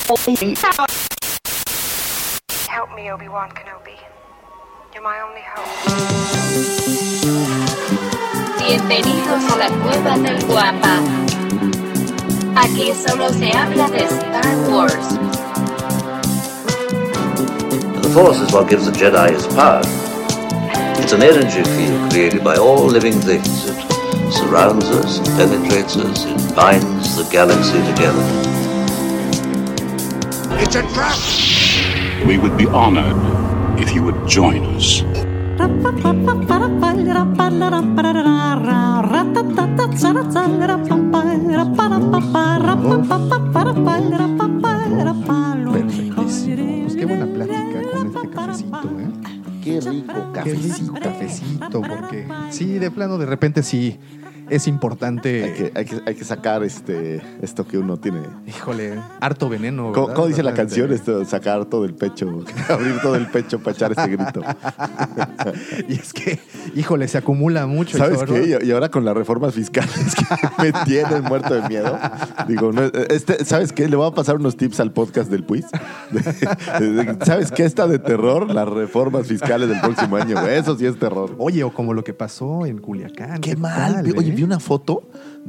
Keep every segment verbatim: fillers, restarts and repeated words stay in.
Help me, Obi-Wan Kenobi. You're my only hope. Bienvenidos a la Cueva del Guampa. Aquí solo se habla de Star Wars. The Force is what gives the Jedi his power. It's an energy field created by all living things. It surrounds us, it penetrates us, it binds the galaxy together. It's a trap! We would be honored if you would join us. Perfectísimo. Pues qué buena plática con este cafecito, ¿eh? Qué rico cafecito. Qué rico cafecito, porque sí, de plano, de repente sí es importante. Hay que, hay que, hay que sacar este, esto que uno tiene. Híjole, harto veneno. ¿Cómo, ¿cómo dice la Totalmente. canción? Esto, sacar todo el pecho, abrir todo el pecho para echar este grito. Y es que, híjole, se acumula mucho. ¿Sabes eso, qué? ¿no? Y, y ahora con las reformas fiscales que me tienen muerto de miedo. Digo, no, este, ¿sabes qué? Le voy a pasar unos tips al podcast del Puis. De- de- de- ¿Sabes qué está de terror? Las reformas fiscales del próximo año, güey. Eso sí es terror. Oye, o como lo que pasó en Culiacán. Qué mal. tal, Vi- Oye, eh? vi una foto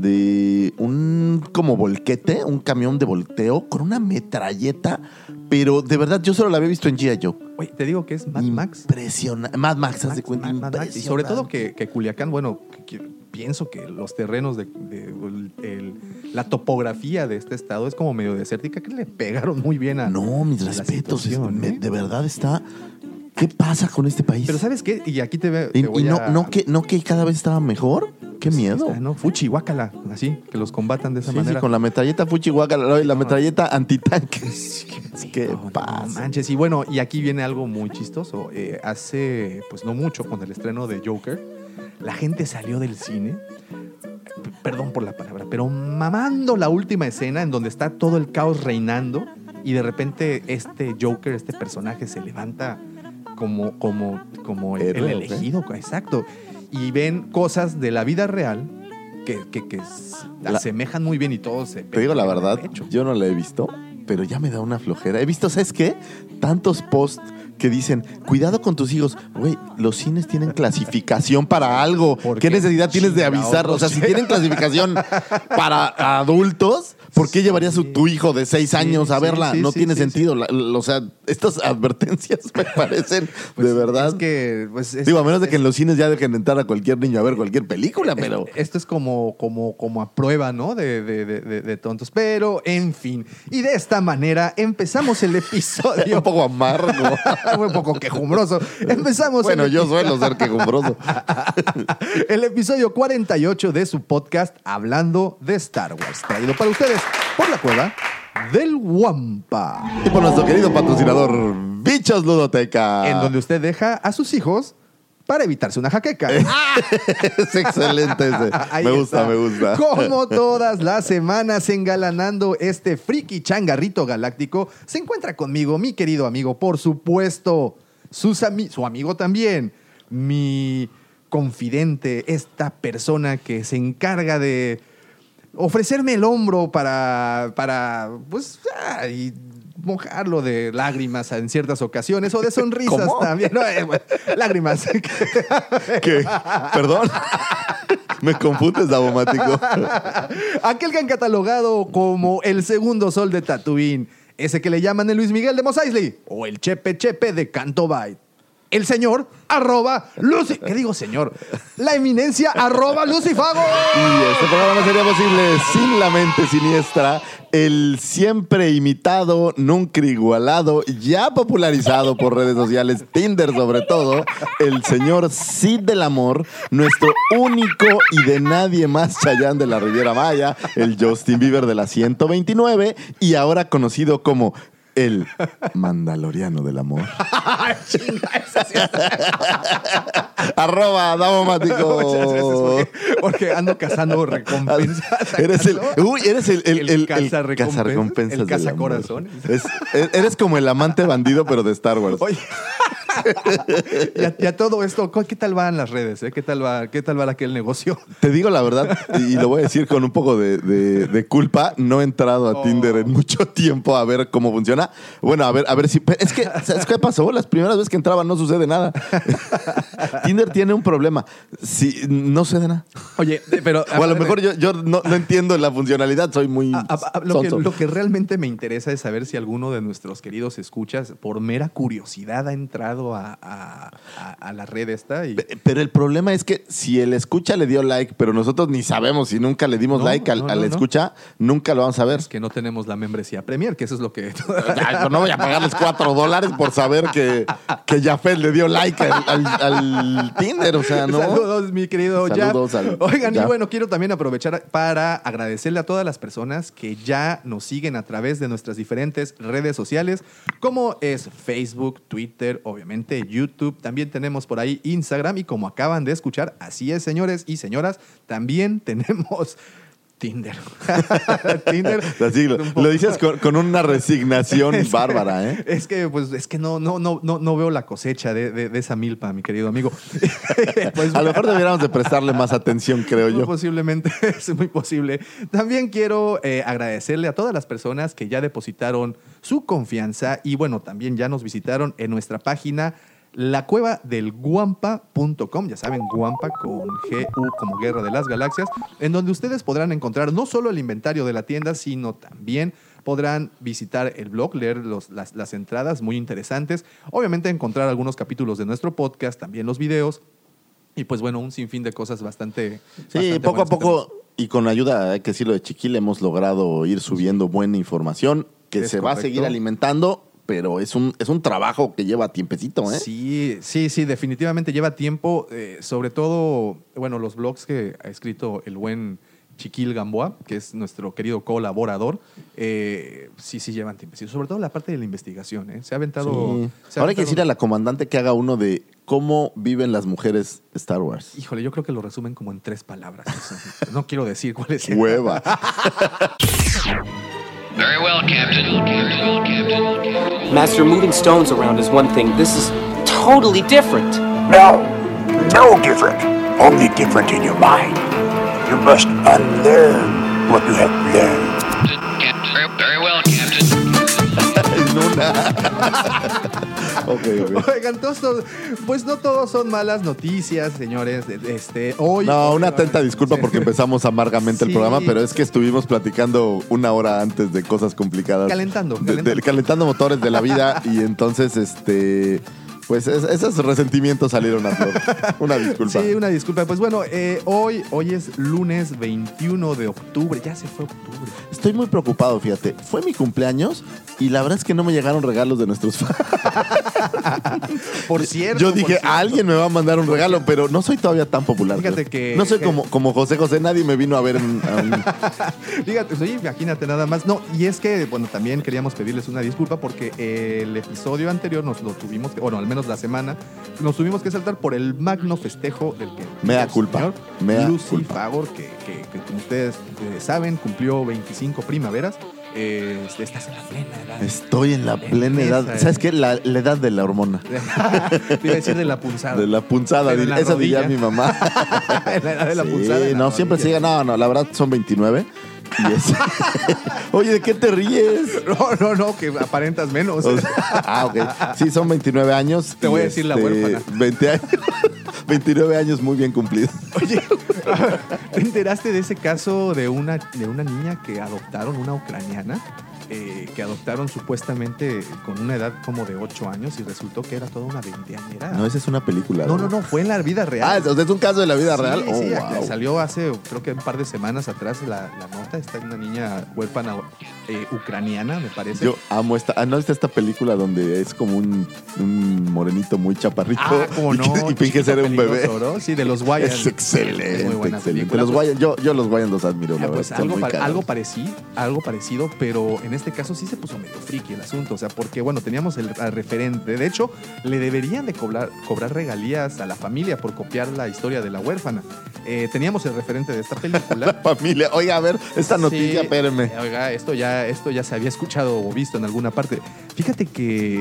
de un como volquete, un camión de volteo con una metralleta, pero de verdad yo solo la había visto en G I. Joe. Oye, te digo que es Mad Max. Impresionante. Mad Max, haz de cuenta. Mad Max. Y sobre todo que, que Culiacán, bueno, que- que pienso que los terrenos de, de- el- la topografía de este estado es como medio desértica, que le pegaron muy bien a No, mis a la respetos. es- situación, me- ¿eh? de verdad está. ¿Qué pasa con este país? Pero ¿sabes qué? Y aquí te, ve, y te voy y no, a- no, que, no que cada vez estaba mejor. Qué Pues, miedo. está, ¿no? Fuchi, guácala, así, que los combatan de esa Sí, sí, manera. con la metralleta Fuchihuaca, la, la metralleta antitanque. ¿Qué No, no pasa? manches. Y bueno, y aquí viene algo muy chistoso. Eh, hace, pues no mucho, con el estreno de Joker, la gente salió del cine, p- perdón por la palabra, pero mamando la última escena en donde está todo el caos reinando y de repente este Joker, este personaje se levanta como, como, como el, Héroe, el ¿o qué? elegido, exacto. Y ven cosas de la vida real que, que, que s- La- asemejan muy bien y todo se... Te digo la pegan al verdad, pecho. yo no la he visto, pero ya me da una flojera. He visto, ¿sabes qué? Tantos posts que dicen, cuidado con tus hijos. Güey, los cines tienen clasificación para algo. ¿Por ¿Qué qué necesidad tienes de chingados avisar? O sea, los si tienen clasificación para adultos, ¿por qué llevarías a tu hijo de seis Sí, años a sí, verla? sí, no sí, tiene sí, sentido. La- la- o sea, estas advertencias me parecen Pues, de verdad. Es que, pues, es- Digo, a menos de que es- en los cines ya dejen entrar a cualquier niño a ver cualquier película, pero... Esto es como, como, como a prueba, ¿no? De, de, de, de- de tontos. Pero, en fin. Y de esta manera empezamos el episodio. un poco amargo. un poco quejumbroso. Empezamos Bueno, el, yo suelo ser quejumbroso. el episodio cuarenta y ocho de su podcast Hablando de Star Wars. Traído para ustedes por la Cueva del Guampa. Y por nuestro querido patrocinador, Bichos Ludoteca. En donde usted deja a sus hijos para evitarse una jaqueca. Es excelente ese. Ahí Me gusta, está. me gusta. Como todas las semanas, engalanando este friki changarrito galáctico, se encuentra conmigo mi querido amigo, por supuesto, sus ami- su amigo también, mi confidente, esta persona que se encarga de ofrecerme el hombro para, para pues, ay, mojarlo de lágrimas en ciertas ocasiones o de sonrisas ¿Cómo? también. No, eh, bueno, lágrimas. ¿Qué? Perdón. Me confundes, Davomático. Aquel que han catalogado como el segundo sol de Tatooine, ese que le llaman el Luis Miguel de Mos Eisley o el Chepe Chepe de Canto Bight. El señor arroba Lucy. ¿Qué digo, señor? La eminencia arroba Lucifago. Y este programa no sería posible sin la mente siniestra, el siempre imitado, nunca igualado, ya popularizado por redes sociales, Tinder sobre todo, el señor Cid del Amor, nuestro único y de nadie más Chayanne de la Riviera Maya, el Justin Bieber de la ciento veintinueve y ahora conocido como el Mandaloriano del Amor. Chinga, esa sí es- Arroba Davomático. Muchas gracias porque, porque ando cazando recompensas. Eres el, ¿acaso? uy, eres el, el, El el, el cazarrecompensas, cazarrecompensas el del cazacorazones. amor. Es- es- eres como el amante bandido, pero de Star Wars. Oye, y, a, y a todo esto, ¿qué tal van las redes? Eh? ¿Qué tal va, qué tal va aquel negocio? Te digo la verdad, y lo voy a decir con un poco de, de, de culpa, no he entrado a Oh. Tinder en mucho tiempo a ver cómo funciona. Bueno, a ver, a ver si... Es que, ¿sabes qué pasó? Las primeras veces que entraba no sucede nada. Tinder tiene un problema. Si, no sucede nada. Oye, pero... O a lo mejor yo, yo no, no entiendo la funcionalidad, soy muy A- a- a- lo, que, sonso. lo que realmente me interesa es saber si alguno de nuestros queridos escuchas, por mera curiosidad, ha entrado a, a- a- a la red esta. Y... Pe- Pero el problema es que si el escucha le dio like, pero nosotros ni sabemos si nunca le dimos No, like al, no, al no, no. escucha, nunca lo vamos a ver. Es que no tenemos la membresía Premier, que eso es lo que... Ay, no voy a pagarles cuatro dólares por saber que, que Jafet le dio like al, al- al Tinder, o sea, ¿no? Saludos, mi querido Jaf. Saludos al Oigan, y Jaf. bueno, quiero también aprovechar para agradecerle a todas las personas que ya nos siguen a través de nuestras diferentes redes sociales, como es Facebook, Twitter, obviamente YouTube. También tenemos por ahí Instagram y como acaban de escuchar, así es, señores y señoras, también tenemos Tinder. Tinder. Así lo, Un poco- lo dices con, con una resignación bárbara, ¿eh? Es que, pues, es que no, no, no, no, no veo la cosecha de, de- de esa milpa, mi querido amigo. Pues, A lo mejor deberíamos de prestarle más atención, creo muy yo. posiblemente, es muy posible. También quiero eh, agradecerle a todas las personas que ya depositaron su confianza y, bueno, también ya nos visitaron en nuestra página la cueva del guampa punto com, ya saben, Guampa con G U como Guerra de las Galaxias, en donde ustedes podrán encontrar no solo el inventario de la tienda, sino también podrán visitar el blog, leer los- las, las entradas muy interesantes, obviamente encontrar algunos capítulos de nuestro podcast, también los videos, y pues bueno, un sinfín de cosas bastante... Sí, bastante poco a buenas que poco, y con ayuda, hay que decirlo, de Chiquil, hemos logrado ir subiendo buena información que Es se va a correcto. seguir alimentando, pero es un, es un trabajo que lleva tiempecito, ¿eh? Sí, sí, sí, definitivamente lleva tiempo, eh, sobre todo, bueno, los blogs que ha escrito el buen Chiquil Gamboa, que es nuestro querido colaborador, eh, sí, sí llevan tiempo. Sí, sobre todo la parte de la investigación, ¿eh? Se ha aventado... Sí. se ha Ahora hay que aventado- decirle a la comandante que haga uno de cómo viven las mujeres Star Wars. Híjole, yo creo que lo resumen como en tres palabras. Eso. No quiero decir cuál es. Hueva. Very well, Captain. Captain, Captain. Master, moving stones around is one thing. This is totally different. No, no different. Only different in your mind. You must unlearn what you have learned. Captain. Very well, Captain. En una. Ok, ok. Oigan, todos, todos- pues no todos son malas noticias, señores. Este, hoy, No, hoy- una atenta disculpa Sí. porque empezamos amargamente Sí. el programa, pero es que estuvimos platicando una hora antes de cosas complicadas. Calentando, De- de- calentando. calentando motores de la vida y entonces, este... Pues es- esos resentimientos salieron a flor. Una disculpa. Sí, una disculpa. Pues bueno, eh, hoy, hoy es lunes veintiuno de octubre. Ya se fue octubre. Estoy muy preocupado, fíjate. Fue mi cumpleaños y la verdad es que no me llegaron regalos de nuestros fans. Por cierto. Yo por dije, cierto. alguien me va a mandar un regalo, pero no soy todavía tan popular. Fíjate creo. que- No soy que- como, como José José, nadie me vino a ver en- a un- Fíjate, sí, imagínate nada más. No, y es que, bueno, también queríamos pedirles una disculpa porque el episodio anterior nos lo tuvimos, que, bueno, al menos la semana, nos tuvimos que saltar por el magno festejo del que Mea el culpa, señor mea Lucy culpa. Favor, que, que- que como ustedes eh, saben, cumplió veinticinco primaveras. Eh, estás en la plena edad. Estoy en la En plena edad. esa, ¿Sabes eh. qué? La, la edad de la hormona. Te iba a decir de la punzada. De la punzada. Pero en la Esa diría rodilla. mi mamá. En la edad de la Sí, punzada. en la no, siempre rodilla. sigue. No, no, la verdad son veintinueve. Y es... Oye, ¿de qué te ríes? No, no, no, que aparentas menos. O sea, ah, ok. Sí, son veintinueve años. Te y voy a decir la huérfana. veinte años. veintinueve años muy bien cumplidos. Oye, ¿te enteraste de ese caso de una, de una niña que adoptaron, una ucraniana, eh, que adoptaron supuestamente con una edad como de ocho años y resultó que era toda una veinteañera? No, esa es una película. no, no, no, fue en la vida real. Ah, o sea, es un caso de la vida Sí, real. Oh, sí, wow. salió hace creo que un par de semanas atrás la, la nota. Está una niña huérfana eh, ucraniana, me parece. Yo amo esta. Ah, ¿no viste esta película donde es como un, un morenito muy chaparrito? Ah, cómo y, no. que- y finge Chiquito ser un bebé? Peligroso, ¿no? Sí, de los Wayans. Es excelente, Muy buena excelente. película. Los Wayans, yo, yo los Wayans los admiro, la Ah, verdad. pues son algo, muy pa- cagados. algo, parecido, algo parecido, pero en este caso sí se puso medio friki el asunto. O sea, porque, bueno, teníamos el, al referente. De hecho, le deberían de cobrar, cobrar regalías a la familia por copiar la historia de la huérfana. Eh, teníamos el referente de esta película. Familia, oiga, a ver, esta noticia, Sí, espérenme. Oiga, esto ya, esto ya se había escuchado o visto en alguna parte. Fíjate que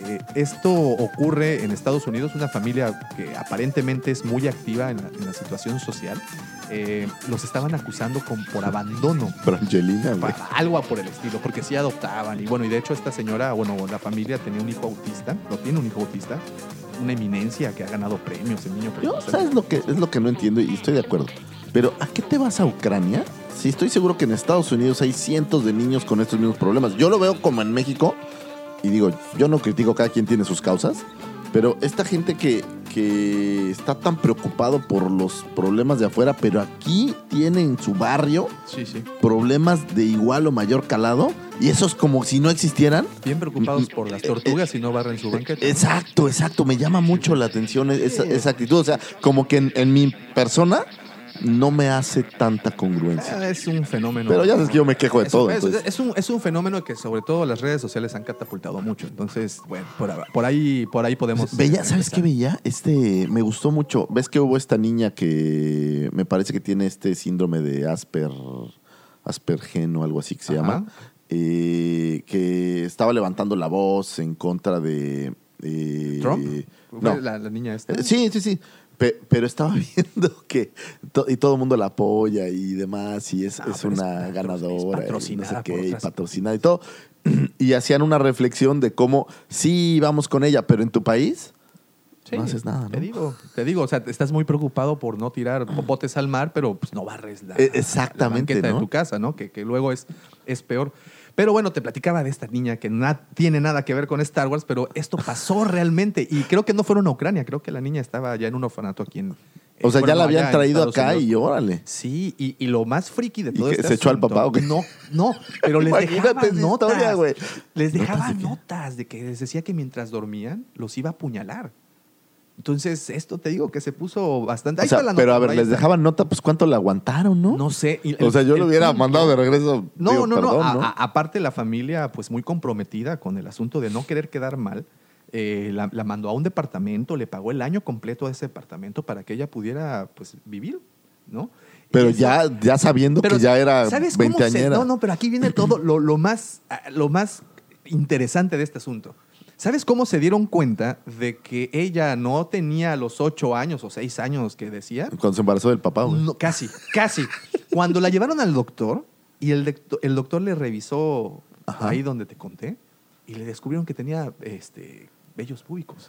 eh, esto ocurre en Estados Unidos, una familia que aparentemente es muy activa en la, en la situación social. Eh, los estaban acusando con, por abandono. Brangelina, güey. Algo por el estilo, porque sí adoptaban. Y bueno, y de hecho esta señora, bueno, la familia tenía un hijo autista, lo tiene un hijo autista, una eminencia que ha ganado premios, el niño. Yo, ¿sabes lo que es lo que no entiendo? Y estoy de acuerdo. Pero ¿a qué te vas a Ucrania? Sí, estoy seguro que en Estados Unidos hay cientos de niños con estos mismos problemas. Yo lo veo como en México, y digo, yo no critico, cada quien tiene sus causas, pero esta gente que, que está tan preocupado por los problemas de afuera, pero aquí tiene en su barrio sí, sí. problemas de igual o mayor calado, y esos como si no existieran. Bien preocupados por las tortugas y no barren su banqueta. Exacto, exacto. Me llama mucho la atención esa, esa actitud. O sea, como que en, en mi persona no me hace tanta congruencia. Es un fenómeno. Pero ya sabes que yo me quejo de es, todo. Es, es, un, es un fenómeno que sobre todo las redes sociales han catapultado mucho. Entonces, bueno, por, por ahí por ahí podemos... Veía, eh, ¿sabes qué veía? Este, me gustó mucho. ¿Ves que hubo esta niña que me parece que tiene este síndrome de Asper, Aspergen o algo así que se Ajá. llama? Eh, que estaba levantando la voz en contra de... Eh, ¿Trump? No. ¿La, la niña esta? Eh, Sí, sí, sí. Pe- pero estaba viendo que to- y todo el mundo la apoya y demás, y es, No, es pero una es patro- ganadora, es patrocinada y no sé qué, por y otras- patrocinada y todo. Y hacían una reflexión de cómo sí vamos con ella, pero en tu país Sí, no haces nada, ¿no? Te digo, te digo, o sea, estás muy preocupado por no tirar botes al mar, pero pues no barres la, Eh, exactamente, la banqueta ¿no? de tu casa, ¿no? Que, que luego es, es peor. Pero bueno, te platicaba de esta niña que no tiene nada que ver con Star Wars, pero esto pasó realmente. Y creo que no fueron a Ucrania, creo que la niña estaba ya en un orfanato aquí en... O sea, ya bueno, la habían allá en traído Estados acá Unidos. y órale. Sí, y, y lo más friki de ¿Y todo qué, este se echó al asunto- papá o qué? No, no, pero les Imagínate dejaba esa notas. historia, güey. Les ¿Notas dejaba de qué? notas de que les decía que mientras dormían los iba a apuñalar. Entonces, esto te digo que se puso bastante... O Ahí sea, está la nota, pero a ver, por ahí les está. dejaban nota, pues ¿cuánto la aguantaron, no? No sé. y O el- sea, yo el lo hubiera punto- mandado de regreso. No, digo, no, no, perdón, a- a- aparte la familia, pues muy comprometida con el asunto de no querer quedar mal, eh, la, la mandó a un departamento, le pagó el año completo a ese departamento para que ella pudiera, pues, vivir, ¿no? Pero Y eso- ya, ya sabiendo pero que ya era ¿sabes cómo se- veinteañera. No, no, pero aquí viene todo lo, lo más, lo más interesante de este asunto. ¿Sabes cómo se dieron cuenta de que ella no tenía los ocho años o seis años que decía? Cuando se embarazó del papá, güey. No, casi, casi. Cuando la llevaron al doctor y el, decto- el doctor le revisó Ajá. ahí donde te conté y le descubrieron que tenía este, vellos púbicos.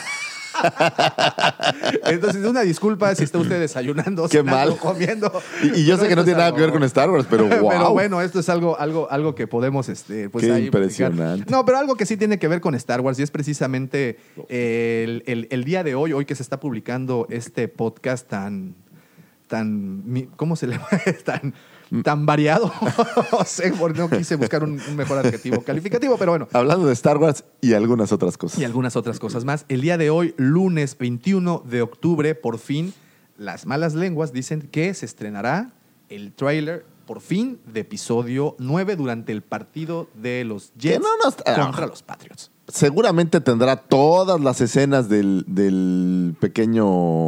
Entonces, una disculpa si está usted desayunando, Qué cenando, mal. comiendo. Y, y yo Pero sé que no esto tiene es nada que ver algo- con Star Wars, pero wow. Pero bueno, esto es algo, algo, algo que podemos, este, pues Qué ahí platicar. impresionante. No, pero algo que sí tiene que ver con Star Wars y es precisamente eh, el, el- el día de hoy, hoy que se está publicando este podcast tan, tan, mi- ¿cómo se le llama? tan, tan variado. No sé, porque no quise buscar un, un mejor adjetivo calificativo, pero bueno. Hablando de Star Wars y algunas otras cosas. Y algunas otras cosas más. El día de hoy, lunes veintiuno de octubre, por fin, las malas lenguas dicen que se estrenará el tráiler, por fin, de episodio nueve durante el partido de los Jets no nos- contra los Patriots. Seguramente tendrá todas las escenas del, del pequeño,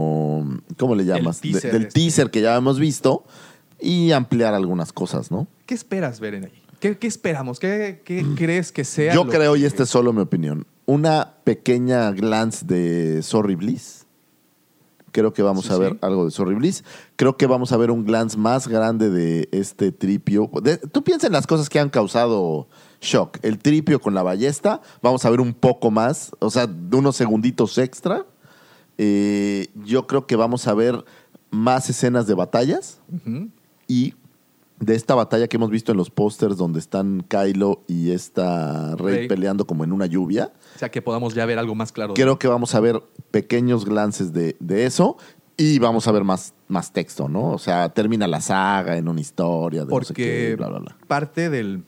¿cómo le llamas? El teaser De- del este. teaser que ya hemos visto y ampliar algunas cosas, ¿no? ¿Qué esperas ver en ahí? ¿Qué, qué esperamos? ¿Qué, qué crees que sea? Yo lo creo, que- y esta es solo mi opinión, una pequeña glance de Sorry Bliss. Creo que vamos Sí, a ver sí. algo de Sorry Bliss. Creo que vamos a ver un glance más grande de este tripio. De- tú piensa en las cosas que han causado shock. El tripio con la ballesta, vamos a ver un poco más, o sea, de unos segunditos extra. Eh, yo creo que vamos a ver más escenas de batallas Ujú. y de esta batalla que hemos visto en los pósters donde están Kylo y esta Rey, Rey. peleando como en una lluvia. O sea, que podamos ya ver algo más claro. Creo que vamos a ver pequeños glances de, de eso y vamos a ver más, más texto, ¿no? O sea, termina la saga en una historia de no sé Porque qué, bla, bla, bla. parte del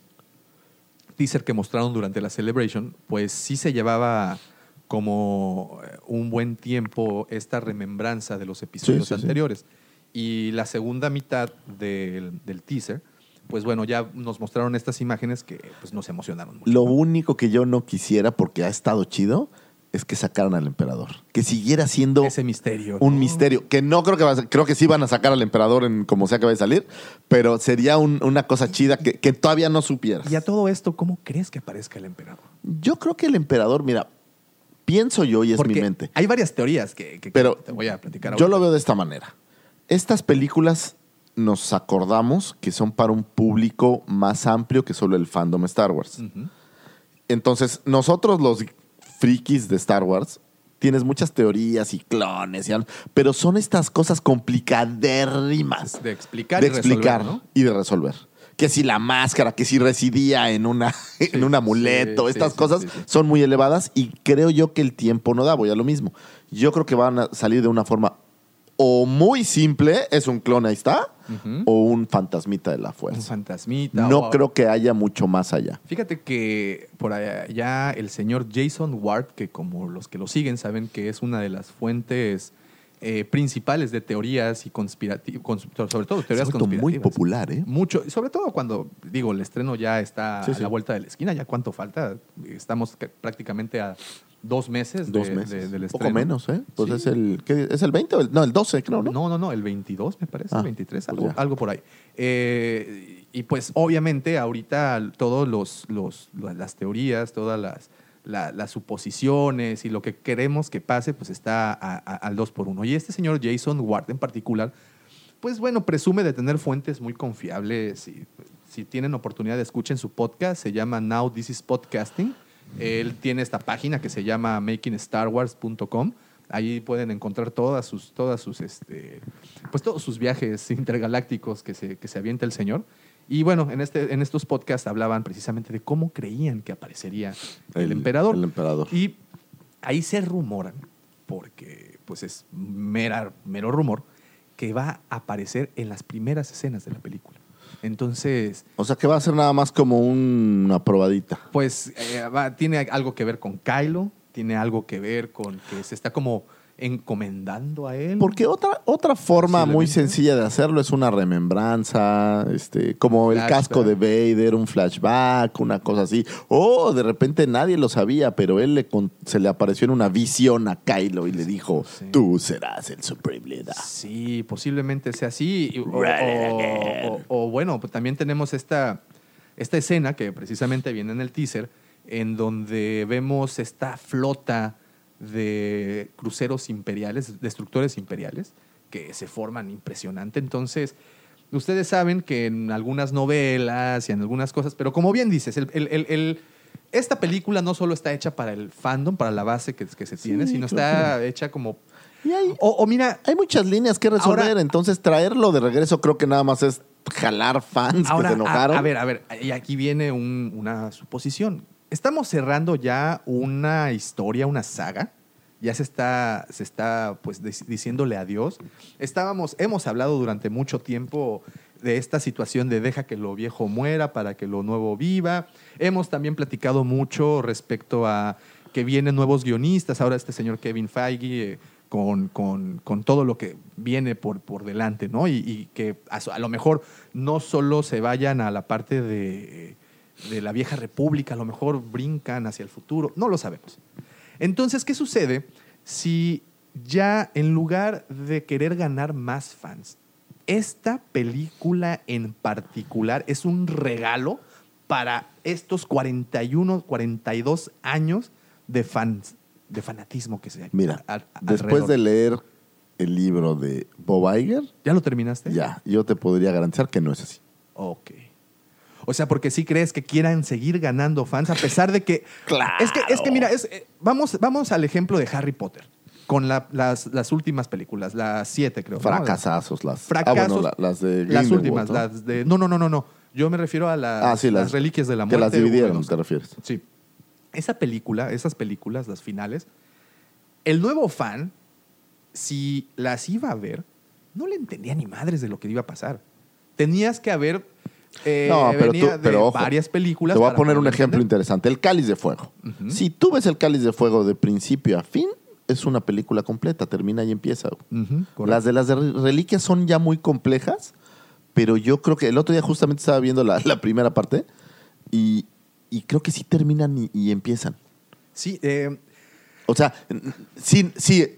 teaser que mostraron durante la Celebration, pues sí se llevaba como eh, un buen tiempo esta remembranza de los episodios Sí, sí, sí. anteriores. Y la segunda mitad del, del teaser, pues bueno, ya nos mostraron estas imágenes que pues nos emocionaron mucho. Lo ¿no? único que yo no quisiera, porque ha estado chido, es que sacaran al emperador. Que siguiera siendo Ese misterio. un ¿no? misterio. Que no creo que va a ser- creo que sí van a sacar al emperador en como sea que vaya a salir, pero sería un- una cosa chida que, que todavía no supieras. Y a todo esto, ¿cómo crees que aparezca el emperador? Yo creo que el emperador, mira, pienso yo y es Porque mi mente. hay varias teorías que, que- que Pero te voy a platicar yo ahorita. lo veo de esta manera. Estas películas nos acordamos que son para un público más amplio que solo el fandom Star Wars. Ujú. Entonces, nosotros los frikis de Star Wars, tienes muchas teorías y clones, y al- pero son estas cosas complicadérrimas De explicar de y resolver, explicar ¿no? y de resolver. Que si la máscara, que si residía en, una, en un amuleto, sí, estas sí, cosas sí, sí. son muy elevadas y creo yo que el tiempo no da, voy a lo mismo. Yo creo que van a salir de una forma o muy simple, es un clon, ahí está, Ujú. o un fantasmita de la Un fuerza. fantasmita. No o- creo que haya mucho más allá. Fíjate que por allá el señor Jason Ward, que como los que lo siguen saben que es una de las fuentes eh, principales de teorías y conspirativas, sobre todo Se teorías ha vuelto conspirativas. muy popular, ¿eh? Mucho, sobre todo cuando, digo, el estreno ya está Sí, a sí. la vuelta de la esquina, ya cuánto falta, estamos ca- prácticamente a dos meses, Dos de- meses. de- del Un estreno. poco menos, ¿eh? Pues Sí. es el ¿qué? ¿Es el veinte o el, no, el doce, creo, ¿no? No, no, no, el veintidós me parece, Ah, el veintitrés, pues algo, ya. algo por ahí. Eh, y pues obviamente ahorita todos los, los las teorías, todas las, la- las suposiciones y lo que queremos que pase, pues está a- a- al dos por uno. Y este señor Jason Ward en particular, pues bueno, presume de tener fuentes muy confiables. Y, si tienen oportunidad, escuchen su podcast, se llama Now This Is Podcasting. Él tiene esta página que se llama making star wars punto com. Ahí pueden encontrar todas sus, todas sus, este, pues todos sus viajes intergalácticos que se, que se avienta el señor. Y bueno, en, este, en estos podcasts hablaban precisamente de cómo creían que aparecería el, El- emperador. el emperador. Y ahí se rumoran, porque pues es mera, mero rumor, que va a aparecer en las primeras escenas de la película. Entonces, O sea que va a ser nada más como un- una probadita. pues eh, va- tiene algo que ver con Kylo, tiene algo que ver con que se está como encomendando a él. Porque otra, otra forma muy Posiblemente. sencilla de hacerlo es una remembranza, este, como el Flashback. casco de Vader, un flashback, una cosa así. O de repente nadie lo sabía, pero él le con- se le apareció en una visión a Kylo y le dijo, Sí. tú serás el Supreme Leader. Sí, posiblemente sea así. Y- O, Right. o- o- o bueno, pues también tenemos esta, esta escena que precisamente viene en el teaser, en donde vemos esta flota de cruceros imperiales, destructores imperiales, que se forman impresionante. Entonces, ustedes saben que en algunas novelas y en algunas cosas, pero como bien dices, el, el- el- el- esta película no solo está hecha para el fandom, para la base que, que se tiene, Sí, sino claro. está hecha como... Y hay, O, o mira, hay muchas líneas que resolver, Ahora- entonces traerlo de regreso creo que nada más es jalar fans ahora, que se enojaron. A, a ver, a ver, y aquí viene un- una suposición. Estamos cerrando ya una historia, una saga. Ya se está, se está pues dic- diciéndole adiós. Estábamos, hemos hablado durante mucho tiempo de esta situación de deja que lo viejo muera para que lo nuevo viva. Hemos también platicado mucho respecto a que vienen nuevos guionistas. Ahora este señor Kevin Feige eh, con, con- con todo lo que viene por, por delante, ¿no? Y, y que a, su- a lo mejor no solo se vayan a la parte de, de la vieja república, a lo mejor brincan hacia el futuro. No lo sabemos. Entonces, ¿qué sucede si ya en lugar de querer ganar más fans, esta película en particular es un regalo para estos cuarenta y uno, cuarenta y dos años de fans, de fanatismo que se Mira, a- a- después alrededor? de leer el libro de Bob Iger, ¿Ya lo terminaste? ya, yo te podría garantizar que no es así. Ok. O sea, porque sí crees que quieran seguir ganando fans a pesar de que... Claro. Es que, es que mira, es, eh, vamos, vamos al ejemplo de Harry Potter, con la- las, las últimas películas, las siete creo. ¿no? Fracasazos las. Fracasos. Ah, bueno, la- las de Las Grindelwald, últimas, ¿no? las de... No, no, no, no, no. Yo me refiero a las, Ah, sí, las las- reliquias de la que muerte. las dividieron, uno, dos. ¿te refieres? Sí. Esa película, esas películas, las finales, el nuevo fan, si las iba a ver, no le entendía ni madres de lo que iba a pasar. Tenías que haber... eh, No, pero, tú, venía de pero ojo, varias películas. te voy a para poner un poder ejemplo entender. interesante. El Cáliz de Fuego. Ujú. Si tú ves el Cáliz de Fuego de principio a fin, es una película completa. Termina y empieza. Ujú, correcto. Las de las de reliquias son ya muy complejas, pero yo creo que el otro día justamente estaba viendo la, la primera parte y, y creo que sí terminan y, y empiezan. Sí, eh, O sea, sí, sí,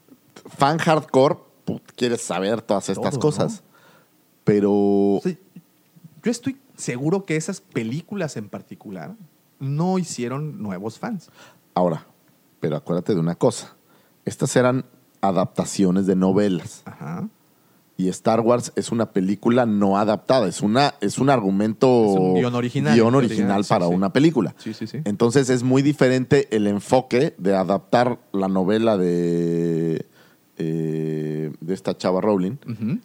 fan hardcore, put, quieres saber todas estas Todo, cosas. ¿no? Pero o sea, yo estoy seguro que esas películas en particular no hicieron nuevos fans. ahora, Pero acuérdate de una cosa. Estas eran adaptaciones de novelas. Ajá. Y Star Wars es una película no adaptada. Es, una, es un argumento... Es un guión original. guión original Sí, para sí. una película. Sí, sí, sí. Entonces es muy diferente el enfoque de adaptar la novela de, eh, de esta chava Rowling Ujú.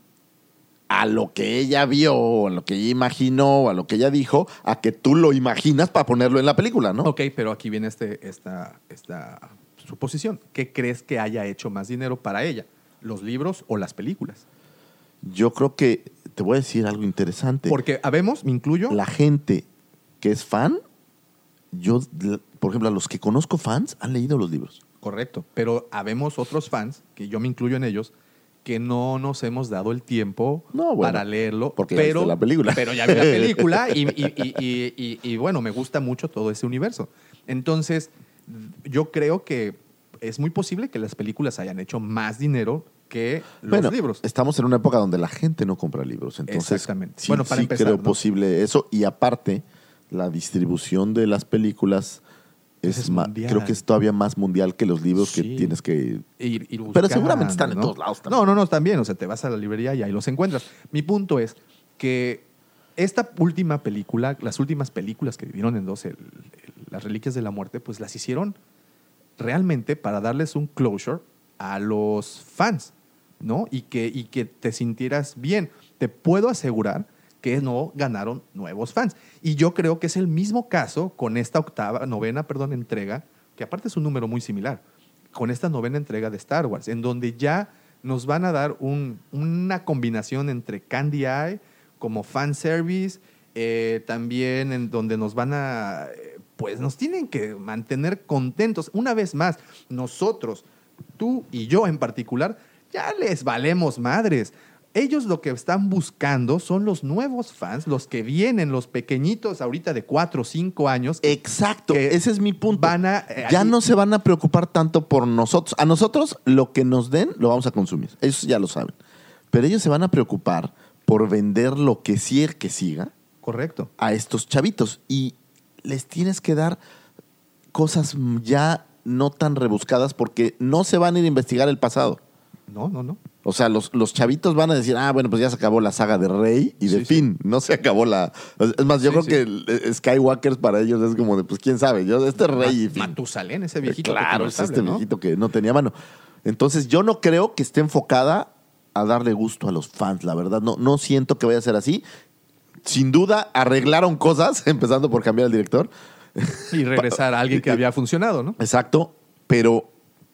a lo que ella vio, o a lo que ella imaginó, o a lo que ella dijo, a que tú lo imaginas para ponerlo en la película, ¿no? Ok, pero aquí viene este, esta, esta suposición. ¿Qué crees que haya hecho más dinero para ella? ¿Los libros o las películas? Yo creo que te voy a decir algo interesante. Porque, habemos, me incluyo. La gente que es fan, yo, por ejemplo, a los que conozco fans han leído los libros. Correcto, pero habemos otros fans, que yo me incluyo en ellos, que no nos hemos dado el tiempo No, bueno, para leerlo. porque ya pero, viste la película. Pero ya vi la película y, y- y- y- y- y, bueno, me gusta mucho todo ese universo. Entonces, yo creo que es muy posible que las películas hayan hecho más dinero que los Bueno, libros. estamos en una época donde la gente no compra libros. Entonces, Exactamente. sí, Bueno, para sí empezar, creo ¿no? posible eso. Y aparte, la distribución de las películas es, Es ma- mundial. creo que es todavía más mundial que los libros Sí. que tienes que... Ir- ir Pero seguramente buscando, están en ¿no? todos lados también. No, no, no, también. O sea, te vas a la librería y ahí los encuentras. Mi punto es que esta última película, las últimas películas que vivieron en dos, el- el- Las Reliquias de la Muerte, pues las hicieron realmente para darles un closure a los fans, ¿no? Y que, y que te sintieras bien. Te puedo asegurar que no ganaron nuevos fans. Y yo creo que es el mismo caso con esta octava, novena, perdón, entrega, que aparte es un número muy similar, con esta novena entrega de Star Wars, en donde ya nos van a dar un- una combinación entre Candy Eye como fanservice, eh, también en donde nos van a, eh, pues nos tienen que mantener contentos. Una vez más, nosotros, tú y yo en particular, ya les valemos madres. Ellos lo que están buscando son los nuevos fans, los que vienen, los pequeñitos ahorita de cuatro o cinco años. Exacto, que ese es mi punto. van a, eh, ya aquí- no se van a preocupar tanto por nosotros. A nosotros lo que nos den lo vamos a consumir. Ellos ya lo saben. Pero ellos se van a preocupar por vender lo que sí que siga Correcto. a estos chavitos. Y les tienes que dar cosas ya no tan rebuscadas porque no se van a ir a investigar el pasado. No, no, no. O sea, los, los chavitos van a decir, ah, bueno, pues ya se acabó la saga de Rey y de Sí, fin. No se acabó la... Es más, yo Sí, creo sí. que el- el Skywalker para ellos es como de, pues quién sabe, yo este es Rey y fin. Matusalén, ese viejito. que Claro, tiró el es sable, este ¿no? viejito que no tenía mano. Entonces, yo no creo que esté enfocada a darle gusto a los fans, la verdad. No, no siento que vaya a ser así. Sin duda, arreglaron cosas, empezando por cambiar el director. Y regresar a alguien que había funcionado, ¿no? Exacto, pero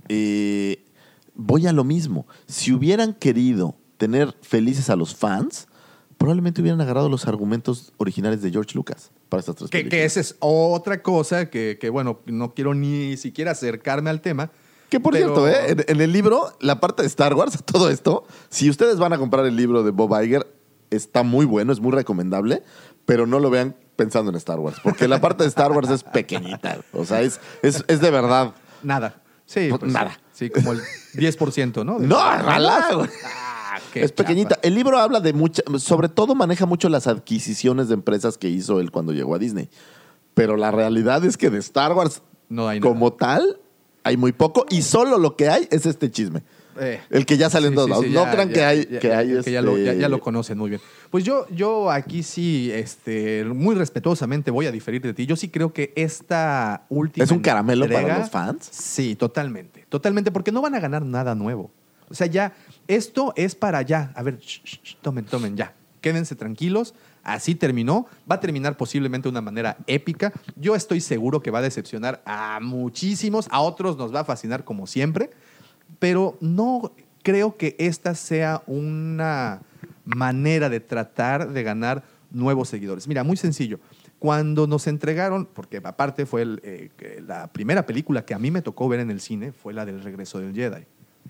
eh, voy a lo mismo. Si hubieran querido tener felices a los fans, probablemente hubieran agarrado los argumentos originales de George Lucas para estas tres Que, películas. que esa es otra cosa que, que, bueno, no quiero ni siquiera acercarme al tema. Que por pero- cierto, ¿eh? en, en el libro, la parte de Star Wars, todo esto, si ustedes van a comprar el libro de Bob Iger, está muy bueno, es muy recomendable, pero no lo vean pensando en Star Wars, porque la parte de Star Wars es pequeñita. O sea, es, es, es de verdad. Nada. Sí, Pues pues, nada. Sí, sí, como el diez por ciento, ¿no? De- No, ojalá, güey. Ah, qué Es pequeñita. chafa. El libro habla de mucha, sobre todo maneja mucho las adquisiciones de empresas que hizo él cuando llegó a Disney. Pero la realidad es que de Star Wars, No hay nada. como tal, hay muy poco y solo lo que hay es este chisme. Eh. El que ya sale en Sí, todos sí, lados. sí, no ya, crean ya, que hay, ya, que ya, hay que ya, lo, ya- este- ya lo conocen muy bien. Pues yo, yo aquí sí, este, muy respetuosamente voy a diferir de ti. Yo sí creo que esta última ¿Es un caramelo para entrega- los fans? Sí, totalmente. Totalmente, porque no van a ganar nada nuevo. O sea, ya, esto es para ya. A ver, sh, sh, sh, tomen, tomen, ya. Quédense tranquilos. Así terminó. Va a terminar posiblemente de una manera épica. Yo estoy seguro que va a decepcionar a muchísimos. A otros nos va a fascinar como siempre. Pero no creo que esta sea una manera de tratar de ganar nuevos seguidores. Mira, muy sencillo. Cuando nos entregaron, porque aparte fue el, eh, que la primera película que a mí me tocó ver en el cine, fue la del Regreso del Jedi.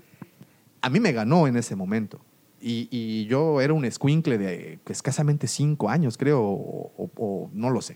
A mí me ganó en ese momento. Y, y yo era un escuincle de escasamente cinco años, creo, o, o- o no lo sé.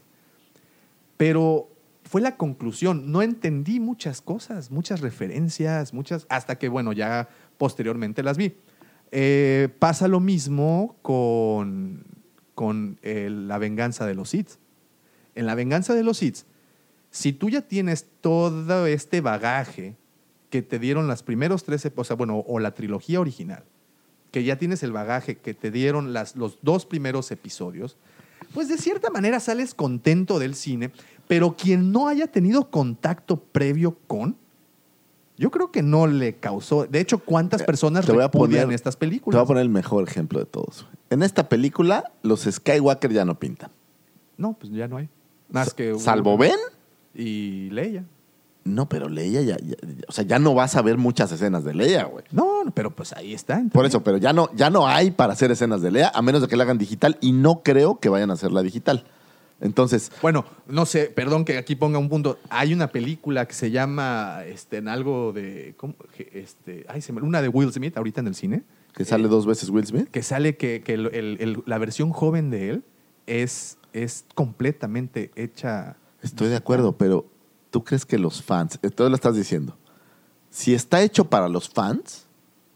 Pero fue la conclusión. No entendí muchas cosas, muchas referencias, muchas, hasta que, bueno, ya posteriormente las vi. Eh, pasa lo mismo con, con eh, La Venganza de los Sith. En La Venganza de los Sith si tú ya tienes todo este bagaje que te dieron las primeros tres, o sea, bueno, o la trilogía original, que ya tienes el bagaje que te dieron las, los dos primeros episodios, pues de cierta manera sales contento del cine, pero quien no haya tenido contacto previo con, yo creo que no le causó. De hecho, ¿cuántas personas Te voy a repudian poner- estas Te películas? voy a poner el mejor ejemplo de todos. En esta película, los Skywalker ya no pintan. No, pues ya no hay. Más que Salvo Ben. y Leia. No, pero Leia ya, ya- o sea, ya no vas a ver muchas escenas de Leia, güey. No, no, pero pues ahí está. Por eso, pero ya no, ya no hay para hacer escenas de Leia, a menos de que la hagan digital, y no creo que vayan a hacerla digital. Entonces, Bueno, no sé, perdón que aquí ponga un punto. Hay una película que se llama este, en algo de. ¿cómo? Que, Este, ay, se me- una de Will Smith ahorita en el cine. que sale Eh, dos veces Will Smith. Que sale que, que el- el- el- la versión joven de él es, es completamente hecha. Estoy de acuerdo, pero ¿tú crees que los fans, entonces lo estás diciendo, si está hecho para los fans,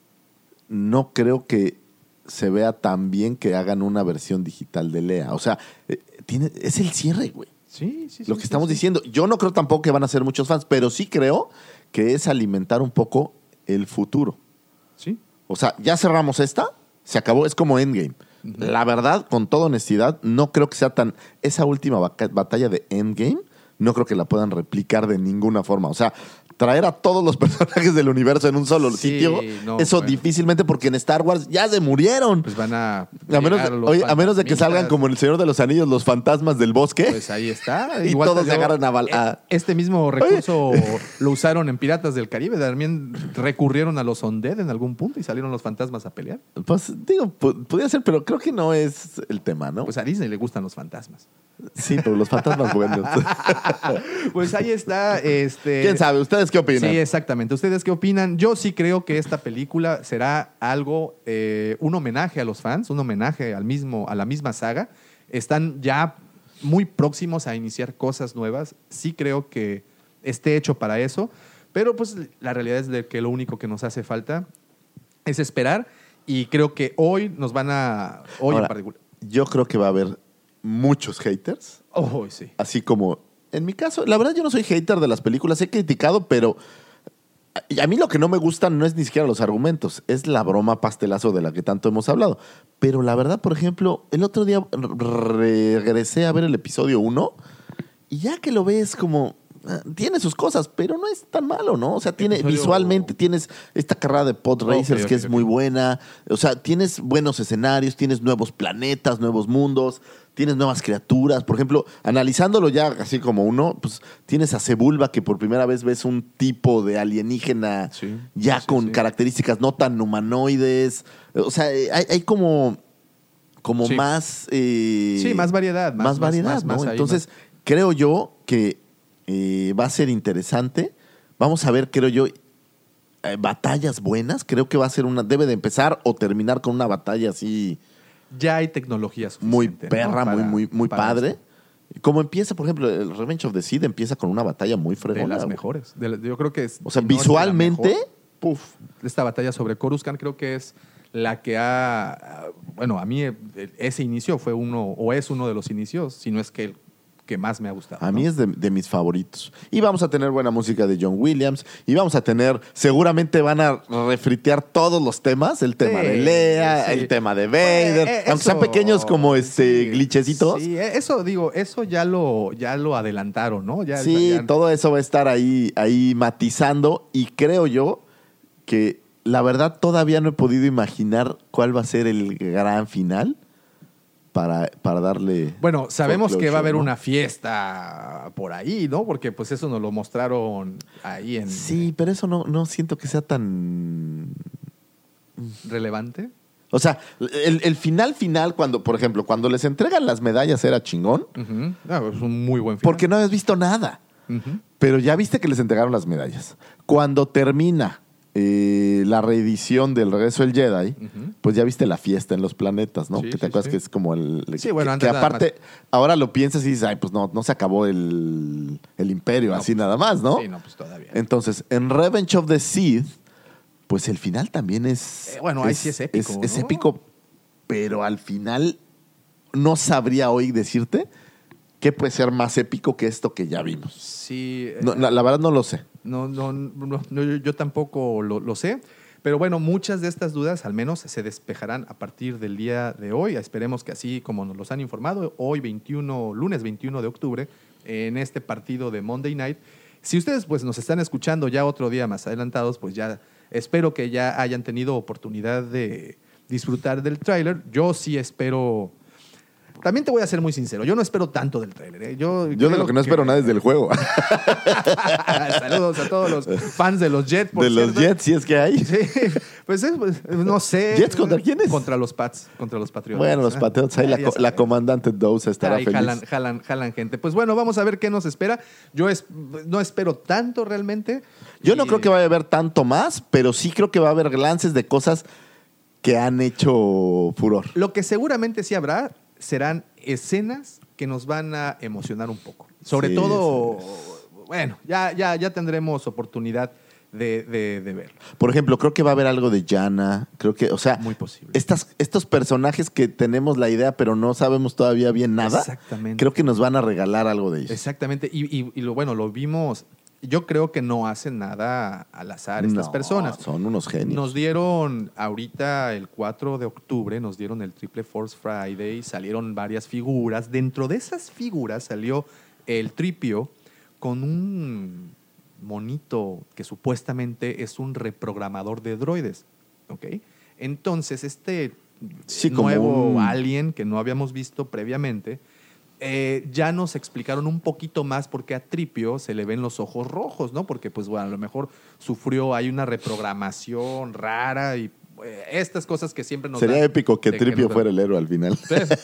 no creo que se vea tan bien que hagan una versión digital de Leia? O sea, eh, tiene, es el cierre, güey. Sí, sí, sí. Lo que sí, estamos sí. diciendo. Yo no creo tampoco que van a ser muchos fans, pero sí creo que es alimentar un poco el futuro. Sí. O sea, ya cerramos esta, se acabó, es como Endgame. La verdad, con toda honestidad, no creo que sea tan... Esa última vaca- batalla de Endgame, no creo que la puedan replicar de ninguna forma. O sea, traer a todos los personajes del universo en un solo Sí, sitio, no, eso bueno. difícilmente, porque en Star Wars ya se murieron. Pues van a. A menos, llegar de, los oye, a menos de que fantasmitas. salgan como en El Señor de los Anillos, los fantasmas del bosque. Pues ahí está. Y todos se agarran a bal- a- Este mismo recurso lo usaron en Piratas del Caribe. También recurrieron a los Undead en algún punto y salieron los fantasmas a pelear. Pues digo, pu- podría ser, pero creo que no es el tema, ¿no? Pues a Disney le gustan los fantasmas. sí, pero los fantasmas buenos. Pues ahí está. Este, ¿Quién sabe? ¿Ustedes qué opinan? Sí, exactamente. ¿Ustedes qué opinan? Yo sí creo que esta película será algo, eh, un homenaje a los fans, un homenaje al mismo, a la misma saga. Están ya muy próximos a iniciar cosas nuevas. Sí creo que esté hecho para eso. Pero pues la realidad es de que lo único que nos hace falta es esperar. Y creo que hoy nos van a... Hoy Ahora, en particular. yo creo que va a haber muchos haters. Oh, sí. Así como, en mi caso, la verdad yo no soy hater de las películas, he criticado, pero a mí lo que no me gusta no es ni siquiera los argumentos, es la broma pastelazo de la que tanto hemos hablado. Pero la verdad, por ejemplo, el otro día re- regresé a ver el episodio uno y ya que lo ves como... ah, tiene sus cosas, pero no es tan malo, ¿no? O sea, tiene Episodio- visualmente tienes esta carrera de pod Ok, racers ok, que es ok. muy buena. O sea, tienes buenos escenarios, tienes nuevos planetas, nuevos mundos, tienes nuevas criaturas. Por ejemplo, analizándolo ya así como uno, pues tienes a Sebulba, que por primera vez ves un tipo de alienígena Sí, ya sí, con sí. características no tan humanoides. O sea, hay, hay como, como Sí. más... eh, Sí, más variedad. Más, Más, más- variedad, más- ¿no? más ahí, Entonces, creo yo que eh, va a ser interesante. Vamos a ver, creo yo, eh, batallas buenas. Creo que va a ser una... Debe de empezar o terminar con una batalla así ya hay tecnología muy suficiente, ¿no? perra, muy, Para- muy, muy para padre. esto. Como empieza, por ejemplo, el Revenge of the Sith empieza con una batalla muy De fregona. las güey. mejores. De la- yo creo que es. O sea, si no es que la visualmente, mejor, puf. esta batalla sobre Coruscant creo que es la que ha. Bueno, a mí eh, ese inicio fue uno, o es uno de los inicios, si no es que el que más me ha gustado. A ¿no? mí es de, de mis favoritos. Y vamos a tener buena música de John Williams. Y vamos a tener, seguramente van a refritear todos los temas. El tema Sí, de Leia, sí. el tema de Vader. Eh, eh, aunque sean eso- pequeños como este sí, glitchecitos. Sí, eh, eso digo, eso ya lo, ya lo adelantaron, ¿no? Ya, Sí, ya- todo eso va a estar ahí, ahí matizando. Y creo yo que la verdad todavía no he podido imaginar cuál va a ser el gran final para, para darle. Bueno, sabemos que va a haber ¿no? una fiesta por ahí, ¿no? Porque pues eso nos lo mostraron ahí en Sí, pero eso no, no siento que sea tan. relevante. O sea, el, el final final, cuando, por ejemplo, cuando les entregan las medallas era chingón, Ujú. Ah, es un muy buen final. porque no habías visto nada. Ujú. Pero ya viste que les entregaron las medallas. Cuando termina eh, la reedición del Regreso del Jedi, Ujú. pues ya viste la fiesta en los planetas, ¿no? Sí, que te sí, acuerdas sí. que es como el... Sí, que, bueno, que antes nada aparte, ahora lo piensas y dices, ay, pues no, no se acabó el, el imperio, No, así pues, nada más, ¿no? Sí, no, pues todavía. Entonces, en Revenge of the Sith, pues el final también es... Eh, bueno, ahí sí es épico, Es, es ¿no? épico, pero al final no sabría hoy decirte ¿qué puede ser más épico que esto que ya vimos? Sí. No, la, la verdad no lo sé. No, no, no, no, yo, yo tampoco lo, lo sé. Pero bueno, muchas de estas dudas al menos se despejarán a partir del día de hoy. Esperemos que así como nos los han informado, hoy veintiuno, lunes veintiuno de octubre, en este partido de Monday Night. Si ustedes pues nos están escuchando ya otro día más adelantados, pues ya espero que ya hayan tenido oportunidad de disfrutar del tráiler. Yo sí espero... También te voy a ser muy sincero, yo no espero tanto del tráiler. ¿eh? Yo, Yo de lo que no espero nada es del juego. Saludos a todos los fans de los Jets, por de cierto. los Jets, si es que hay. Sí, pues, es, pues, no sé. ¿Jets contra quiénes? Contra los Pats, contra los Patriotas. Bueno, los Patriotas, ahí Ah, la, ya co- sabes. la comandante Dose estará Ahí feliz. jalan, jalan, jalan gente. Pues bueno, vamos a ver qué nos espera. Yo es, no espero tanto realmente. Yo no Y- creo que vaya a haber tanto más, pero sí creo que va a haber glances de cosas que han hecho furor. Lo que seguramente sí habrá serán escenas que nos van a emocionar un poco. Sobre Sí, todo, bueno, ya, ya, ya tendremos oportunidad de, de, de verlo. Por ejemplo, creo que va a haber algo de Yana. Creo que, o sea, Muy posible. estas, estos personajes que tenemos la idea, pero no sabemos todavía bien nada. Exactamente. Creo que nos van a regalar algo de ellos. Exactamente. Y, y- y lo bueno, lo vimos. Yo creo que no hacen nada al azar estas No, personas. son unos genios. Nos dieron ahorita el cuatro de octubre, nos dieron el Triple Force Friday, salieron varias figuras. Dentro de esas figuras salió el Tripio con un monito que supuestamente es un reprogramador de droides. ¿Ok? Entonces, este Sí, como nuevo un- alien que no habíamos visto previamente, eh, ya nos explicaron un poquito más por qué a Tripio se le ven los ojos rojos, ¿no? Porque, pues, bueno, a lo mejor sufrió, hay una reprogramación rara y eh, estas cosas que siempre nos Sería dan- épico que de Tripio nos- fuera el héroe al final.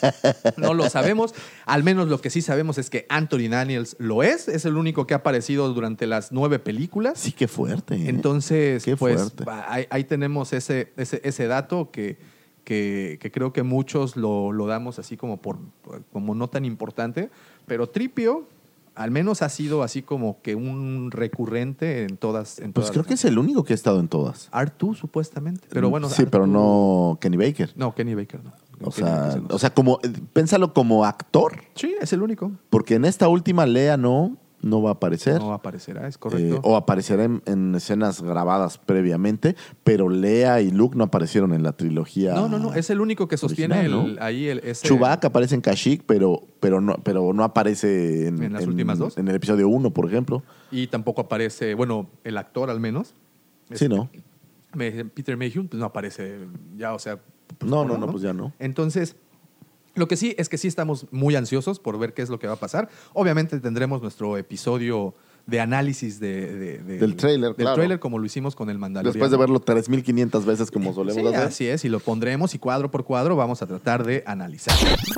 No lo sabemos. Al menos lo que sí sabemos es que Anthony Daniels lo es. Es el único que ha aparecido durante las nueve películas. Sí, qué fuerte. ¿eh? Entonces, Qué pues fuerte. va- ahí, ahí tenemos ese, ese, ese dato que, que, que creo que muchos lo, lo damos así como, por, como no tan importante. Pero Tripio, al menos ha sido así como que un recurrente en todas. En Pues todas creo las- que es el único que ha estado en todas. R dos, supuestamente. Pero bueno, sí, pero R dos no Kenny Baker. No, Kenny Baker no. O Kenny Baker sea, no. o sea, como, eh, pénsalo como actor, Sí, es el único. porque en esta última Lea no, no va a aparecer. No aparecerá, es correcto. Eh, o aparecerá en, en escenas grabadas previamente, pero Lea y Luke no aparecieron en la trilogía. No, no, no, es el único que sostiene original, el- ¿no? ahí el, ese... Chewbacca aparece en Kashyyyk, pero, pero, no, pero no aparece en, ¿En las últimas dos? En el episodio uno, por ejemplo. Y tampoco aparece, bueno, el actor al menos. Sí, ¿no? Me- Peter Mayhew pues no aparece ya, o sea... pues, No, ¿cómo no, no, pues ya no. Entonces, lo que sí es que sí estamos muy ansiosos por ver qué es lo que va a pasar. Obviamente tendremos nuestro episodio de análisis de, de- de- Del tráiler, del claro. tráiler, como lo hicimos con el Mandaloriano. Después de verlo tres mil quinientas veces como solemos Sí, hacer. así es, y lo pondremos y cuadro por cuadro vamos a tratar de analizar.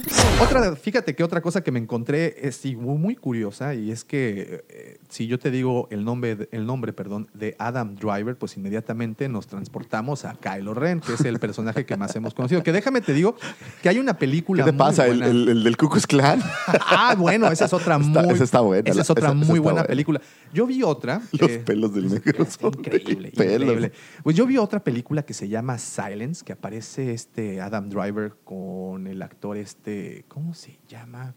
Otra, fíjate que otra cosa que me encontré es sí, muy, muy curiosa y es que eh, si yo te digo el nombre, el nombre perdón, de Adam Driver, pues inmediatamente nos transportamos a Kylo Ren, que es el personaje que más hemos conocido. Que déjame te digo que hay una película ¿Qué te muy pasa? ¿El, buena. el, el del Ku Klux Klan? Ah, bueno, esa es otra Está- muy esa está buena, Esa la- es otra esa- esa muy está buena buena. película. Yo vi otra. Los eh, pelos del negro es son increíble, pelos. increíble. Pues yo vi otra película que se llama Silence, que aparece este Adam Driver con el actor este, ¿cómo se llama?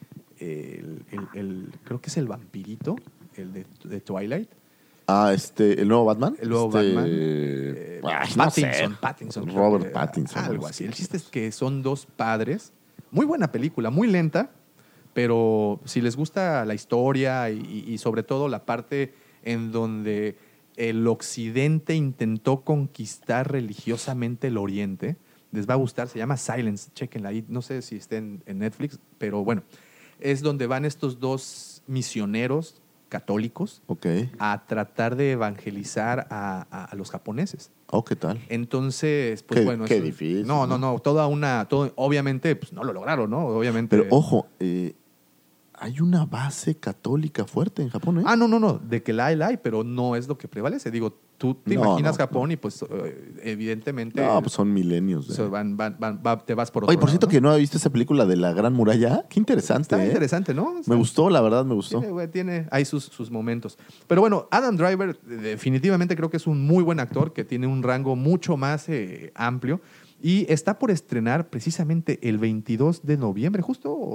El, el- el- creo que es el vampirito, el de, de Twilight. Ah, este, ¿el nuevo Batman? El nuevo Este, Batman. eh, Eh, ay, no sé. Pattinson, Pattinson. creo Robert que- Pattinson. Algo no así. sé. El chiste es que son dos padres. Muy buena película, muy lenta, pero si les gusta la historia y, y- y sobre todo la parte en donde el occidente intentó conquistar religiosamente el oriente, les va a gustar. Se llama Silence, chequenla ahí. No sé si está en, en Netflix, pero bueno. Es donde van estos dos misioneros católicos Ok. a tratar de evangelizar a, a- a los japoneses. Oh, ¿qué tal? Entonces, pues Qué- bueno. qué eso- difícil, No, no, ¿no? no. Toda una. Todo, obviamente, pues no lo lograron, ¿no? Obviamente. Pero ojo, eh, hay una base católica fuerte en Japón, ¿eh? Ah, no, no, no. De que la hay, la hay, pero no es lo que prevalece. Digo, tú te No, imaginas no, Japón y pues eh, evidentemente. no, pues son milenios. o sea, eh. van- van- van- va- te vas por otro Oye, por lado, cierto ¿no? que no he visto esa película de la Gran Muralla. Qué interesante, Está ¿eh? interesante, ¿no? Me gustó, la verdad, me gustó. Tiene, güey, tiene ahí sus, sus momentos. Pero bueno, Adam Driver definitivamente creo que es un muy buen actor que tiene un rango mucho más eh, amplio y está por estrenar precisamente el veintidós de noviembre, justo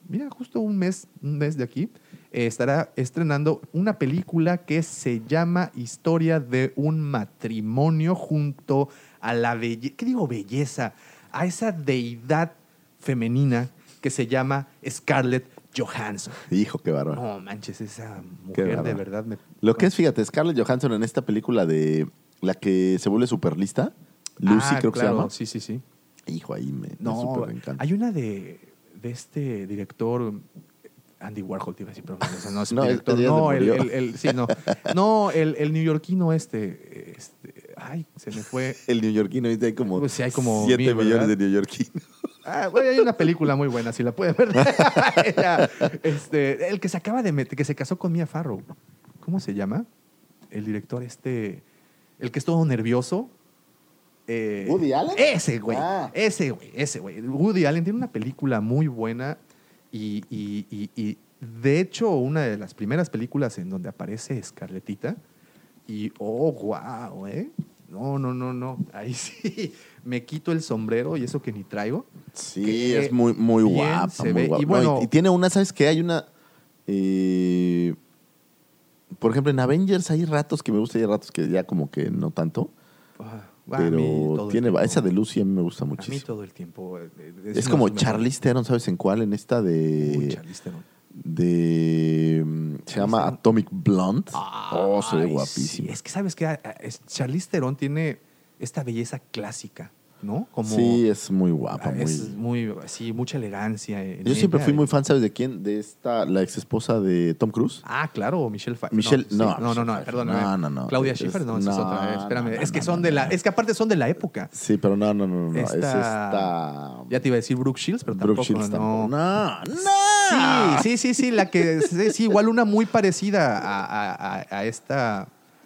mira, justo un mes, un mes de aquí, eh, estará estrenando una película que se llama Historia de un matrimonio junto a la belleza, ¿qué digo belleza? A esa deidad femenina que se llama Scarlett Johansson. Hijo, qué bárbaro. No manches, esa Qué mujer de bárbaro. verdad me... Lo que es, fíjate, Scarlett Johansson en esta película de la que se vuelve superlista, Lucy Ah, creo que claro, se llama. sí, sí, sí. Hijo, ahí me, me No, súper encanta. hay una de, de este director Andy Warhol, te iba a decir, pero no, ese no es No, director. este ya se No, el, murió. el, el- sí, no. No, el, el neoyorquino este, este, ay, se me fue. El neoyorquino, ¿viste? Hay como, Pues sí, hay como siete mil, millones ¿verdad? de neoyorquinos. Ah, bueno, hay una película muy buena, si la pueden ver. Era, este, el que se acaba de meter, que se casó con Mia Farrow. ¿Cómo se llama? El director este, el que es todo nervioso. Eh, ¿Woody Allen? Ese, güey. Ah. Ese, güey. Ese, güey. Woody Allen tiene una película muy buena y, y- y- y, de hecho, una de las primeras películas en donde aparece Scarlettita. Y, oh, wow, ¿eh? No, no, no, no. Ahí sí me quito el sombrero y eso que ni traigo. Sí, Qué es muy, muy bien guapa. se muy ve. guapa. Y No, bueno- y, y tiene una, ¿sabes qué? Hay una. eh, por ejemplo, en Avengers hay ratos que me gusta y hay ratos que ya como que no tanto. Ah, a mí todo Pero el tiene, tiempo. esa de Lucy a mí me gusta A mí muchísimo. todo el tiempo. eh, Es, una como de sus Charlize Theron, ¿sabes en cuál? En esta de. Uy, Charlize Theron. de mm, se llama Theron. Atomic Blonde. oh, se ve Ay, guapísima. sí. Es que sabes que Charlize Theron tiene esta belleza clásica, ¿no? Como Sí, es muy guapa. ah, es muy... muy, sí, mucha elegancia. en Yo siempre ella. fui muy fan, ¿sabes de quién? De esta, la ex esposa de Tom Cruise. Ah, claro, Michelle Pfeiffer. Michelle- sí. no, no, no, Michelle no, Pfeiffer. perdóname. No, no, no. Claudia Es- Schiffer, no, esa es no, otra. eh, Espérame, no, es que no, son no, de la, no. es que aparte son de la época. Sí, pero no, no, no, no. Es Esta- esta. Ya te iba a decir Brooke Shields, pero Brooke tampoco, Shields no. tampoco. No, no. Sí, sí, sí, sí, la que sí, sí, igual una muy parecida a, a- a- a esta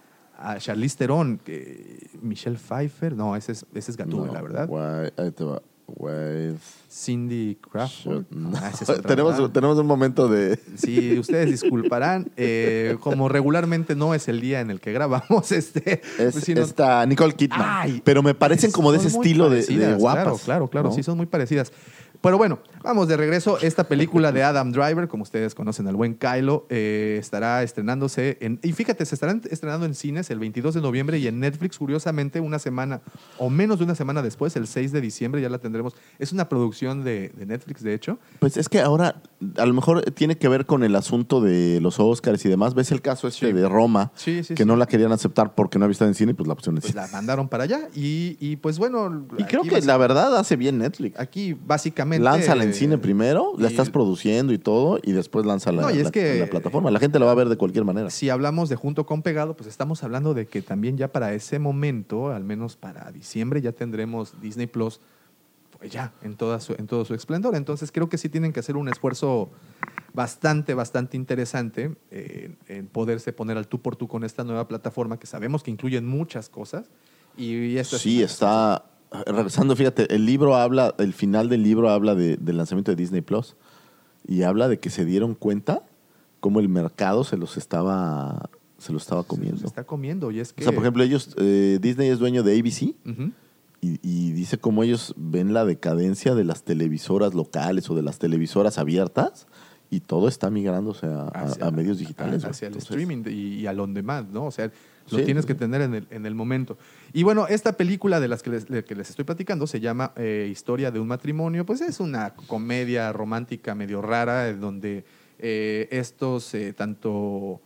a Charlize Theron, que Michelle Pfeiffer, no, ese es ese es Gatúbela, No, ¿verdad? guay, ahí te va. Guay. Cindy Crawford. No. Ah, esa es otra, tenemos, ¿verdad? tenemos un momento de. Sí, ustedes disculparán, eh, como regularmente no es el día en el que grabamos este. Es pues, si no- esta Nicole Kidman. Ay, pero me parecen como de son ese muy estilo de, de parecidas, guapas. Claro, claro, claro, ¿no? sí, son muy parecidas. Pero bueno, vamos de regreso. Esta película de Adam Driver, como ustedes conocen al buen Kylo, eh, estará estrenándose en... Y fíjate, se estarán estrenando en cines el veintidós de noviembre y en Netflix, curiosamente, una semana o menos de una semana después, el seis de diciembre, ya la tendremos. Es una producción de, de Netflix, de hecho. Pues es que ahora a lo mejor tiene que ver con el asunto de los Oscars y demás. ¿Ves el caso este Sí. de Roma? Sí, sí, que sí. no la querían aceptar porque no había estado en cine, pues la pusieron en Pues cine. la mandaron para allá y, y pues bueno... Y creo aquí que basi- la verdad hace bien Netflix. Aquí básicamente... Lánzala en cine primero, la y- estás produciendo y todo, y después lánzala No, y es la, que- en la plataforma. La gente la va a ver de cualquier manera. Si hablamos de junto con pegado, pues estamos hablando de que también ya para ese momento, al menos para diciembre, ya tendremos Disney Plus, pues ya, en, toda su, en todo su esplendor. Entonces creo que sí tienen que hacer un esfuerzo bastante, bastante interesante eh, en poderse poner al tú por tú con esta nueva plataforma que sabemos que incluyen muchas cosas. Y esta es Sí, una de está. Regresando, fíjate, el libro habla, el final del libro habla de- del lanzamiento de Disney Plus y habla de que se dieron cuenta cómo el mercado se los estaba, se lo estaba esas- comiendo. Se está comiendo y es que... O sea, por ejemplo, ellos, eh, Disney es dueño de A B C Ujú. y, y dice cómo ellos ven la decadencia de las televisoras locales o de las televisoras abiertas y todo está migrándose a, a- hacia- a medios digitales. a- güey. hacia el Entonces, streaming y, y al on demand, ¿no? O sea, lo Sí, tienes sí, que sí. tener en el, en el momento. Y bueno, esta película de las que les, de que les estoy platicando se llama eh, Historia de un matrimonio. Pues es una comedia romántica medio rara, en donde eh, estos, eh, tanto,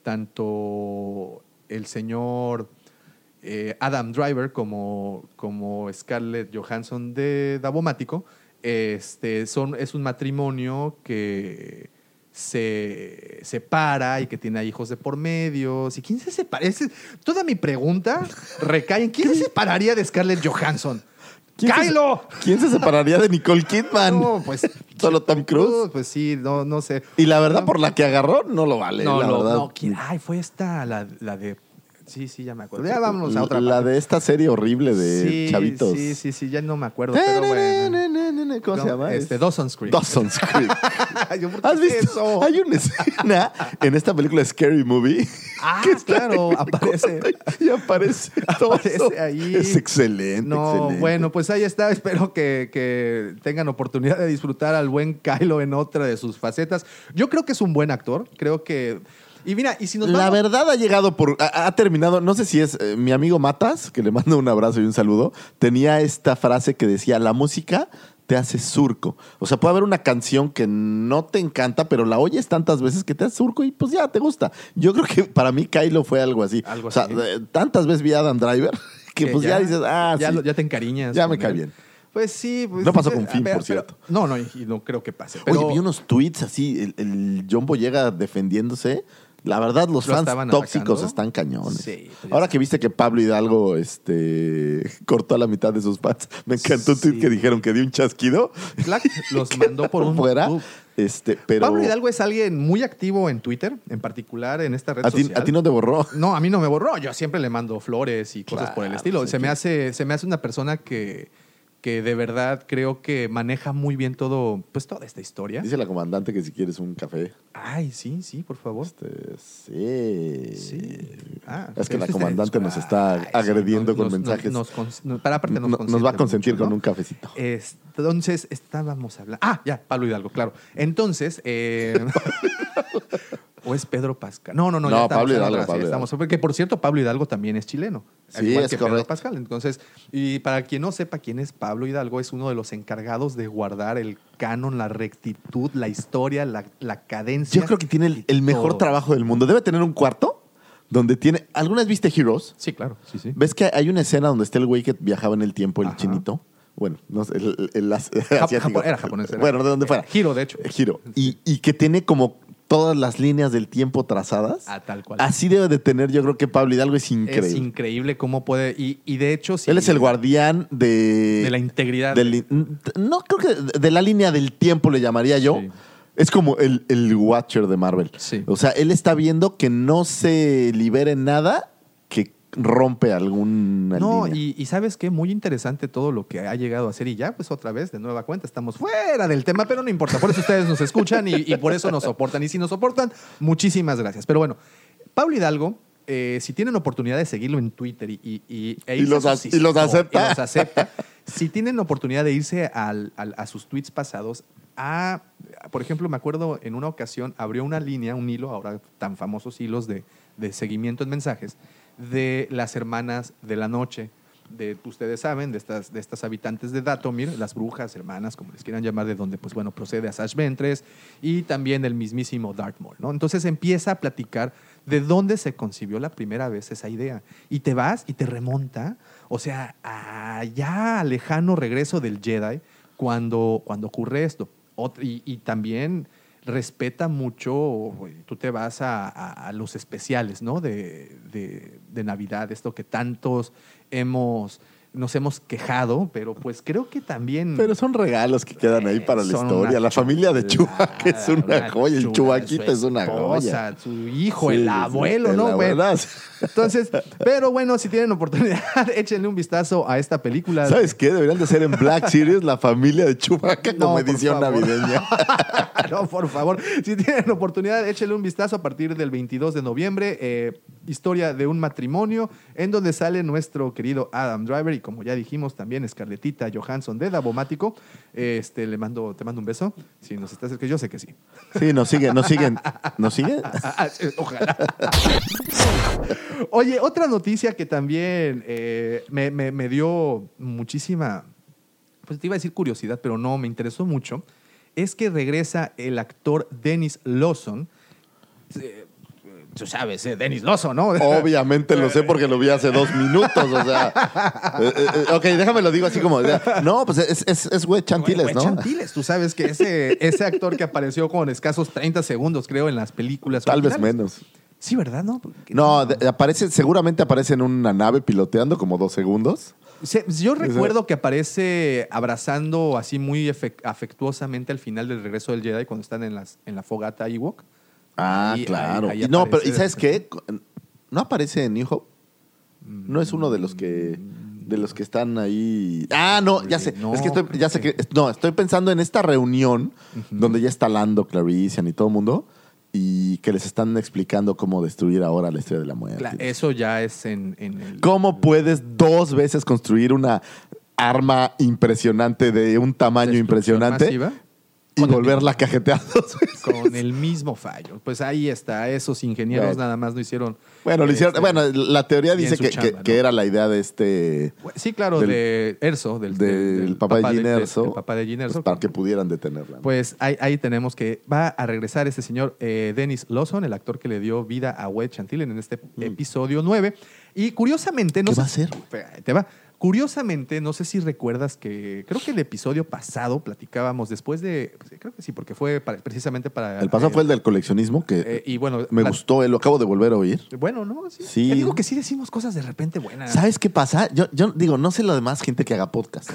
tanto el señor eh, Adam Driver como, como Scarlett Johansson de Davomático, este, son, es un matrimonio que se separa y que tiene hijos de por medio. ¿Y quién se separa? Ese- toda mi pregunta recae en ¿quién se separaría de Scarlett Johansson? ¿Quién se- ¡Kylo! ¿Quién se separaría de Nicole Kidman? No, pues, ¿Solo Tom Cruise? Pues sí, no, no sé. Y la verdad, por la que agarró, no lo vale. No, la no, verdad. no. ¿quién? Ay, fue esta, la, la de Sí, sí, ya me acuerdo. Ya vámonos a otra La parte. de esta serie horrible de sí, chavitos. Sí, sí, sí, ya no me acuerdo, pero bueno. ¿Cómo se llama? Este, Dawson's Creek. Dawson's Creek. Yo, ¿por qué ¿Has visto? eso? Hay una escena en esta película Scary Movie. Ah, que está claro, en- aparece. Y aparece todo. Aparece ahí. Es excelente, No, excelente. bueno, pues ahí está. Espero que, que tengan oportunidad de disfrutar al buen Kylo en otra de sus facetas. Yo creo que es un buen actor. Creo que... Y mira, y si nos La vamos... verdad ha llegado por... Ha, ha terminado, no sé si es eh, mi amigo Matas, que le mando un abrazo y un saludo, tenía esta frase que decía, la música te hace surco. O sea, puede haber una canción que no te encanta, pero la oyes tantas veces que te hace surco y pues ya te gusta. Yo creo que para mí Kylo fue algo así. Algo o sea, así. eh, tantas veces vi a Adam Driver que, que pues ya, dices, ah, ya, sí. lo- ya te encariñas. Ya me con cae él. bien. Pues sí. Pues, No pasó sí, con Finn, pero- por cierto. pero- no, no, y y no creo que pase. Pero Oye, vi unos tweets así, el, el John Boyega defendiéndose. La verdad, los ¿Lo fans estaban tóxicos atacando? están cañones. Sí, pues ya Ahora sabes. que viste que Pablo Hidalgo este, cortó a la mitad de sus fans, me encantó un tweet Sí. que dijeron que dio un chasquido. Clac, los mandó por un... fuera. Uf. Este, pero Pablo Hidalgo es alguien muy activo en Twitter, en particular en esta red a ti, social. a ti no te borró. No, a mí no me borró. Yo siempre le mando flores y cosas Claro, por el estilo. pues, Se es me que- hace, se me hace una persona que, que de verdad creo que maneja muy bien todo, pues toda esta historia. Dice la comandante que si quieres un café. Ay, sí, sí, por favor. Este, sí. Sí. Ah, Es que la este- comandante nos está Ay, sí, agrediendo nos- con nos- mensajes. Nos, nos, nos- para aparte nos, No- nos va a consiente consentir mucho, con ¿no? un cafecito. Entonces, estábamos hablando. Ah, ya, Pablo Hidalgo, claro. Entonces, eh, o es Pedro Pascal. No, no, no, No, ya estamos Pablo en Hidalgo, otra, sí, Pablo estamos- Porque, por cierto, Pablo Hidalgo también es chileno. al Sí, igual es que Pedro correcto. Pascal. Entonces, y para quien no sepa quién es Pablo Hidalgo, es uno de los encargados de guardar el canon, la rectitud, la historia, la, la cadencia. Yo creo que tiene el, el mejor todo. trabajo del mundo. Debe tener un cuarto donde tiene... ¿Alguna vez viste Heroes? Sí, claro, sí, sí. ¿Ves que hay una escena donde está el güey que viajaba en el tiempo, el Ajá. chinito? Bueno, no sé, el, el- el as- Jap- asiático. japo- era japonés. era. Bueno, de donde fuera. Giro, de hecho. Eh, Giro. Y, y que tiene como todas las líneas del tiempo trazadas. Ah, tal cual. Así debe de tener, yo creo que Pablo Hidalgo es increíble. Es increíble cómo puede. Y, y de hecho, sí. Él es el guardián de... De la integridad. del- no creo que de la línea del tiempo le llamaría yo. Sí. Es como el, el Watcher de Marvel. Sí. O sea, él está viendo que no se libere nada que rompe alguna No, línea. y, y sabes qué, muy interesante todo lo que ha llegado a hacer y ya, pues otra vez, de nueva cuenta, estamos fuera del tema, pero no importa, por eso ustedes nos escuchan y, y por eso nos soportan. Y si nos soportan, muchísimas gracias. Pero bueno, Pablo Hidalgo, eh, si tienen oportunidad de seguirlo en Twitter y, y, y, e Y irse los a ac- sus y los historias, acepta. y los acepta, si tienen oportunidad de irse al- al- a sus tweets pasados, a, por ejemplo, me acuerdo en una ocasión abrió una línea, un hilo, ahora tan famosos hilos de, de seguimiento en mensajes, de las hermanas de la noche, de, ustedes saben, de estas, de estas habitantes de Datomir, las brujas, hermanas, como les quieran llamar, de donde, pues bueno, procede Asajj Ventress y también el mismísimo Darth Maul, ¿no? Entonces empieza a platicar de dónde se concibió la primera vez esa idea. Y te vas y te remonta, o sea, a ya al lejano regreso del Jedi cuando, cuando ocurre esto. Ot- y, y también respeta mucho, tú te vas a, a- a los especiales, ¿no? De, de- de Navidad, esto que tantos hemos, nos hemos quejado, pero pues creo que también... Pero son regalos que quedan ahí para la son historia. una La familia de chulada, Chewbacca es una una joya. El chulada, Chewbaquita su es una esposa, joya. Su hijo, Sí, el sí, abuelo, el ¿no? abuelo. Bueno, entonces, pero bueno, si tienen oportunidad, échenle un vistazo a esta película. ¿Sabes qué? Deberían de hacer en Black Series la familia de Chewbacca No, como por edición favor. navideña. No, por favor. Si tienen oportunidad, échenle un vistazo a partir del veintidós de noviembre. Eh, historia de un matrimonio en donde sale nuestro querido Adam Driver y como ya dijimos también Scarlettita Johansson de Davomático. Este, le mando, te mando un beso. Si nos estás, que yo sé que sí. Sí, nos siguen, nos siguen. ¿Nos siguen? Ah, ah, eh, ojalá. Oye, otra noticia que también eh, me, me- me dio muchísima, pues te iba a decir curiosidad, pero no, me interesó mucho, es que regresa el actor Dennis Lawson. Eh, tú sabes, eh, Dennis Lawson, ¿no? Obviamente lo sé porque lo vi hace dos minutos, o sea. eh, eh, eh, ok, déjame lo digo así como. ya. No, pues es, es, es Güey Chantiles, Güey, ¿no? Chantiles, tú sabes que ese, ese actor que apareció con escasos treinta segundos, creo, en las películas Tal vez originales. menos. Sí, ¿verdad? No, Porque No, de- aparece, seguramente aparece en una nave piloteando como dos segundos. Se- Yo recuerdo que aparece abrazando así muy efe- afectuosamente al final del regreso del Jedi cuando están en, las, en la fogata Ewok. Ah, Ahí- claro. ahí- ahí Y no, pero aparece ¿y sabes de qué? ¿No aparece en New Hope? No es uno de los que de los que están ahí. Ah, no, ya sé. No, es que estoy, ya sé que no, estoy pensando en esta reunión uh-huh. donde ya está Lando, Clarician y todo el mundo y que les están explicando cómo destruir ahora la Estrella de la Muerte. Claro, eso ya es en, en el... ¿Cómo puedes dos veces construir una arma impresionante de un tamaño impresionante masiva? Y volverla a cajetear dos veces. Con el mismo fallo. Pues ahí está. Esos ingenieros bueno. nada más no hicieron... Bueno, lo hicieron, este, bueno la teoría dice que, chamba, que, ¿no? que era la idea de este... Sí, claro, del, de Erso. Del, del, del papá, papá de Jyn Erso. Del papá de Jyn Erso. Pues para que pudieran detenerla. ¿no? Pues ahí, ahí tenemos que... Va a regresar este señor eh, Dennis Lawson, el actor que le dio vida a Wedge Antilles en este mm. episodio nueve. Y curiosamente... No ¿Qué sé, va a hacer? Te va... Curiosamente, no sé si recuerdas que creo que el episodio pasado platicábamos después de... Creo que sí, porque fue para, precisamente para... El pasado eh, fue el del coleccionismo, que eh, y bueno, me la, gustó, eh, lo acabo de volver a oír. Bueno, ¿no? Sí. sí. Te digo que sí decimos cosas de repente buenas. ¿Sabes qué pasa? Yo, yo digo, no sé lo demás gente que haga podcast.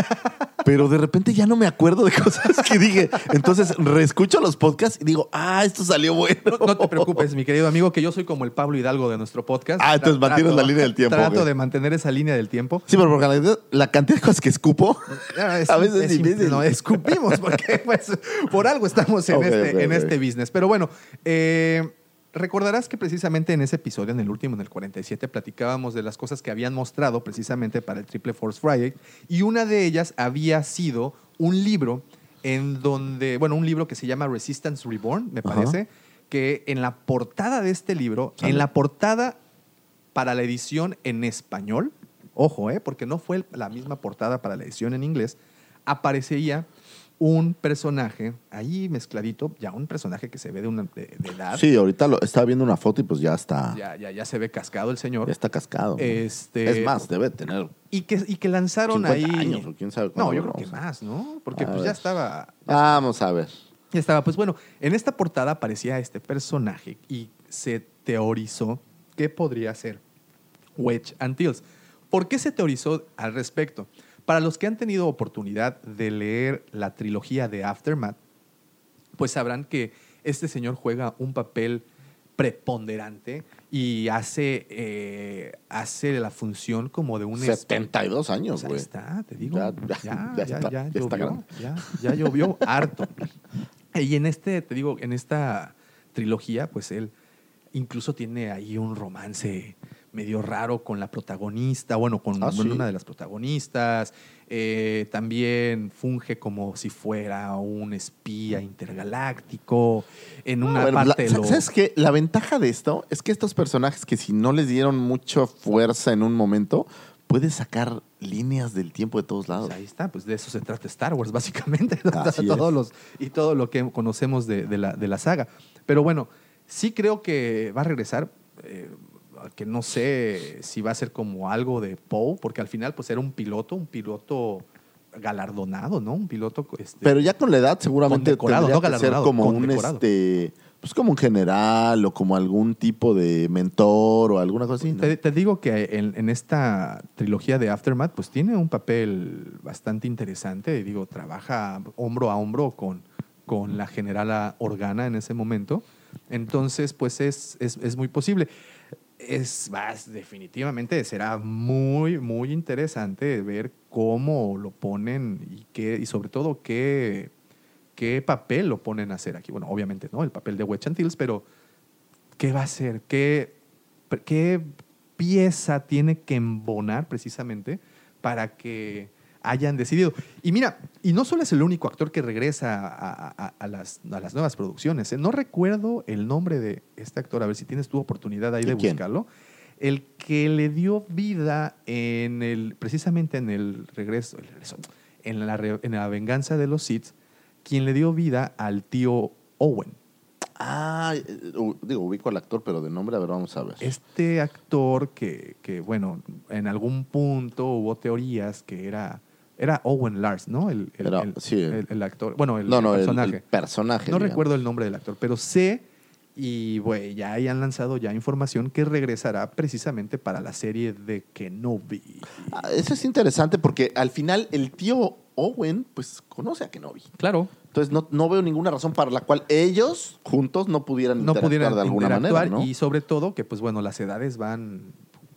Pero de repente ya no me acuerdo de cosas que dije. Entonces reescucho los podcasts y digo, ah, esto salió bueno. No, no te preocupes, mi querido amigo, que yo soy como el Pablo Hidalgo de nuestro podcast. Ah, entonces Tra- mantienes trato, la línea del tiempo. Trato güey. de mantener esa línea del tiempo. Sí, pero porque la, la cantidad de cosas que escupo, es, a veces es es difícil. No, escupimos, porque pues, por algo estamos en, okay, este, okay, en okay. este business. Pero bueno, eh, recordarás que precisamente en ese episodio, en el último, en el cuarenta y siete, platicábamos de las cosas que habían mostrado precisamente para el Triple Force Friday. Y una de ellas había sido un libro en donde, bueno, un libro que se llama Resistance Reborn, me parece, Ajá. que en la portada de este libro, ¿Sale? en la portada para la edición en español, ojo, eh, porque no fue la misma portada para la edición en inglés, aparecía un personaje ahí mezcladito, ya un personaje que se ve de una de, de edad. Sí, ahorita lo, estaba viendo una foto y pues ya está. Ya, ya, ya se ve cascado el señor. Ya está cascado. Este, es más, debe tener. Y que, y que lanzaron ahí. años, o quién sabe no, yo creo vamos. que más, ¿no? Porque a pues ver. ya estaba. Ya Vamos a ver. Ya estaba. Pues bueno, en esta portada aparecía este personaje y se teorizó que podría ser Wedge Antilles. ¿Por qué se teorizó al respecto? Para los que han tenido oportunidad de leer la trilogía de Aftermath, pues sabrán que este señor juega un papel preponderante y hace, eh, hace la función como de un... setenta y dos años, güey. Pues ahí está, te digo. Ya, Ya, ya, ya, ya, ya, ya ya está llovió. grande. Ya, ya llovió harto. Y en este, te digo, en esta trilogía, pues él incluso tiene ahí un romance medio raro con la protagonista, bueno, con Ah, ¿sí? una de las protagonistas. Eh, también funge como si fuera un espía intergaláctico. En una Ah, bueno, parte la, lo... ¿Sabes qué? La ventaja de esto es que estos personajes que si no les dieron mucha fuerza en un momento, puedes sacar líneas del tiempo de todos lados. Pues ahí está, pues de eso se trata Star Wars, básicamente. Así Todos es. los, y todo lo que conocemos de, de, la, de la saga. Pero bueno, sí creo que va a regresar, eh, que no sé si va a ser como algo de Poe, porque al final pues era un piloto, un piloto galardonado, ¿no? Un piloto... Este, Pero ya con la edad seguramente condecorado, tendría no que ser galardonado, como un condecorado. este, pues como un general o como algún tipo de mentor o alguna cosa así, ¿no? Te, te digo que en, en esta trilogía de Aftermath pues tiene un papel bastante interesante. Digo, trabaja hombro a hombro con, con la generala Organa en ese momento. Entonces, pues es, es, es muy posible. Es más, definitivamente será muy, muy interesante ver cómo lo ponen y, qué, y sobre todo qué, qué papel lo ponen a hacer aquí. Bueno, obviamente, ¿no? El papel de Wedge Antilles, pero ¿qué va a hacer? ¿Qué, qué pieza tiene que embonar precisamente para que hayan decidido? Y mira, y no solo es el único actor que regresa a, a, a, las, a las nuevas producciones. ¿eh? No recuerdo el nombre de este actor, a ver si tienes tu oportunidad ahí de ¿Quién? buscarlo. El que le dio vida en el, precisamente en el regreso, el regreso en, la, en la venganza de los Sith, quien le dio vida al tío Owen. Ah, eh, digo, ubico al actor, pero de nombre, a ver, vamos a ver. Este actor que, que, bueno, en algún punto hubo teorías que era, era Owen Lars, ¿no? El, el, Era- el- sí. el- el actor. Bueno, el, no, el no, el- personaje. El, personaje. no digamos. recuerdo el nombre del actor, pero sé, y güey, ya hayan lanzado ya información que regresará precisamente para la serie de Kenobi. Ah, eso es interesante porque al final el tío Owen, pues, conoce a Kenobi. Claro. Entonces no, no veo ninguna razón para la cual ellos juntos no pudieran No interactuar pudieran de alguna interactuar manera, ¿no? y sobre todo que, pues bueno, las edades van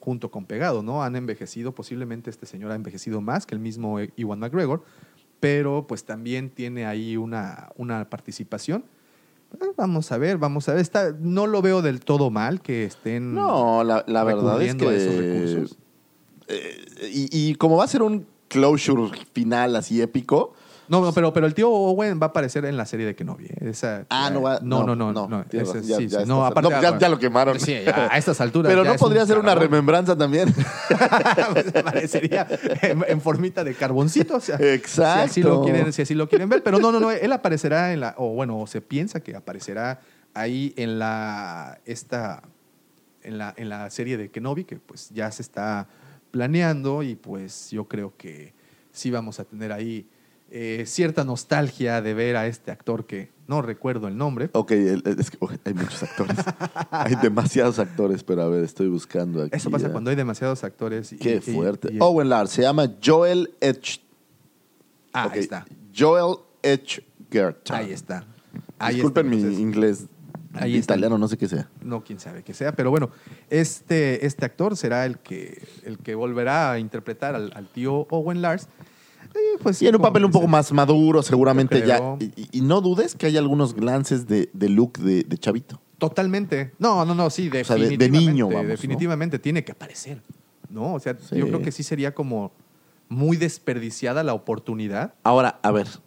junto con pegado, ¿no? Han envejecido, posiblemente este señor ha envejecido más que el mismo Ewan McGregor, pero pues también tiene ahí una, una participación. Eh, Vamos a ver, vamos a ver. Está, no lo veo del todo mal que estén No, la, la verdad es recurriendo a esos que... recursos. eh, y, y como va a ser un closure final así épico... No, no, pero, pero el tío Owen va a aparecer en la serie de Kenobi. ¿eh? Esa, Ah, no va... No, no, no. no, no, tienes ese- razón, ya- sí, ya sí, no, está- aparte, no, ya, ya lo quemaron. Sí, ya, a estas alturas. Pero ya no es podría un ser una carbón. remembranza también. Pues aparecería en, en formita de carboncito. O sea, Exacto. Si así, lo quieren, si así lo quieren ver. Pero no, no, no. Él aparecerá en la. O bueno, se piensa que aparecerá ahí en la. Esta. En la, en la serie de Kenobi, que pues ya se está planeando. Y pues yo creo que sí vamos a tener ahí eh, cierta nostalgia de ver a este actor que no recuerdo el nombre. Ok, el- el- es que uy, hay muchos actores. Hay demasiados actores, pero a ver, estoy buscando aquí. Eso pasa eh. cuando hay demasiados actores. y- Qué y- fuerte. y- Owen Lars, se llama Joel Edge. Ah, ok, ahí está. Joel Edgerton. Ahí está. Ahí Disculpen está, mi entonces. inglés Ahí está. italiano, no sé qué sea. No, quién sabe que sea, pero bueno, este, este actor será el que, el que volverá a interpretar al, al tío Owen Lars. Eh, pues, Y en un como papel un dice, poco más maduro, seguramente Yo ya. creo. Y, y- y no dudes que hay algunos glances de, de look de, de chavito. Totalmente. No, no, no, sí, sea, de- de definitivamente. niño, vamos, ¿no? definitivamente tiene que aparecer. ¿No? O sea, Sí. yo creo que sí sería como muy desperdiciada la oportunidad. Ahora, a ver.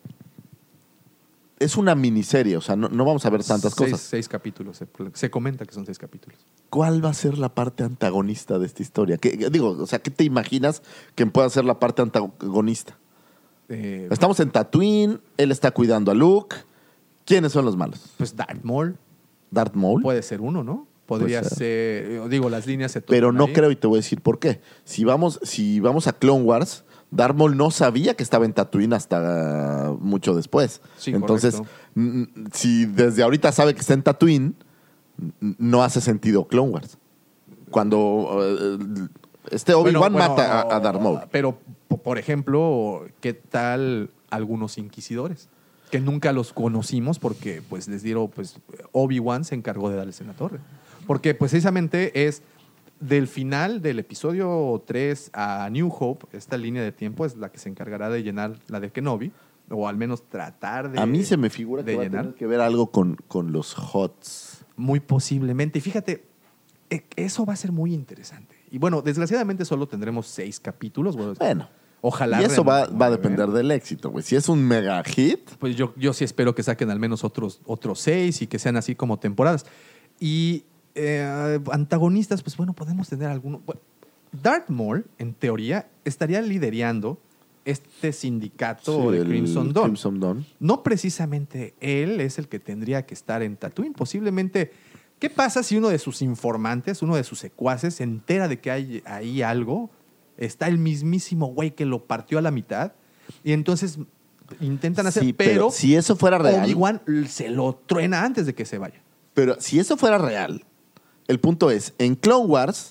Es una miniserie, o sea, no, no vamos a ver tantas seis, cosas. Seis capítulos. Se, se comenta que son seis capítulos. ¿Cuál va a ser la parte antagonista de esta historia? ¿Qué, digo, o sea, ¿qué te imaginas que pueda ser la parte antagonista? Eh, Estamos en Tatooine, él está cuidando a Luke. ¿Quiénes son los malos? pues Darth Maul Darth Maul. puede ser uno, ¿no? Podría Puede ser. ser. eh, Digo, las líneas se Pero tocan no ahí. creo y te voy a decir por qué. Si vamos, si vamos a Clone Wars, Darth Maul no sabía que estaba en Tatooine hasta mucho después. Sí, Entonces, correcto. mm, si desde ahorita sabe que está en Tatooine, n- no hace sentido Clone Wars. Cuando eh, este Obi-Wan Bueno, bueno, mata a, a Darth Maul. Pero, po- por ejemplo, ¿qué tal algunos inquisidores? Que nunca los conocimos porque pues les dieron, pues Obi-Wan se encargó de darles en la torre. Porque precisamente es del final del episodio tres a New Hope, esta línea de tiempo es la que se encargará de llenar la de Kenobi, o al menos tratar de A mí se me figura que de va a llenar. tener que ver algo con, con los Hots. Muy posiblemente. Y fíjate, eh, eso va a ser muy interesante. Y bueno, desgraciadamente solo tendremos seis capítulos. Bueno, Bueno. ojalá. Y eso va, renueven. va a depender del éxito, güey. Si es un mega hit, Pues yo, yo sí espero que saquen al menos otros, otros seis y que sean así como temporadas. Y eh, antagonistas, pues bueno, podemos tener algunos. Bueno, Darth Maul, en teoría, estaría liderando este sindicato sí, de el Crimson Dawn. Crimson Dawn. No precisamente él es el que tendría que estar en Tatooine. Posiblemente, ¿qué pasa si uno de sus informantes, uno de sus secuaces, se entera de que hay ahí algo? Está el mismísimo güey que lo partió a la mitad y entonces intentan hacer, Sí, pero, si eso fuera real, Obi-Wan se lo truena antes de que se vaya. pero si eso fuera real, el punto es, en Clone Wars,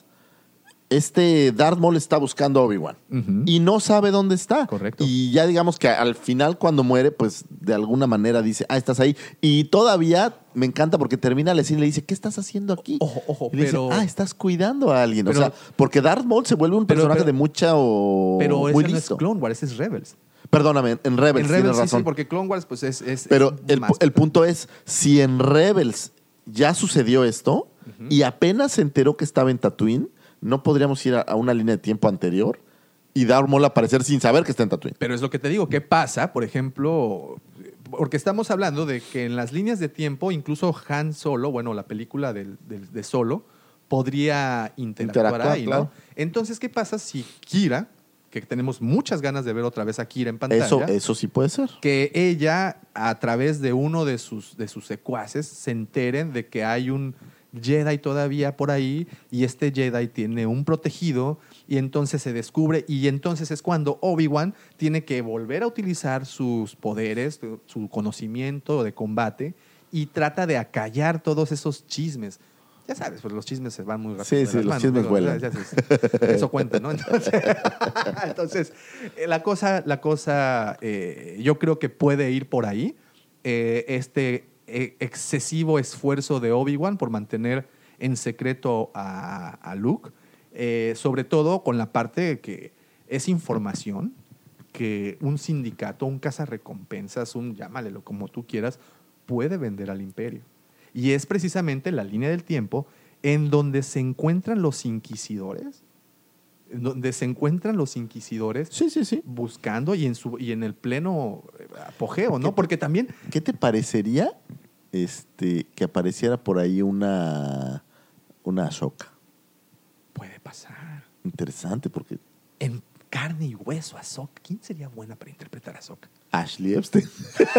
este Darth Maul está buscando a Obi-Wan Ujú. y no sabe dónde está. Correcto. Y ya digamos que al final cuando muere, pues de alguna manera dice, ah, estás ahí. Y todavía me encanta porque termina la escena y le dice, ¿qué estás haciendo aquí? Ojo, ojo, Y le dice, pero- ah, estás cuidando a alguien. Pero- o sea, porque Darth Maul se vuelve un Pero- personaje pero- de mucha o Pero muy ese no es listo. Clone Wars, ese es Rebels. Perdóname, en Rebels, en Rebels tienes sí, razón. sí, porque Clone Wars pues es... es- Pero es el, más- el punto es, si en Rebels ya sucedió esto y apenas se enteró que estaba en Tatooine, no podríamos ir a, a una línea de tiempo anterior y Darth Maul aparecer sin saber que está en Tatooine. Pero es lo que te digo, ¿qué pasa? Por ejemplo, porque estamos hablando de que en las líneas de tiempo, incluso Han Solo, bueno, la película del- del- de Solo, podría interactuar, Interactuar, ahí, ¿no? claro. Entonces, ¿qué pasa si Kira, que tenemos muchas ganas de ver otra vez a Kira en pantalla, Eso, eso sí puede ser. que ella, a través de uno de sus, de sus secuaces, se enteren de que hay un Jedi todavía por ahí y este Jedi tiene un protegido y entonces se descubre y entonces es cuando Obi-Wan tiene que volver a utilizar sus poderes, su conocimiento de combate y trata de acallar todos esos chismes. Ya sabes, pues los chismes se van muy rápido. Sí, de sí, las los manos, chismes digo, vuelan. ya sabes, eso cuenta, ¿no? Entonces, entonces eh, la cosa, la cosa eh, yo creo que puede ir por ahí. Eh, este eh, excesivo esfuerzo de Obi-Wan por mantener en secreto a, a Luke Eh, sobre todo con la parte que es información que un sindicato, un cazarrecompensas, un llámalelo como tú quieras, puede vender al imperio. Y es precisamente la línea del tiempo en donde se encuentran los inquisidores, en donde se encuentran los inquisidores Sí, sí, sí. buscando y en, su, y en el pleno apogeo, ¿no? ¿Qué- Porque también... ¿Qué te parecería este, que apareciera por ahí una, una Ahsoka? Puede pasar. Interesante, porque En carne y hueso, Ahsoka. ¿Quién sería buena para interpretar a Ahsoka? Ashley Epstein.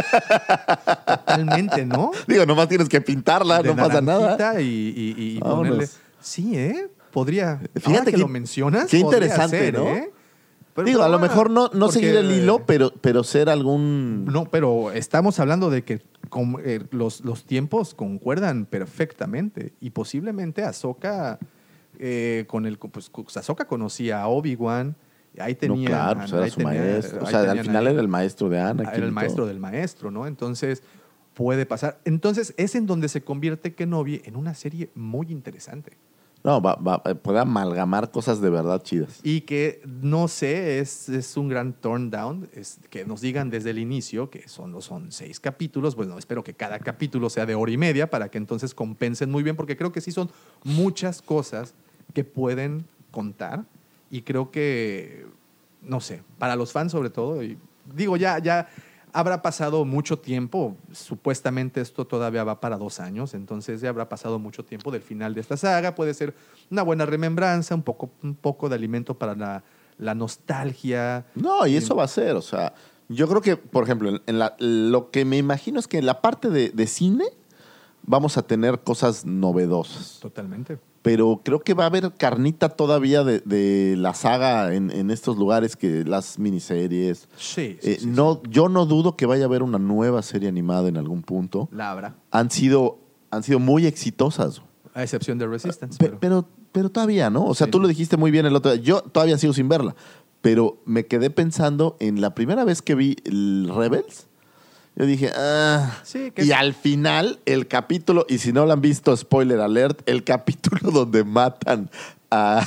Totalmente, ¿no? Digo, nomás tienes que pintarla, De no pasa nada. naranjita Y, y, y Vámonos. ponerle... Sí, ¿eh? Podría... Fíjate Ahora que, que- lo mencionas, qué podría interesante, ser, ¿no? ¿eh? Pero Digo, a lo bueno, mejor no, no porque- seguir el hilo, pero, pero ser algún... No, pero estamos hablando de que con- eh, los, los tiempos concuerdan perfectamente y posiblemente Ahsoka eh, con el pues Ahsoka conocía a Obi-Wan, ahí No, tenía claro, pues era ahí su tenía- maestro. O ahí sea, al tenían final ahí- era el maestro de Ana. era el maestro del maestro, ¿no? Entonces puede pasar. Entonces es en donde se convierte Kenobi en una serie muy interesante. No, va, va, puede amalgamar cosas de verdad chidas. Y que, no sé, es, es un gran turn down, es que nos digan desde el inicio que son, son seis capítulos. Bueno, espero que cada capítulo sea de hora y media para que entonces compensen muy bien, porque creo que sí son muchas cosas que pueden contar. Y creo que, no sé, para los fans sobre todo, y digo, ya, ya habrá pasado mucho tiempo, supuestamente esto todavía va para dos años, entonces ya habrá pasado mucho tiempo del final de esta saga, puede ser una buena remembranza, un poco, un poco de alimento para la, la nostalgia. No, y eso va a ser, o sea, yo creo que, por ejemplo, en, en la- lo que me imagino es que en la parte de, de cine vamos a tener cosas novedosas. Totalmente. Pero creo que va a haber carnita todavía de, de la saga en, en estos lugares, que las miniseries. Sí, sí, Eh, sí, no, yo no dudo que vaya a haber una nueva serie animada en algún punto. la habrá, Han sido, han sido muy exitosas. a excepción de Resistance. Pe- pero, pero, pero todavía, ¿no? O sea, Sí. tú lo dijiste muy bien el otro día. Yo todavía sigo sin verla. Pero me quedé pensando en la primera vez que vi el Rebels. Yo dije, ah. Sí, que- Y al final, el capítulo, y si no lo han visto, spoiler alert, el capítulo donde matan a,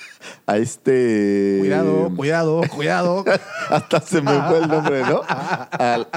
a este. cuidado, cuidado, cuidado. Hasta se me fue el nombre, ¿no? Al,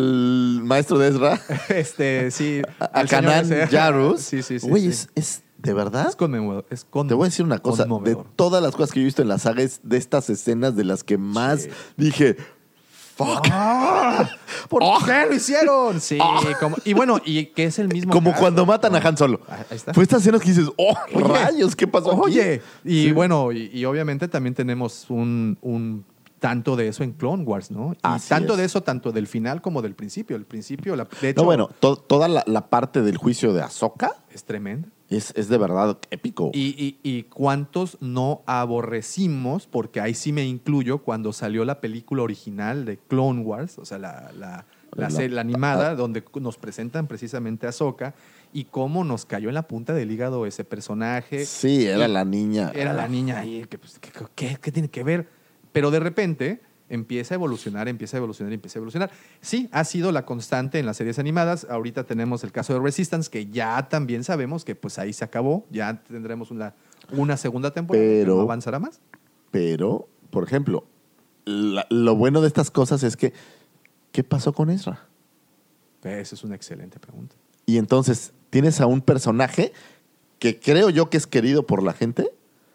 al maestro de Ezra. Este, sí. A el señor Kanan ese. Jarrus. Sí, sí, sí. Güey, sí. es, es de verdad. Es conmovedor. Es con- Te voy a decir una cosa, de conmovedor. todas las cosas que yo he visto en la saga, es de estas escenas de las que más Sí. dije, fuck. ¡Ah! ¿Por qué lo hicieron? Sí, como- y bueno, y que es el mismo Como caso. cuando matan a Han Solo. Ahí está. Fue estas escenas que dices, oh, Oye, rayos, ¿qué pasó aquí? Oye, y Sí. bueno, y, y obviamente también tenemos un, un tanto de eso en Clone Wars, ¿no? Y Así tanto es. de eso, tanto del final como del principio. El principio, la, de hecho, No, bueno, to- toda la, la parte del juicio de Ahsoka es tremenda. es, es de verdad épico. Y, y, y cuántos no aborrecimos, porque ahí sí me incluyo, cuando salió la película original de Clone Wars, o sea, la, la, la, La- serie- la animada, donde nos presentan precisamente a Ahsoka, y cómo nos cayó en la punta del hígado ese personaje. Sí, era Y la niña. Era la niña ahí, que, pues, ¿qué, qué, qué tiene que ver? Pero de repente empieza a evolucionar, empieza a evolucionar, empieza a evolucionar. Sí, ha sido la constante en las series animadas. Ahorita tenemos el caso de Resistance, que ya también sabemos que pues ahí se acabó. Ya tendremos una, una segunda temporada, Pero- que no avanzará más. Pero, por ejemplo, la- lo bueno de estas cosas es que, ¿qué pasó con Ezra? Esa es una excelente pregunta. Y entonces tienes a un personaje que creo yo que es querido por la gente,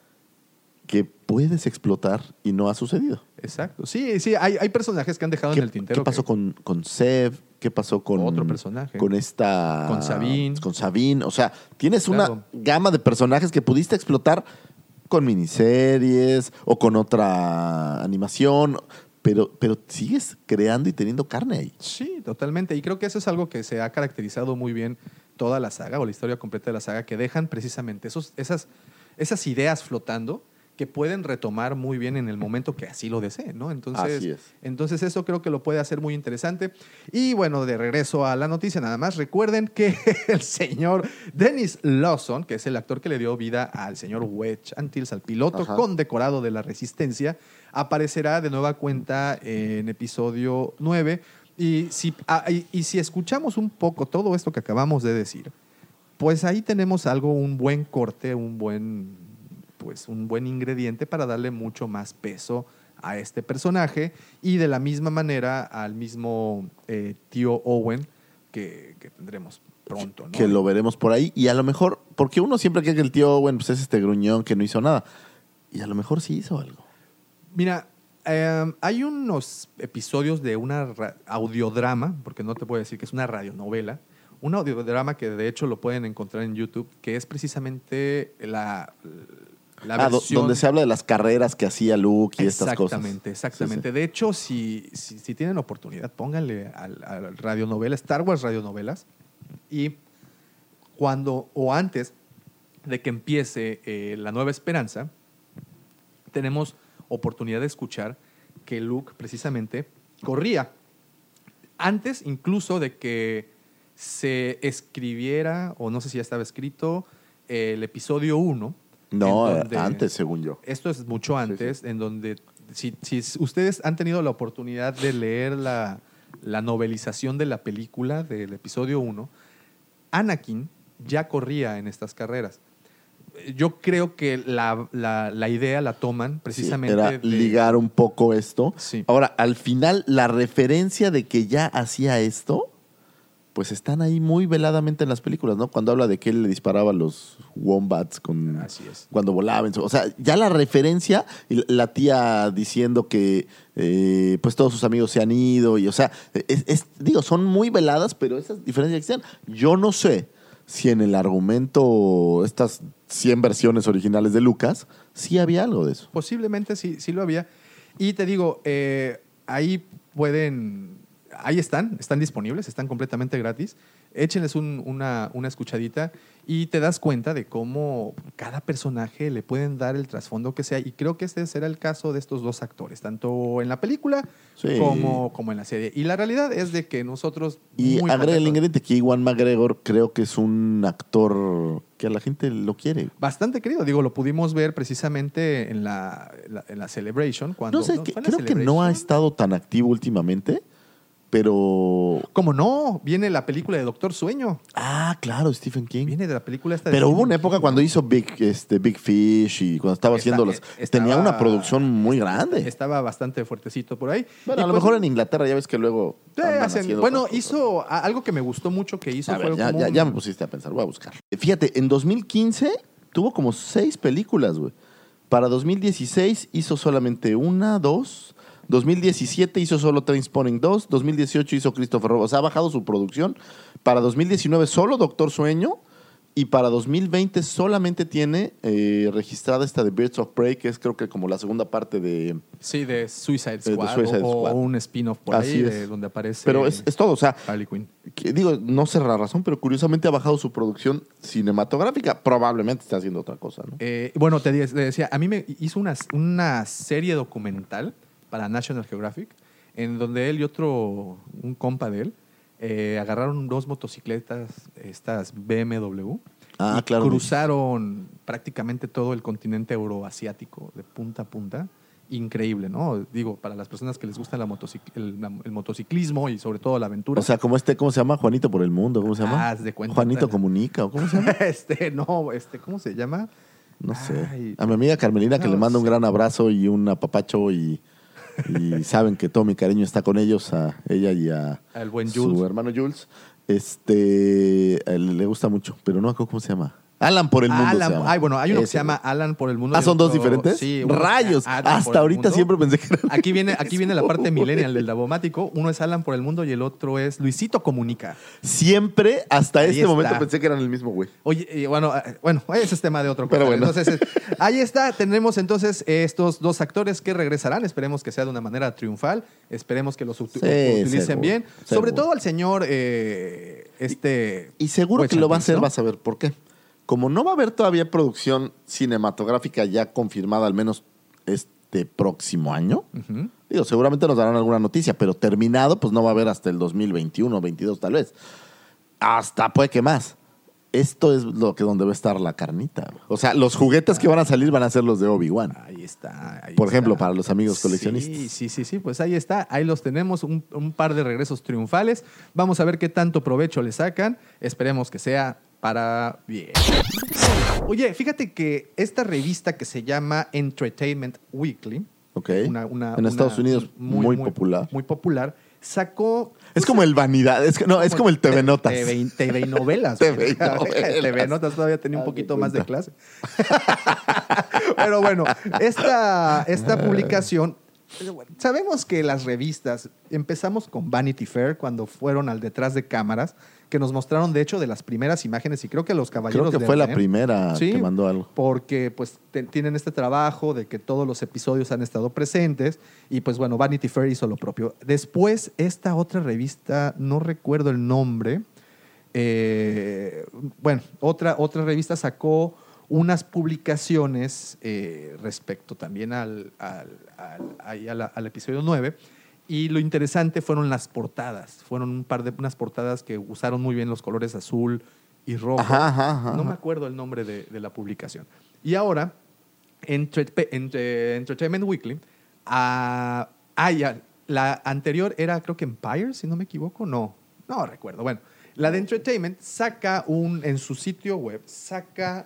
que puedes explotar y no ha sucedido. Exacto. Sí, sí, hay, hay personajes que han dejado ¿Qué, en el tintero. qué pasó que- con, con Sev? ¿Qué pasó con Otro personaje. Con esta. Con Sabine. Con Sabine. O sea, tienes Claro. una gama de personajes que pudiste explotar con miniseries o con otra animación, pero, pero sigues creando y teniendo carne ahí. Sí, totalmente. Y creo que eso es algo que se ha caracterizado muy bien toda la saga o la historia completa de la saga, que dejan precisamente esos, esas, esas ideas flotando que pueden retomar muy bien en el momento que así lo deseen, ¿no? Entonces, Así es. entonces eso creo que lo puede hacer muy interesante. Y bueno, de regreso a la noticia, nada más recuerden que el señor Dennis Lawson, que es el actor que le dio vida al señor Wedge Antilles, al piloto Ajá. condecorado de la Resistencia, aparecerá de nueva cuenta en episodio nueve. Y si, ah, y, y si escuchamos un poco todo esto que acabamos de decir, pues ahí tenemos algo, un buen corte, un buen, pues un buen ingrediente para darle mucho más peso a este personaje y de la misma manera al mismo eh, tío Owen que, que tendremos pronto, ¿no? Que lo veremos por ahí y a lo mejor, porque uno siempre cree que el tío Owen pues, es este gruñón que no hizo nada y a lo mejor sí hizo algo. Mira, eh, hay unos episodios de una ra- audiodrama, porque no te puedo decir que es una radionovela, un audiodrama que de hecho lo pueden encontrar en YouTube, que es precisamente la, la Ah, do- versión... donde se habla de las carreras que hacía Luke y estas cosas. Exactamente, exactamente. Sí, sí. De hecho, si, si, si tienen oportunidad, pónganle al, al radionovela, Star Wars radionovelas, y cuando o antes de que empiece eh, La Nueva Esperanza, tenemos oportunidad de escuchar que Luke precisamente corría. Antes incluso de que se escribiera, o no sé si ya estaba escrito, eh, el episodio uno. No, en donde- antes, según yo. Esto es mucho antes, en donde si, si ustedes han tenido la oportunidad de leer la, la novelización de la película del episodio uno, Anakin ya corría en estas carreras. Yo creo que la, la, la idea la toman precisamente Sí, era de- ligar un poco esto. Sí. Ahora, al final, la referencia de que ya hacía esto, pues están ahí muy veladamente en las películas, ¿no? Cuando habla de que él le disparaba a los wombats con, Así es. cuando volaban. O sea, ya la referencia, y la tía diciendo que eh, pues todos sus amigos se han ido, y o sea, es, es- digo, son muy veladas, pero esas diferencias existen. Yo no sé si en el argumento, estas cien versiones originales de Lucas, sí había algo de eso. Posiblemente sí, sí lo había. Y te digo, eh, ahí pueden, ahí están, están disponibles, están completamente gratis. Échenles un- una, una escuchadita y te das cuenta de cómo cada personaje le pueden dar el trasfondo que sea. Y creo que este será el caso de estos dos actores, tanto en la película Sí. como, como en la serie. Y la realidad es de que nosotros... Y muy agrega el contentos- ingrediente que Iwan McGregor creo que es un actor que a la gente lo quiere. Bastante querido, digo, lo pudimos ver precisamente en la, la- en la Celebration. Cuando, No sé, que- ¿fue en la creo que no ha Celebration? estado tan activo últimamente, pero... ¿Cómo no? Viene la película de Doctor Sueño. Ah, claro, Stephen King. Viene de la película esta de Pero hubo Stephen una época King, cuando ¿no? hizo Big, este, Big Fish y cuando estaba Está- haciendo los... estaba- tenía una producción muy grande. Estaba bastante fuertecito por ahí. Bueno, Y a lo pues, mejor en Inglaterra ya ves que luego... eh, andan hacen- haciendo bueno, otras cosas. hizo a- algo que me gustó mucho que hizo. A ver, fue ya, como ya- un- ya me pusiste a pensar, voy a buscar. Fíjate, en dos mil quince tuvo como seis películas, güey. Para dos mil dieciséis hizo solamente una, dos. dos mil diecisiete hizo solo Trainspotting dos. dos mil dieciocho hizo Christopher Robin. O sea, ha bajado su producción. Para dos mil diecinueve solo Doctor Sueño. Y para dos mil veinte solamente tiene eh, registrada esta de Birds of Prey, que es creo que como la segunda parte de... Sí, de Suicide de Squad, Suicide o, Squad. o un spin-off por Así ahí es. de donde aparece Pero es, es todo, o sea, Harley Quinn. que digo, no sé la razón, pero curiosamente ha bajado su producción cinematográfica. Probablemente está haciendo otra cosa, ¿no? Eh, bueno, te de- te decía, a mí me hizo una, una serie documental para National Geographic, en donde él y otro, un compa de él, eh, agarraron dos motocicletas, estas B M W, Ah, y claro. cruzaron prácticamente todo el continente euroasiático de punta a punta. Increíble, ¿no? Digo, para las personas que les gusta la motocic- el, la- el motociclismo y sobre todo la aventura. O sea, como este, ¿cómo se llama? Juanito por el mundo, ¿cómo se llama? Ah, haz de cuenta. Juanito Comunica, ¿o cómo se llama? este, no, este, ¿cómo se llama? No sé. Ay. A mi amiga Carmelina, que No le mando un sé. gran abrazo y un apapacho y, y saben que todo mi cariño está con ellos, a ella y a Al buen su Jules. hermano Jules. Este, a él le gusta mucho, pero no me acuerdo cómo se llama. Alan por el mundo Alan, se llama. ay, bueno, hay uno que Ese, se llama Alan por el mundo. Ah, y ¿son dos otro- diferentes? Sí. uno- Rayos. Alan por Hasta el ahorita mundo. siempre pensé que eran Aquí viene, aquí viene la parte millennial del Davomático. Uno es Alan por el mundo y el otro es Luisito Comunica. Siempre, hasta Ahí este está. momento pensé que eran el mismo güey. Oye, y bueno, eh, bueno, ese es tema de otro. Pero costal. bueno. Entonces, eh, ahí está. Tenemos entonces estos dos actores que regresarán. Esperemos que sea de una manera triunfal. Esperemos que los ut- Sí, utilicen seguro, bien. seguro. Sobre todo al señor eh, este. Y seguro Wes que lo va a Anderson, hacer, ¿no? vas a ver por qué. Como no va a haber todavía producción cinematográfica ya confirmada, al menos este próximo año, Ujú. digo, seguramente nos darán alguna noticia, pero terminado, pues no va a haber hasta el dos mil veintiuno, veintidós tal vez. Hasta puede que más. Esto es lo que donde va a estar la carnita. O sea, los juguetes que van a salir van a ser los de Obi-Wan. Ahí está. ahí Por ejemplo, está. para los amigos coleccionistas. Sí, sí, sí, sí, pues ahí está, ahí los tenemos, un, un par de regresos triunfales. Vamos a ver qué tanto provecho le sacan. Esperemos que sea para bien. Oye, fíjate que esta revista que se llama Entertainment Weekly, Ok. una- una- en Estados una Unidos, muy, popular. muy popular, sacó... Es como el Vanidad. Es que, no, es como el T V Notas. T V, T V y novelas. T V y güey. novelas. T V Notas todavía tenía un Haz de poquito más de cuenta. clase. Pero bueno, esta, esta publicación... Sabemos que las revistas, empezamos con Vanity Fair cuando fueron al detrás de cámaras, que nos mostraron de hecho de las primeras imágenes y creo que los caballeros Creo que de fue la Ren, primera sí, que mandó algo. porque pues te- tienen este trabajo de que todos los episodios han estado presentes y pues bueno, Vanity Fair hizo lo propio. Después esta otra revista, no recuerdo el nombre, eh, bueno, otra, otra revista sacó unas publicaciones eh, respecto también al, al, al, ahí a la- al episodio nueve. Y lo interesante fueron las portadas. Fueron un par de unas portadas que usaron muy bien los colores azul y rojo. Ajá, ajá, ajá. No me acuerdo el nombre de, de la publicación. Y ahora, Entre- Entre- Entertainment Weekly, ah, ah, ya, la anterior era creo que Empire, si no me equivoco. No, no recuerdo. Bueno, la de Entertainment saca un, en su sitio web, saca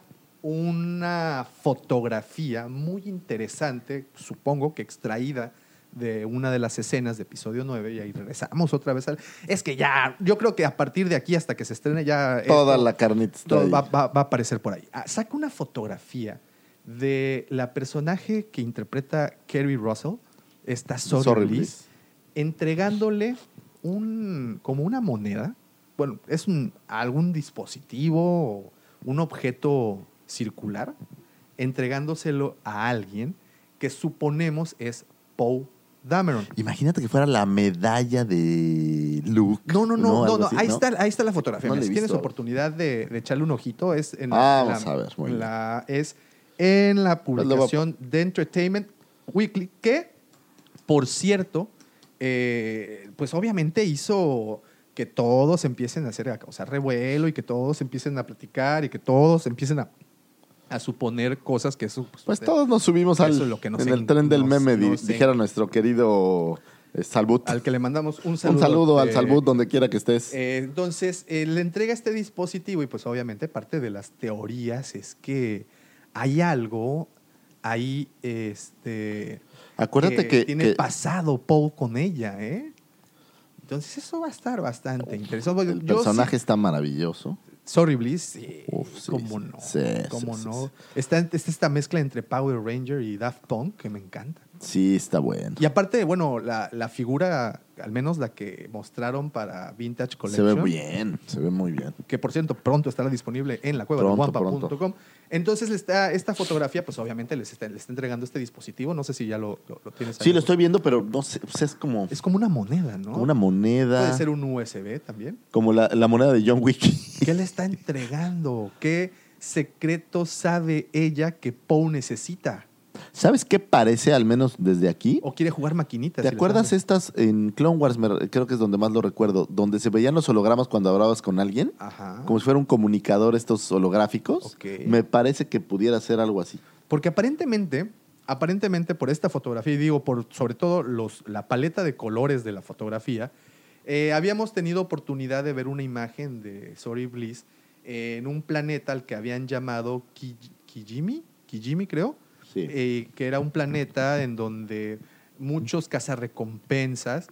una fotografía muy interesante, supongo que extraída de una de las escenas de episodio nueve, y ahí regresamos otra vez al... Es que ya, yo creo que a partir de aquí hasta que se estrene ya... Toda esto- la carnita está todo ahí. va, va- va a aparecer por ahí. Ah, saca una fotografía de la personaje que interpreta Kerry Russell, esta Sorry, Sorry Bliss, Bliss. entregándole un, como una moneda. Bueno, es un, algún dispositivo o un objeto circular, entregándoselo a alguien que suponemos es Poe Dameron. Imagínate que fuera la medalla de Luke. No, no, no, no, Algo no. así, Ahí, Está, ahí está la fotografía. No Mira, la he si tienes visto. oportunidad de, de echarle un ojito, es en Ah, en vamos a ver, muy en bien. la- es en la publicación de Entertainment Weekly, que, por cierto, eh, pues obviamente hizo que todos empiecen a hacer, a causar revuelo y que todos empiecen a platicar y que todos empiecen a, a suponer cosas que eso... Pues todos nos subimos al, Eso es lo que nos en el en- tren del nos- meme, di- nos en- dijera nuestro querido eh, Salbut. Al que le mandamos un saludo. Un saludo al eh, Salbut donde quiera que estés. Eh, entonces, eh, le entrega este dispositivo y pues obviamente parte de las teorías es que hay algo ahí, este... Acuérdate que, tiene que pasado Poe con ella, ¿eh? Entonces eso va a estar bastante interesante. el Yo personaje sí- está maravilloso. Sorry Bliss, sí, Uf, sí, cómo sí. no, Sí, cómo sí, no. sí, Está, está esta mezcla entre Power Ranger y Daft Punk que me encanta. Sí, está bueno. Y aparte, bueno, la, la figura, al menos la que mostraron para Vintage Se Collection, ve bien, se ve muy bien. que por cierto pronto estará disponible en la cueva de Pronto, wampa punto com. pronto. Entonces le está, esta fotografía, pues obviamente les está, le está entregando este dispositivo. No sé si ya lo, lo, lo tienes ahí. Sí, lo estoy viendo, pero no sé, pues es como, Es como una moneda, ¿no? como una moneda. Puede ser un U S B también. Como la, la moneda de John Wick. ¿Qué le está entregando? ¿Qué secreto sabe ella que Poe necesita? ¿Sabes qué parece, al menos desde aquí? ¿O quiere jugar maquinitas? ¿Te si le acuerdas sabe? estas en Clone Wars? me- creo que es donde más lo recuerdo. Donde se veían los hologramas cuando hablabas con alguien. Ajá. Como si fuera un comunicador estos holográficos. Ok. Me parece que pudiera ser algo así. Porque aparentemente, aparentemente por esta fotografía, y digo por sobre todo los, la paleta de colores de la fotografía, eh, habíamos tenido oportunidad de ver una imagen de Sorry Bliss eh, en un planeta al que habían llamado Ki- Kijimi, Kijimi creo, Sí. eh, que era un planeta en donde muchos cazarrecompensas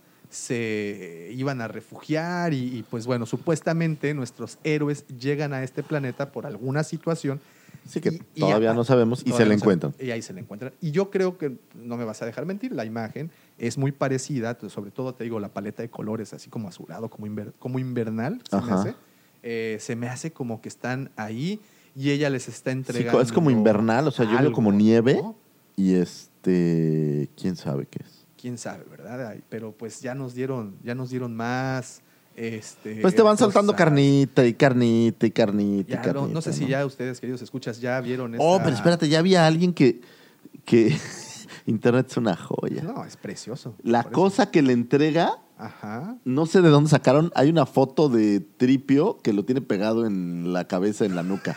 se iban a refugiar y, y, pues bueno, supuestamente nuestros héroes llegan a este planeta por alguna situación. Sí, que Y- y todavía apa- no sabemos y todavía se le no encuentran. sabe- Y ahí se le encuentran. Y yo creo que, no me vas a dejar mentir, la imagen es muy parecida, t- sobre todo te digo, la paleta de colores, así como azulado, como, inver- como invernal, se me Ajá. hace. Eh, se me hace como que están ahí y ella les está Sí, entregando. co- es como invernal, o sea, yo veo algo, como nieve ¿no? y este, quién sabe qué es. Quién sabe, ¿verdad? Ay, pero pues ya nos dieron, ya nos dieron más. Este, Pues te van cosas. soltando carnita y carnita y carnita y Ya, no, carnita. no sé si ¿no? ya ustedes, queridos escuchas, ya vieron esa... Oh, pero espérate, ya había alguien que, que Internet es una joya. No, es precioso. La Por eso. cosa que le entrega, Ajá. no sé de dónde sacaron, hay una foto de Tripio que lo tiene pegado en la cabeza, en la nuca.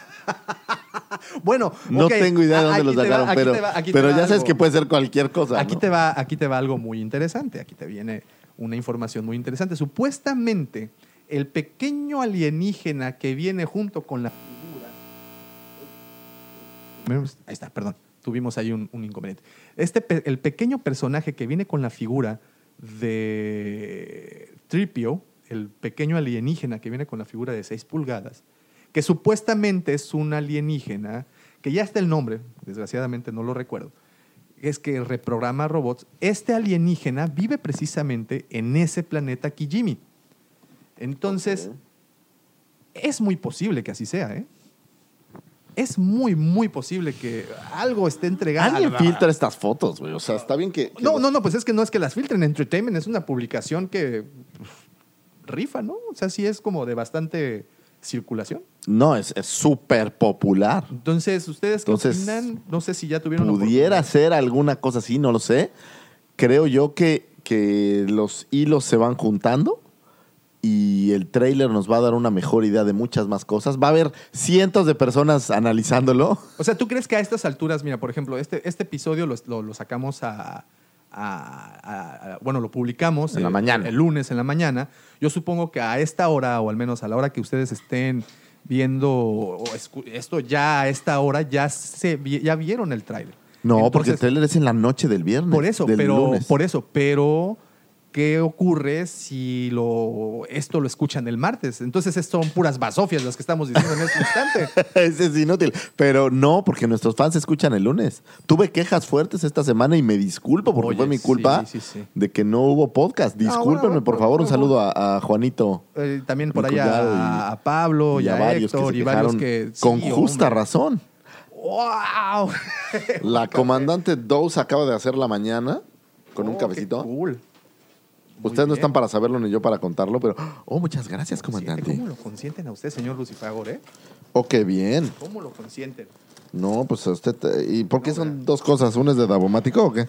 Bueno, No ok, tengo idea de a- dónde lo aquí te va- sacaron, aquí pero, te va- aquí te pero va ya sabes algo. que puede ser cualquier cosa. Aquí ¿no? te va, aquí te va algo muy interesante. Aquí te viene una información muy interesante. Supuestamente, el pequeño alienígena que viene junto con la figura Ahí está, perdón. Tuvimos ahí un, un inconveniente. Este, pe- el pequeño personaje que viene con la figura de Tripio, el pequeño alienígena que viene con la figura de seis pulgadas, que supuestamente es un alienígena, que ya está el nombre, desgraciadamente no lo recuerdo, es que reprograma robots. Este alienígena vive precisamente en ese planeta Kijimi. Entonces, okay. es muy posible que así sea, ¿eh? Es muy, muy posible que algo esté entregado. Alguien filtra estas fotos, güey. O sea, está bien que... que no, los... no, no, pues es que no es que las filtren. Entertainment es una publicación que pues, rifa, ¿no? O sea, sí es como de bastante circulación. No, es súper popular. Entonces, ¿ustedes qué Entonces, opinan? No sé si ya tuvieron pudiera ser alguna cosa así, no lo sé. Creo yo que, que los hilos se van juntando y el tráiler nos va a dar una mejor idea de muchas más cosas. Va a haber cientos de personas analizándolo. O sea, ¿tú crees que a estas alturas, mira, por ejemplo, este, este episodio lo, lo, lo sacamos a, a, a, a... Bueno, lo publicamos en el, la mañana. El lunes en la mañana. Yo supongo que a esta hora, o al menos a la hora que ustedes estén viendo o escu- esto, ya a esta hora ya, se, ya vieron el tráiler. No, Entonces, porque el tráiler es en la noche del viernes. Por eso, del pero... lunes. Por eso, pero... ¿Qué ocurre si lo, esto lo escuchan el martes? Entonces son puras basofias las que estamos diciendo en este instante. Ese es inútil. Pero no, porque nuestros fans escuchan el lunes. Tuve quejas fuertes esta semana y me disculpo porque Oye, fue mi culpa sí, sí, sí. de que no hubo podcast. Discúlpenme, No, bueno, por favor. bueno, Un saludo a, a Juanito. Eh, también por Mi ahí cuñado a, a Pablo y, y a, a varios Héctor que se y varios quejaron que... con sí, justa hombre. razón. ¡Wow! La comandante Dose acaba de hacer la mañana con un Oh, cafecito. qué cool. Ustedes no bien. están para saberlo ni yo para contarlo, pero... Oh, muchas gracias, Sí, comandante. ¿Cómo lo consienten a usted, señor Lucifagor, eh? Oh, qué bien. ¿Cómo lo consienten? No, pues a usted... ¿Y por qué son dos cosas? ¿Una es de Davomático o qué?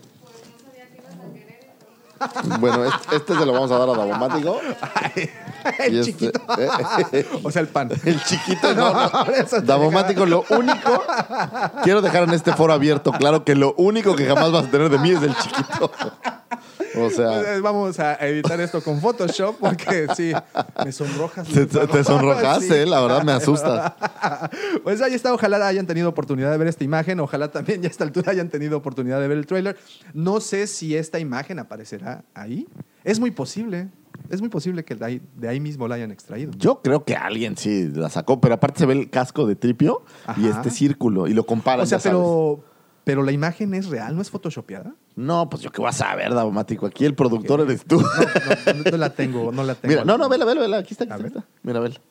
Bueno, este, este se lo vamos a dar a Davomático. El Y este- chiquito. O sea, el pan. El chiquito, no, no. Ahora eso te Davomático, lo único... Quiero dejar en este foro abierto claro que lo único que jamás vas a tener de mí es el chiquito. O sea... Entonces, vamos a editar esto con Photoshop porque sí, me sonrojas. Te, te- te sonrojaste, Sí. la verdad me asustas. Pues ahí está, ojalá hayan tenido oportunidad de ver esta imagen, ojalá también ya a esta altura hayan tenido oportunidad de ver el tráiler. No sé si esta imagen aparecerá ahí. Es muy posible, es muy posible que de ahí, de ahí mismo la hayan extraído. Yo creo que alguien sí la sacó, pero aparte se ve el casco de Tripio y Ajá. este círculo y lo comparan. O sea, ya sabes. pero, pero la imagen es real, ¿no es photoshopeada? No, pues yo qué voy a saber, Davomático. Aquí el productor eres tú. No, no, no la tengo, no la tengo. Mira, no, no, vela, vela, vela. Aquí está, aquí A está, ver. aquí está. Mira, vela.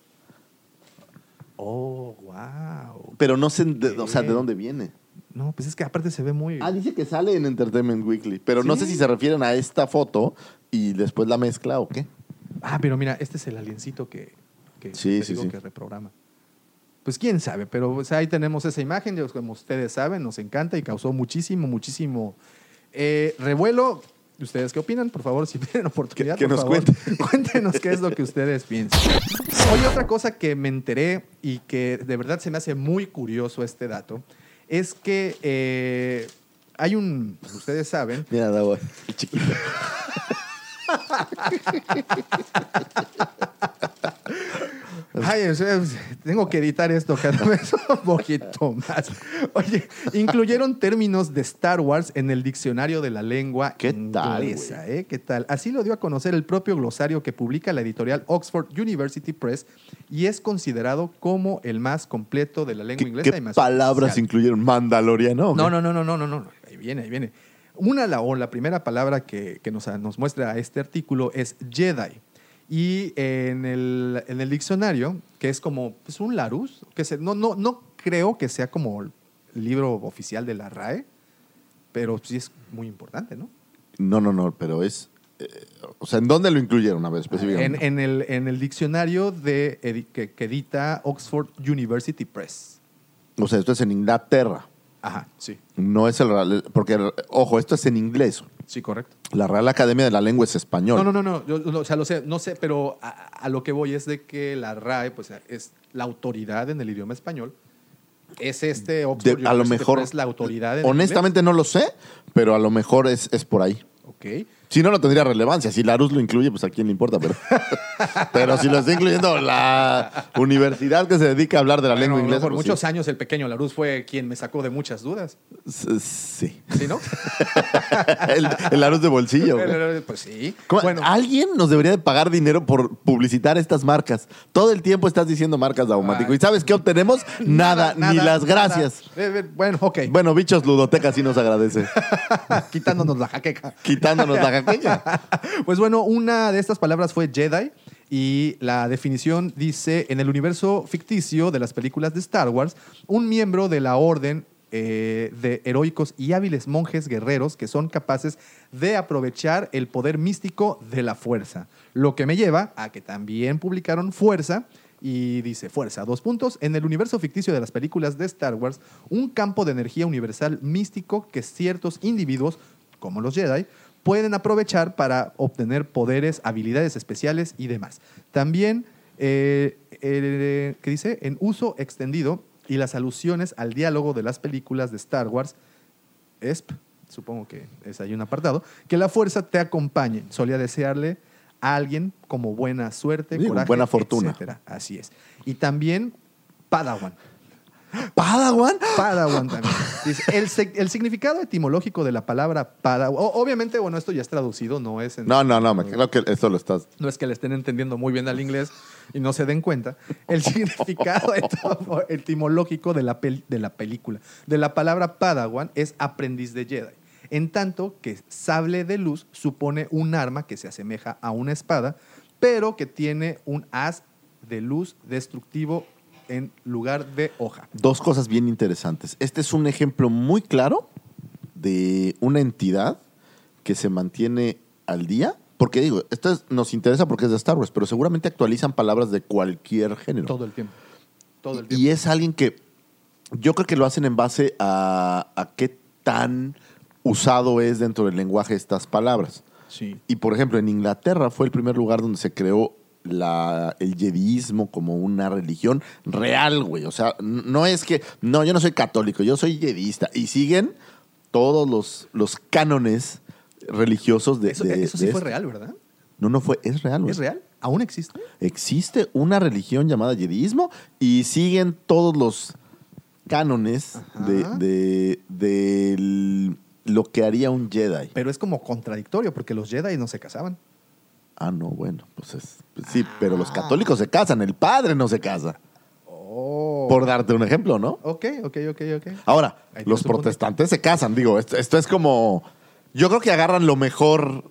Oh, wow. Pero no sé, de, o sea, de dónde viene. No, pues es que aparte se ve muy... Ah, dice que sale en Entertainment Weekly, pero no ¿Sí? sé si se refieren a esta foto y después la mezcla o qué. Ah, pero mira, este es el aliencito que, que, Sí, te sí, digo sí. que reprograma. Pues quién sabe, pero pues, ahí tenemos esa imagen, ya como ustedes saben, nos encanta y causó muchísimo, muchísimo eh, revuelo. ¿Ustedes qué opinan? Por favor, si tienen oportunidad, Que- que por nos favor, cuenten. cuéntenos qué es lo que ustedes piensan. Oye, otra cosa que me enteré y que de verdad se me hace muy curioso este dato, es que eh, hay un, ustedes saben, Mira, Davo, el chiquito. Ay, o sea, tengo que editar esto cada vez un poquito más. Oye, incluyeron términos de Star Wars en el diccionario de la lengua ¿Qué tal, inglesa. ¿eh? ¿Qué tal? Así lo dio a conocer el propio glosario que publica la editorial Oxford University Press y es considerado como el más completo de la lengua ¿Qué, inglesa qué y más palabras oficial. incluyeron? ¿Mandaloriano? o qué? No, no, no, no, no, no, no. Ahí viene, ahí viene. Una, la, o la primera palabra que, que nos, nos muestra este artículo es Jedi. Y en el, en el diccionario, que es como pues, un Larousse, que se, no, no, no creo que sea como el libro oficial de la R A E, pero sí es muy importante, ¿no? No, no, no, pero es... eh, o sea, ¿en dónde lo incluyeron? A ver, En, específicamente. en, el, en el diccionario de, edi- que, que edita Oxford University Press. O sea, esto es en Inglaterra. Ajá, sí. No es el... Real- Porque, ojo, esto es en inglés. Sí, correcto. La Real Academia de la Lengua es español. No, no, no, no, yo, no, o sea, lo sé, no sé, pero a, a lo que voy es de que la R A E pues, es la autoridad en el idioma español. Es este Oxford De- a lo University mejor... Press la autoridad en el Honestamente no lo sé, pero a lo mejor es, es por ahí. inglés. Ok. Si no, no tendría relevancia. Si Larousse lo incluye, pues a quién le importa. Pero, pero si lo está incluyendo la universidad que se dedica a hablar de la Bueno, lengua inglesa. por pues muchos sí. años el pequeño Larousse fue quien me sacó de muchas dudas. S- Sí. ¿Sí, no? el, el Larousse de bolsillo. güey. Pues sí. ¿Cómo- Bueno, Alguien nos debería de pagar dinero por publicitar estas marcas. Todo el tiempo estás diciendo marcas de Daumático. Ay. ¿Y sabes qué obtenemos? Nada, ni las gracias. nada. Eh, eh, Bueno, ok. Bueno, bichos ludoteca sí nos agradece. Quitándonos la jaqueca. Quitándonos la jaqueca. Pues bueno, una de estas palabras fue Jedi y la definición dice, en el universo ficticio de las películas de Star Wars, un miembro de la orden eh, de heroicos y hábiles monjes guerreros que son capaces de aprovechar el poder místico de la fuerza. Lo que me lleva a que también publicaron Fuerza. Y dice, fuerza, dos puntos. En el universo ficticio de las películas de Star Wars, un campo de energía universal místico que ciertos individuos, como los Jedi, pueden aprovechar para obtener poderes, habilidades especiales y demás. También, eh, eh, ¿qué dice? En uso extendido y las alusiones al diálogo de las películas de Star Wars, E S P, supongo que es ahí un apartado, que la fuerza te acompañe. Solía desearle a alguien como buena suerte, Sí, coraje, buena fortuna. etcétera. Así es. Y también Padawan. ¿Padawan? Padawan también. Dice, el, se- el significado etimológico de la palabra Padawan, o- obviamente, bueno, esto ya es traducido, no es en- No, no, no, me creo que esto lo estás. no es que le estén entendiendo muy bien al inglés y no se den cuenta. El significado eto- etimológico de la, pel- de la película, de la palabra Padawan, es aprendiz de Jedi. En tanto que sable de luz supone un arma que se asemeja a una espada, pero que tiene un haz de luz destructivo en lugar de hoja. Dos cosas bien interesantes. Este es un ejemplo muy claro de una entidad que se mantiene al día. Porque digo, esto es- nos interesa porque es de Star Wars, pero seguramente actualizan palabras de cualquier género. Todo el tiempo. Todo el tiempo. Y es alguien que yo creo que lo hacen en base a, a qué tan usado es dentro del lenguaje estas palabras. Sí. Y por ejemplo, en Inglaterra fue el primer lugar donde se creó la, el yediismo como una religión real, güey. O sea, n- no es que, no, yo no soy católico, yo soy yedista. Y siguen todos los, los cánones religiosos de Eso, de- eso sí de fue esto. real, ¿verdad? No, no fue, es real, güey. ¿Es real? ¿Aún existe? Existe una religión llamada yediismo y siguen todos los cánones Ajá. de, de, del- lo que haría un Jedi. Pero es como contradictorio porque los Jedi no se casaban. Ah, no, bueno, pues es, pues sí, pero los católicos se casan, el padre no se casa. Oh. Por darte un ejemplo, ¿no? Ok, ok, ok, ok. Ahora, Ahí los tienes un punto. protestantes se casan, digo, esto, esto es como... Yo creo que agarran lo mejor.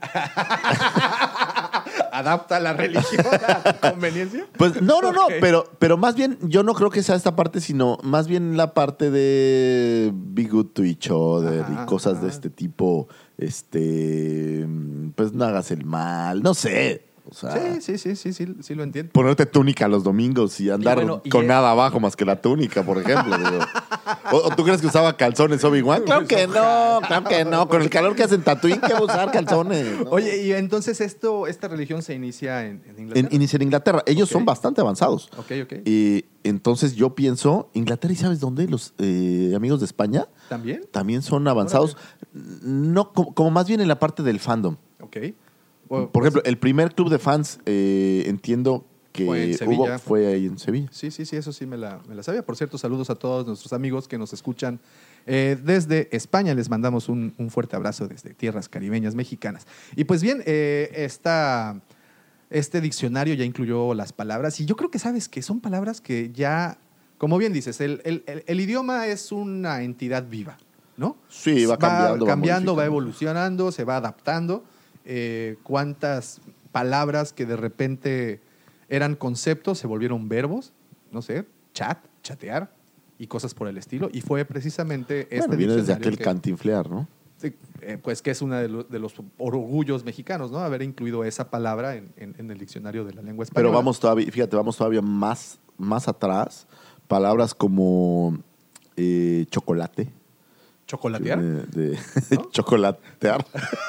Adapta la religión a tu conveniencia. Pues no, no, no, Ok. pero, pero más bien yo no creo que sea esta parte, sino más bien la parte de Be Good to Each Other Ajá, y cosas ajá. de este tipo. Este, pues no hagas el mal, no sé. O sea, Sí, sí, sí, sí, sí, sí lo entiendo. ponerte túnica los domingos y andar Y bueno, y con es- nada abajo más que la túnica, por ejemplo. digo. ¿O, o tú crees que usaba calzones Obi-Wan? Claro que no, claro que no. Con el calor que hace en Tatooine, ¿qué va a usar calzones? ¿no? Oye, y entonces esto, esta religión se inicia en, en Inglaterra. En, inicia en Inglaterra. Ellos Ok. son bastante avanzados. Ok, ok. Y entonces yo pienso, Inglaterra, ¿y sabes dónde? Los eh, amigos de España ¿También? también son avanzados. No, como, como más bien en la parte del fandom. Ok. Bueno, Por pues, ejemplo, el primer club de fans, eh, entiendo que Fue en hubo, Sevilla. fue ahí en Sevilla. Sí, sí, sí, eso sí me la, me la sabía. Por cierto, saludos a todos nuestros amigos que nos escuchan eh, desde España. Les mandamos un, un fuerte abrazo desde tierras caribeñas mexicanas. Y pues bien, eh, esta, este diccionario ya incluyó las palabras y yo creo que sabes que son palabras que ya, como bien dices, el, el- el- el idioma es una entidad viva, ¿no? Sí, va cambiando, va cambiando, va modificando. evolucionando, se va adaptando. Eh, cuántas palabras que de repente eran conceptos se volvieron verbos, no sé, chat, chatear y cosas por el estilo. Y fue precisamente este Bueno, viene desde diccionario aquel que- cantinflear, ¿no? sí, eh, pues que es uno de, lo- de los orgullos mexicanos, ¿no? Haber incluido esa palabra en, en- en el diccionario de la lengua española. Pero vamos todavía, fíjate, vamos todavía más, más atrás. Palabras como eh, chocolate. ¿Chocolatear? De, de- chocolatear.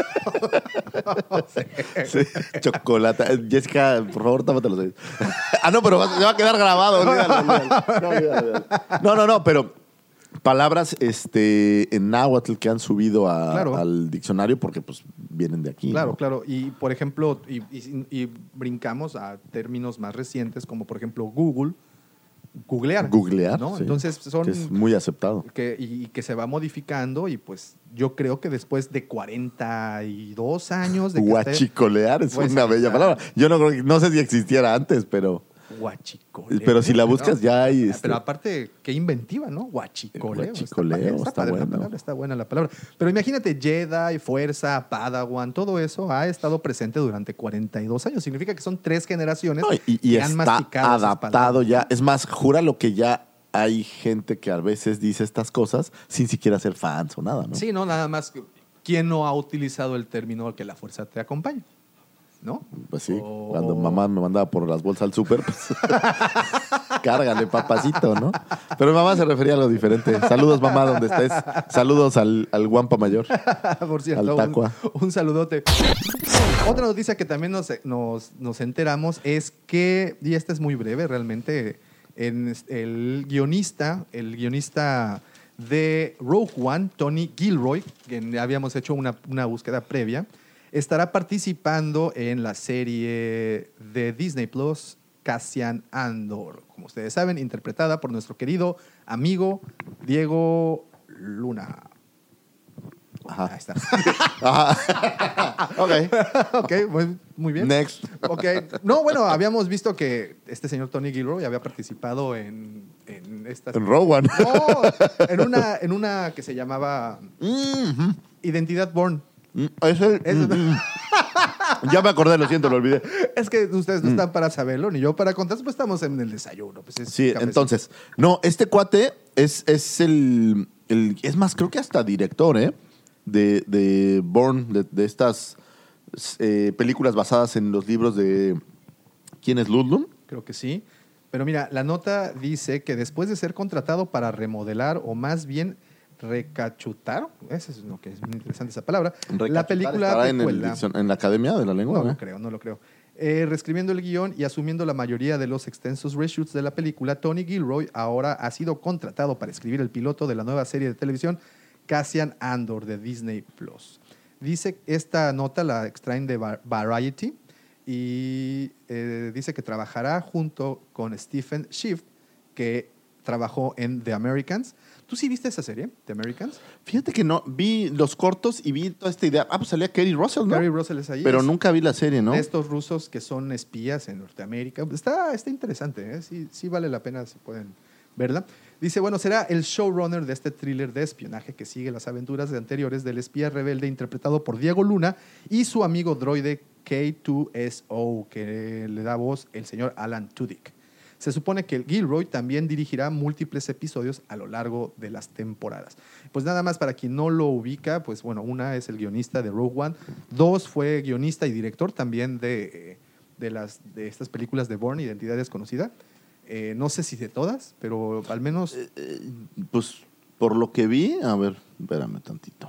Sí, chocolate. Jessica, por favor, tápate los oídos. Ah, no, pero va- se va a quedar grabado. olvídalo, olvídalo. No, olvídalo, olvídalo. No, no, no, pero palabras este, en náhuatl que han subido a- Claro. al diccionario porque pues vienen de aquí. Claro, ¿no? claro. Y, por ejemplo, y, y- y brincamos a términos más recientes como, por ejemplo, Google, googlear. Googlear, ¿no? sí, Entonces, son... que es muy aceptado. que, y, y que se va modificando y pues yo creo que después de cuarenta y dos años de que esté- Guachicolear es Pues, una bella ah. palabra. Yo no creo que- no sé si existiera antes, pero Guachicoleo. Pero si la buscas, ¿no? ya hay, Ah, este- Pero aparte, qué inventiva, ¿no? Guachicoleo. Guachicoleo, Está, padre, está está padre la bueno. palabra, está buena la palabra. Pero imagínate, Jedi, Fuerza, Padawan, todo eso ha estado presente durante cuarenta y dos años. Significa que son tres generaciones No, y, y que han está masticado esas adaptado palabras. ya. Es más, jura lo que ya hay gente que a veces dice estas cosas sin siquiera ser fans o nada, ¿no? Sí, no, nada más. que- ¿Quién no ha utilizado el término que la fuerza te acompaña? ¿No? Pues sí, O- cuando mamá me mandaba por las bolsas al súper, pues cárgale, papacito, ¿no? Pero mi mamá se refería a algo diferente. Saludos, mamá, donde estés. Saludos al, al guampa mayor. Por cierto, Al tacua. un, un saludote. Otra noticia que también nos, nos, nos enteramos es que, y esta es muy breve realmente, en el guionista, el guionista de Rogue One, Tony Gilroy, que habíamos hecho una, una búsqueda previa, estará participando en la serie de Disney Plus, Cassian Andor, como ustedes saben, interpretada por nuestro querido amigo Diego Luna. Ajá. Ahí está. Ajá. ok. Ok, muy, muy bien. Next. Ok. No, bueno, habíamos visto que este señor Tony Gilroy había participado en, en estas... En Rogue One. No, en una, en una que se llamaba Mhm. Identidad Bourne. Mm, es el- Es- mm, mm. Ya me acordé, lo siento, lo olvidé. Es que ustedes no están para saberlo, ni yo para contar, pues estamos en el desayuno. Pues es Sí, cafecito. entonces, no, este cuate es, es el, el- es más, creo que hasta director, ¿eh? De, de Bourne, de, de estas eh, películas basadas en los libros de... ¿Quién es Ludlum? Creo que sí. Pero mira, la nota dice que después de ser contratado para remodelar o más bien recachutar, eso es lo que es muy interesante esa palabra, la película ¿Estará en, el precuela- diccion- en la Academia de la Lengua? No ¿eh? lo creo, no lo creo. Eh, reescribiendo el guión y asumiendo la mayoría de los extensos reshoots de la película, Tony Gilroy ahora ha sido contratado para escribir el piloto de la nueva serie de televisión Cassian Andor de Disney Plus. Dice, esta nota la extraen de Va- Variety y eh, dice que trabajará junto con Stephen Schiff, que trabajó en The Americans. ¿Tú sí viste esa serie, The Americans? Fíjate que no, vi los cortos y vi toda esta idea. Ah, pues salía Kerry Russell, ¿no? Kerry Russell es ahí. Pero es- nunca vi la serie, ¿no? de estos rusos que son espías en Norteamérica. Está, está interesante, ¿eh? sí, sí vale la pena si pueden verla. Dice, bueno, será el showrunner de este thriller de espionaje que sigue las aventuras de anteriores del espía rebelde interpretado por Diego Luna y su amigo droide K dos S O, que le da voz el señor Alan Tudyk. Se supone que Gilroy también dirigirá múltiples episodios a lo largo de las temporadas. Pues nada más para quien no lo ubica, pues bueno, una es el guionista de Rogue One, dos fue guionista y director también de, de, las, de estas películas de Bourne, Identidad Desconocida. Eh, no sé si de todas, pero al menos... Pues por lo que vi, a ver, espérame tantito.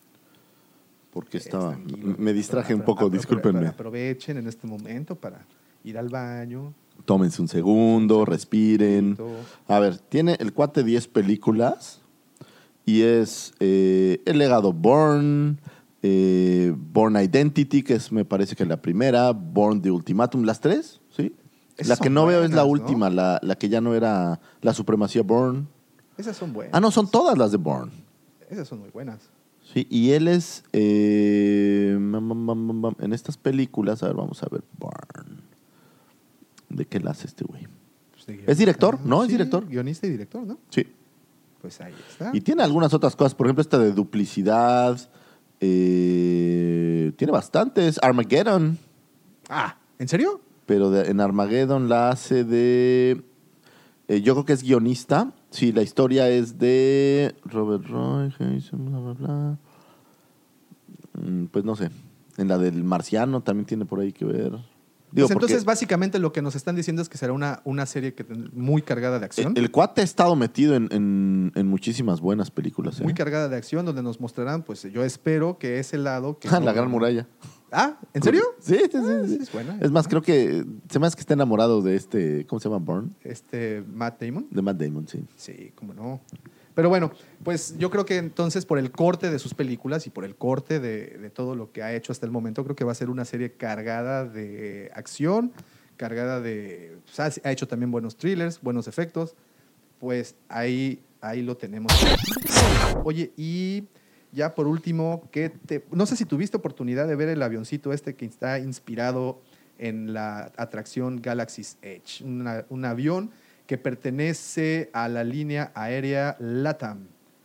Porque estaba, tranquilo. me distraje un Apro- poco, apro- discúlpenme. Aprovechen en este momento para ir al baño. Tómense un segundo, respiren. Todo. A ver, tiene el cuate diez películas y es eh, El legado Bourne, eh, Bourne Identity, que es me parece que la primera, Bourne The Ultimatum, las tres, ¿sí? Esas La que son no veo es la buenas, ¿no? última, la, la que ya no era la supremacía Bourne. Esas son buenas. Ah, no, son todas las de Bourne. Esas son muy buenas. Sí, y él es eh, mam, mam, mam, mam, en estas películas, a ver, vamos a ver, Bourne. ¿De qué la hace este güey? Pues de ¿Es guionista. director? ¿No? ¿Es Sí, director? Guionista y director, ¿no? Sí. Pues ahí está. Y tiene algunas otras cosas, por ejemplo, esta de duplicidad. eh, tiene bastantes. Armageddon. Ah, ¿en serio? Pero de- en Armageddon la hace de. eh, yo creo que es guionista. Sí, la historia es de Robert Roy, Jason, bla, bla, bla. Mm, Pues no sé. En la del Marciano también tiene por ahí que ver. Digo, Pues entonces, porque básicamente lo que nos están diciendo es que será una, una serie que ten- muy cargada de acción. el, el cuate ha estado metido en, en- en muchísimas buenas películas. ¿eh? Muy cargada de acción, donde nos mostrarán, pues yo espero que ese lado... Que Ah, no- la Gran Muralla. Ah, ¿en serio? Sí, sí, sí. Ah, sí. sí, es buena. Es más, creo que se me hace que está enamorado de este, ¿cómo se llama? Bourne. Este, Matt Damon. De Matt Damon, sí. Sí, cómo no. Pero bueno, pues yo creo que entonces por el corte de sus películas y por el corte de, de todo lo que ha hecho hasta el momento, creo que va a ser una serie cargada de acción, cargada de... O sea, ha hecho también buenos thrillers, buenos efectos. Pues ahí, ahí lo tenemos. Oye, y ya por último, ¿qué te, no sé si tuviste oportunidad de ver el avioncito este que está inspirado en la atracción Galaxy's Edge, una, un avión que pertenece a la línea aérea LATAM.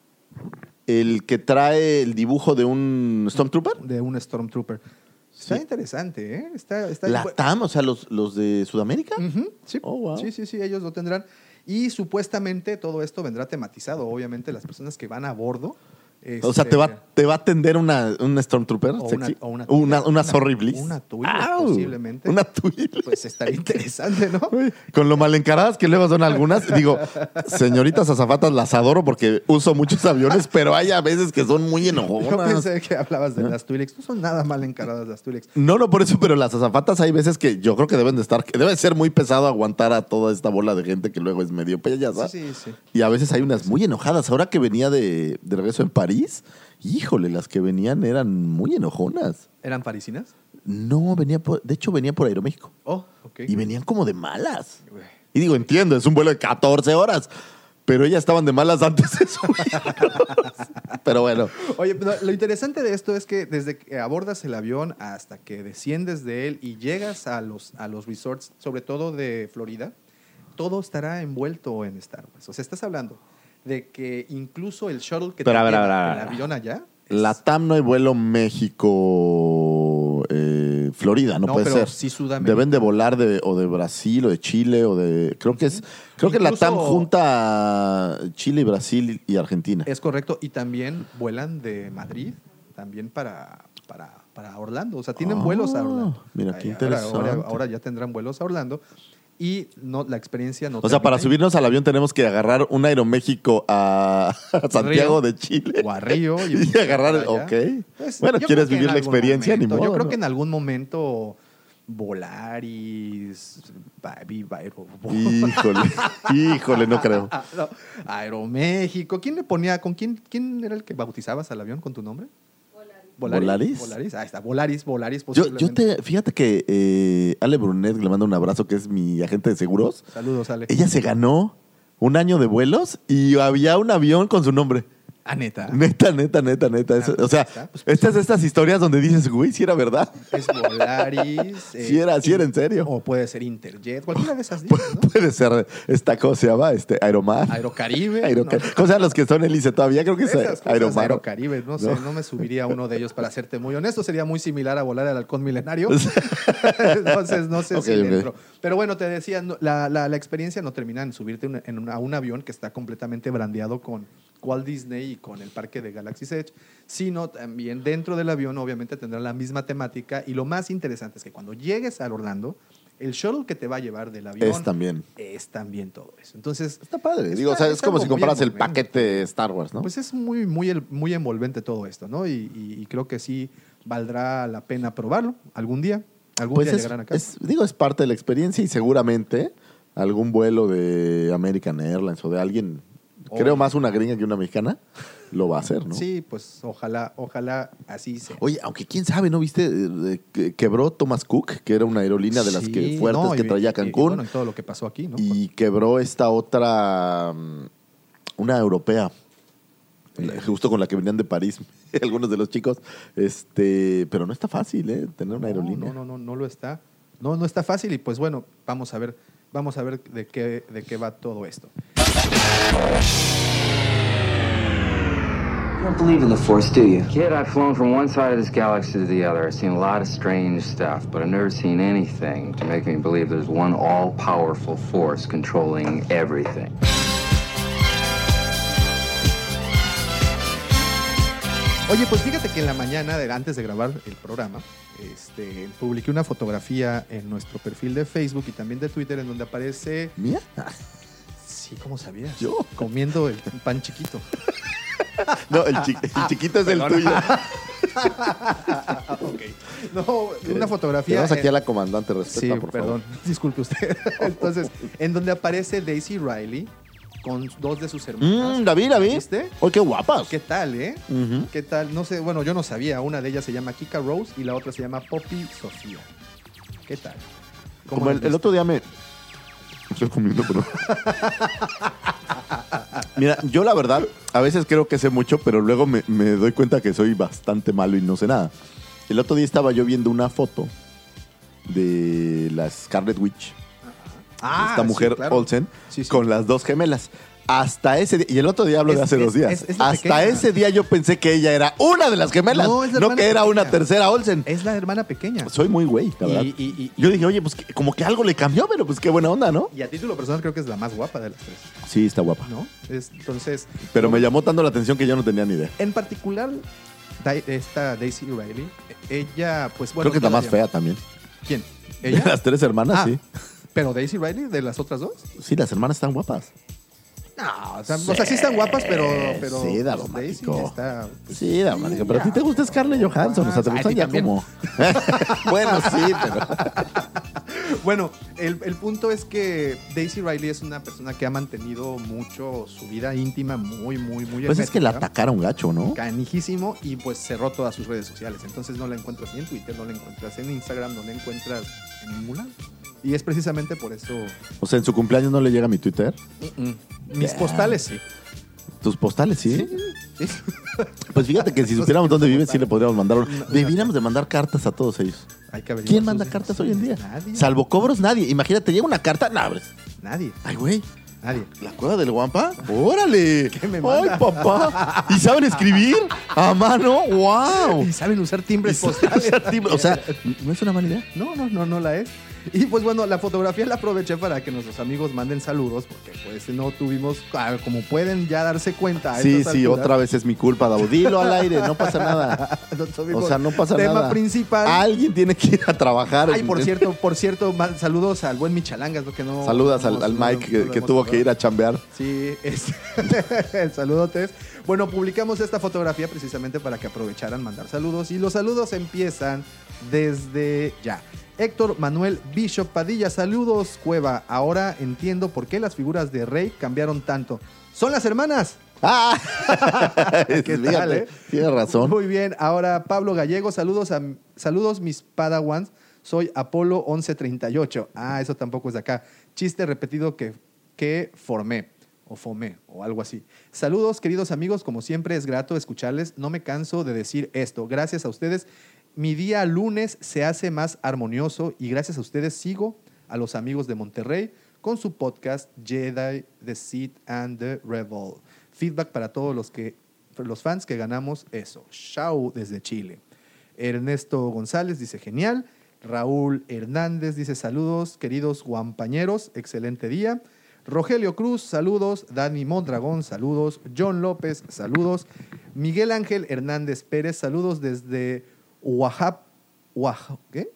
El que trae el dibujo de un Stormtrooper. De un Stormtrooper. Está Sí. interesante, ¿eh? Está, está LATAM, o sea, los, los de Sudamérica. Uh-huh, sí. Oh, wow. sí, sí, sí, ellos lo tendrán. Y supuestamente todo esto vendrá tematizado. Obviamente las personas que van a bordo. O sea, este, ¿te va, te va a atender una, una Stormtrooper o sexy? Una, o una, una, una una Sorry Bliss. Una Twi'lek, ¡Au! posiblemente. Una Twi'lek. Pues estaría interesante, ¿no? Uy, con lo mal encaradas que luego son algunas. Digo, señoritas azafatas las adoro porque uso muchos aviones, pero hay a veces que son muy Yo enojonas. pensé que hablabas de las Twi'leks. No son nada mal encaradas las Twi'leks. No, no por eso, pero las azafatas hay veces que yo creo que deben de estar, que debe ser muy pesado aguantar a toda esta bola de gente que luego es medio payasa. Sí, sí, sí. Y a veces hay unas muy enojadas. Ahora que venía de, de regreso en París, híjole, las que venían eran muy enojonas. ¿Eran parisinas? No, venía por, de hecho venía por Aeroméxico. Oh, ok. Y venían como de malas. Y digo, entiendo, es un vuelo de catorce horas. Pero ellas estaban de malas antes de subirnos. Pero bueno. Oye, pero lo interesante de esto es que desde que abordas el avión hasta que desciendes de él y llegas a los, a los resorts, sobre todo de Florida, todo estará envuelto en Star Wars. O sea, estás hablando de que incluso el shuttle que Pero, te a ver, lleva a ver, a ver. el avión allá... es- La T A M no hay vuelo México, eh, Florida, no, No, puede pero ser. sí Sudamérica. Deben de volar de, o de Brasil o de Chile o de... Creo que es... Creo que la T A M Incluso- junta a Chile, Brasil y Argentina. Es correcto. Y también vuelan de Madrid, también para, para, para Orlando. O sea, tienen Ah, vuelos a Orlando. mira, qué Ay, ahora- interesante. Ahora, ahora ya tendrán vuelos a Orlando. Y no, la experiencia no O sea, para termina ahí. subirnos al avión tenemos que agarrar un Aeroméxico a, a Santiago Río, de Chile. o a Río y, Y agarrar... para allá. Ok. Pues, bueno, yo quieres creo que vivir en la algún experiencia, momento, ni modo. Yo creo ¿no? que en algún momento Volaris, va- Viva Aero- Híjole, híjole, no creo. no, Aeroméxico. ¿Quién le ponía, con quién, quién era el que bautizabas al avión con tu nombre? Volaris. ¿Volaris? Volaris, ahí está, Volaris, Volaris Yo, posiblemente. yo te, fíjate que eh, Ale Brunet, le mando un abrazo, que es mi agente de seguros. Saludos, Ale. Ella se ganó un año de vuelos y había un avión con su nombre. Ah, neta. Neta, neta, neta, neta. Eso- o sea, Está, pues, estas de estas historias donde dices, güey, si era verdad. Es Volaris. Sí era, sí era en serio. O puede ser Interjet, cualquiera de esas dices, ¿no? Puede ser, esta, ¿cómo se llama? Este, Aeromar. Aerocaribe. Aerocar- ¿no? ¿Cómo se llaman los que son hélice todavía? Creo que es Esas cosas, Aeromar. Aerocaribe, no sé, No. no me subiría a uno de ellos para serte muy honesto. Sería muy similar a volar al halcón milenario. Entonces, no sé Ok, si ok. dentro. Pero bueno, te decía, no, la, la, la experiencia no termina en subirte un- en una- a un avión que está completamente brandeado con Walt Disney y con el parque de Galaxy's Edge, sino también dentro del avión obviamente tendrá la misma temática y lo más interesante es que cuando llegues a Orlando, el shuttle que te va a llevar del avión Es también. es también todo eso. Entonces, Está padre. Está- Digo, o sea, es está como algo si muy compraras el envolvente. paquete Star Wars, ¿no? pues es muy, muy, el- muy envolvente todo esto, ¿no? Y, y- y creo que sí valdrá la pena probarlo algún día. Algún Pues día es, llegarán acá. es- digo, es parte de la experiencia y seguramente algún vuelo de American Airlines o de alguien, Oye. creo más una gringa que una mexicana, lo va a hacer, ¿no? Sí, pues ojalá, ojalá así sea. Oye, aunque quién sabe, ¿no viste? Eh, que- quebró Thomas Cook, que era una aerolínea de las Sí, que fuertes no, que y- traía y- y Cancún. bueno, y todo lo que pasó aquí, ¿no? Y quebró esta otra, mm, una europea, Eh, justo con la que venían de París, algunos de los chicos. Este, pero no está fácil, ¿eh? Tener una aerolínea. No, no, no, no lo está. No, no está fácil y pues bueno, vamos a ver, vamos a ver de qué, de qué va todo esto. You don't believe in the Force, do you? Kid, I've flown from one side of this galaxy to the other. I've seen a lot of strange stuff, but I've never seen anything to make me believe there's one all-powerful force controlling everything. Oye, pues fíjate que en la mañana, de, antes de grabar el programa, este, publiqué una fotografía en nuestro perfil de Facebook y también de Twitter en donde aparece... ¿Mía? Sí, ¿cómo sabías? ¿Yo? Comiendo el pan chiquito. No, el, chi- el chiquito es el Perdona. tuyo. Ok. No, una fotografía... Tenemos aquí en- a la comandante, respeta, Sí, por perdón, favor. disculpe usted. Entonces, en donde aparece Daisy Riley con dos de sus hermanas. Mm, la vi, la vi. ¿Viste? ¡Ay, qué guapas! ¿Qué tal, eh? Ujú. ¿Qué tal? No sé, bueno, yo no sabía. Una de ellas se llama Kika Rose y la otra se llama Poppy Sofía. ¿Qué tal? ¿Cómo Como las el, el viste? otro día me... Estoy comiendo, pero... Mira, yo la verdad, a veces creo que sé mucho, pero luego me, me doy cuenta que soy bastante malo y no sé nada. El otro día estaba yo viendo una foto de la Scarlet Witch, Ah, esta sí, mujer claro. Olsen, Sí, sí. con las dos gemelas. Hasta ese día, y el otro día hablo Es- de hace es- dos días, es- es la hasta pequeña. ese día yo pensé que ella era una de las gemelas, No, no, es la hermana que era pequeña. una tercera Olsen. Es la hermana pequeña. Soy muy güey, la Y- verdad. y- y- yo dije, oye, pues que- como que algo le cambió, pero pues qué buena onda, ¿no? Y a título personal creo que es la más guapa de las tres, Sí, está guapa. ¿no? Es- entonces, Pero me llamó tanto la atención que yo no tenía ni idea. en particular, Da- esta Daisy Riley, ella, pues bueno. Creo que es la más todavía- fea también. ¿Quién? De ¿Ella? las tres hermanas, Ah, sí. ¿Pero Daisy Riley de las otras dos? Sí, las hermanas están guapas. No, o sea, o sea, sí están guapas, pero, pero Sí, pues, Daromático. Daisy está... pues, Sí, Daromático. Pero a ti te gusta Scarlett Johansson. O sea, te Ay, gustan sí, ya también. como... bueno, sí, pero... Bueno, el, el punto es que Daisy Riley es una persona que ha mantenido mucho su vida íntima muy, muy, muy Pues es que la hermética. atacaron gacho, ¿no? Canijísimo y pues cerró todas sus redes sociales. Entonces no la encuentras ni en Twitter, no la encuentras en Instagram, no la encuentras en ningún lado. Y es precisamente por eso. O sea, en su cumpleaños no le llega mi Twitter. Mis postales sí. Tus postales, ¿sí? Sí. Pues fíjate que si supiéramos dónde vive, sí le podríamos mandar. un- Deberíamos de mandar cartas a todos ellos. Hay que averiguar ¿Quién sus manda cartas hoy en día? Nadie. Salvo cobros, nadie. Imagínate, llega una carta, no abres. Nadie. Ay, güey. Nadie. ¿La cueva del Guampa? ¡Órale! ¿Qué me ¡Ay, manda? papá! ¿Y saben escribir? ¿A mano? ¡Wow! Y saben usar timbres Y saben postales. usar timbre. O sea, ¿no es una mala idea? No, no, no, no la es. Y pues bueno, la fotografía la aproveché para que nuestros amigos manden saludos, porque pues no tuvimos, ah, como pueden ya darse cuenta. a Sí, estas sí, alturas, otra vez es mi culpa, Davo. Dilo al aire, no pasa nada. no tuvimos O sea, no pasa tema nada. principal. Alguien tiene que ir a trabajar. Ay, por cierto, por cierto, ma- saludos al buen Michalangas, lo que no. Saludas al, no- al no- Mike no que, lo que hemos tuvo que hablado. ir a chambear. Sí, es, el saludotes. Bueno, publicamos esta fotografía precisamente para que aprovecharan mandar saludos y los saludos empiezan desde ya. Héctor Manuel Bishop Padilla, saludos Cueva. Ahora entiendo por qué las figuras de Rey cambiaron tanto. Son las hermanas. ¡Ah! ¿Qué Fíjate, tal, eh? Tienes razón. Muy bien. Ahora Pablo Gallego, saludos a saludos mis Padawans. Soy Apolo once treinta y ocho. Ah, eso tampoco es de acá. Chiste repetido que, que formé o fomé o algo así. Saludos, queridos amigos. Como siempre es grato escucharles. No me canso de decir esto. Gracias a ustedes. Mi día lunes se hace más armonioso y gracias a ustedes sigo a los amigos de Monterrey con su podcast Jedi, The Sith and the Rebel. Feedback para todos los, que, los fans que ganamos eso. Chao desde Chile. Ernesto González dice genial. Raúl Hernández dice saludos, queridos guampañeros, excelente día. Rogelio Cruz, saludos. Dani Mondragón, saludos. John López, saludos. Miguel Ángel Hernández Pérez, saludos desde Oaxaca, Oaxaca, ¿qué?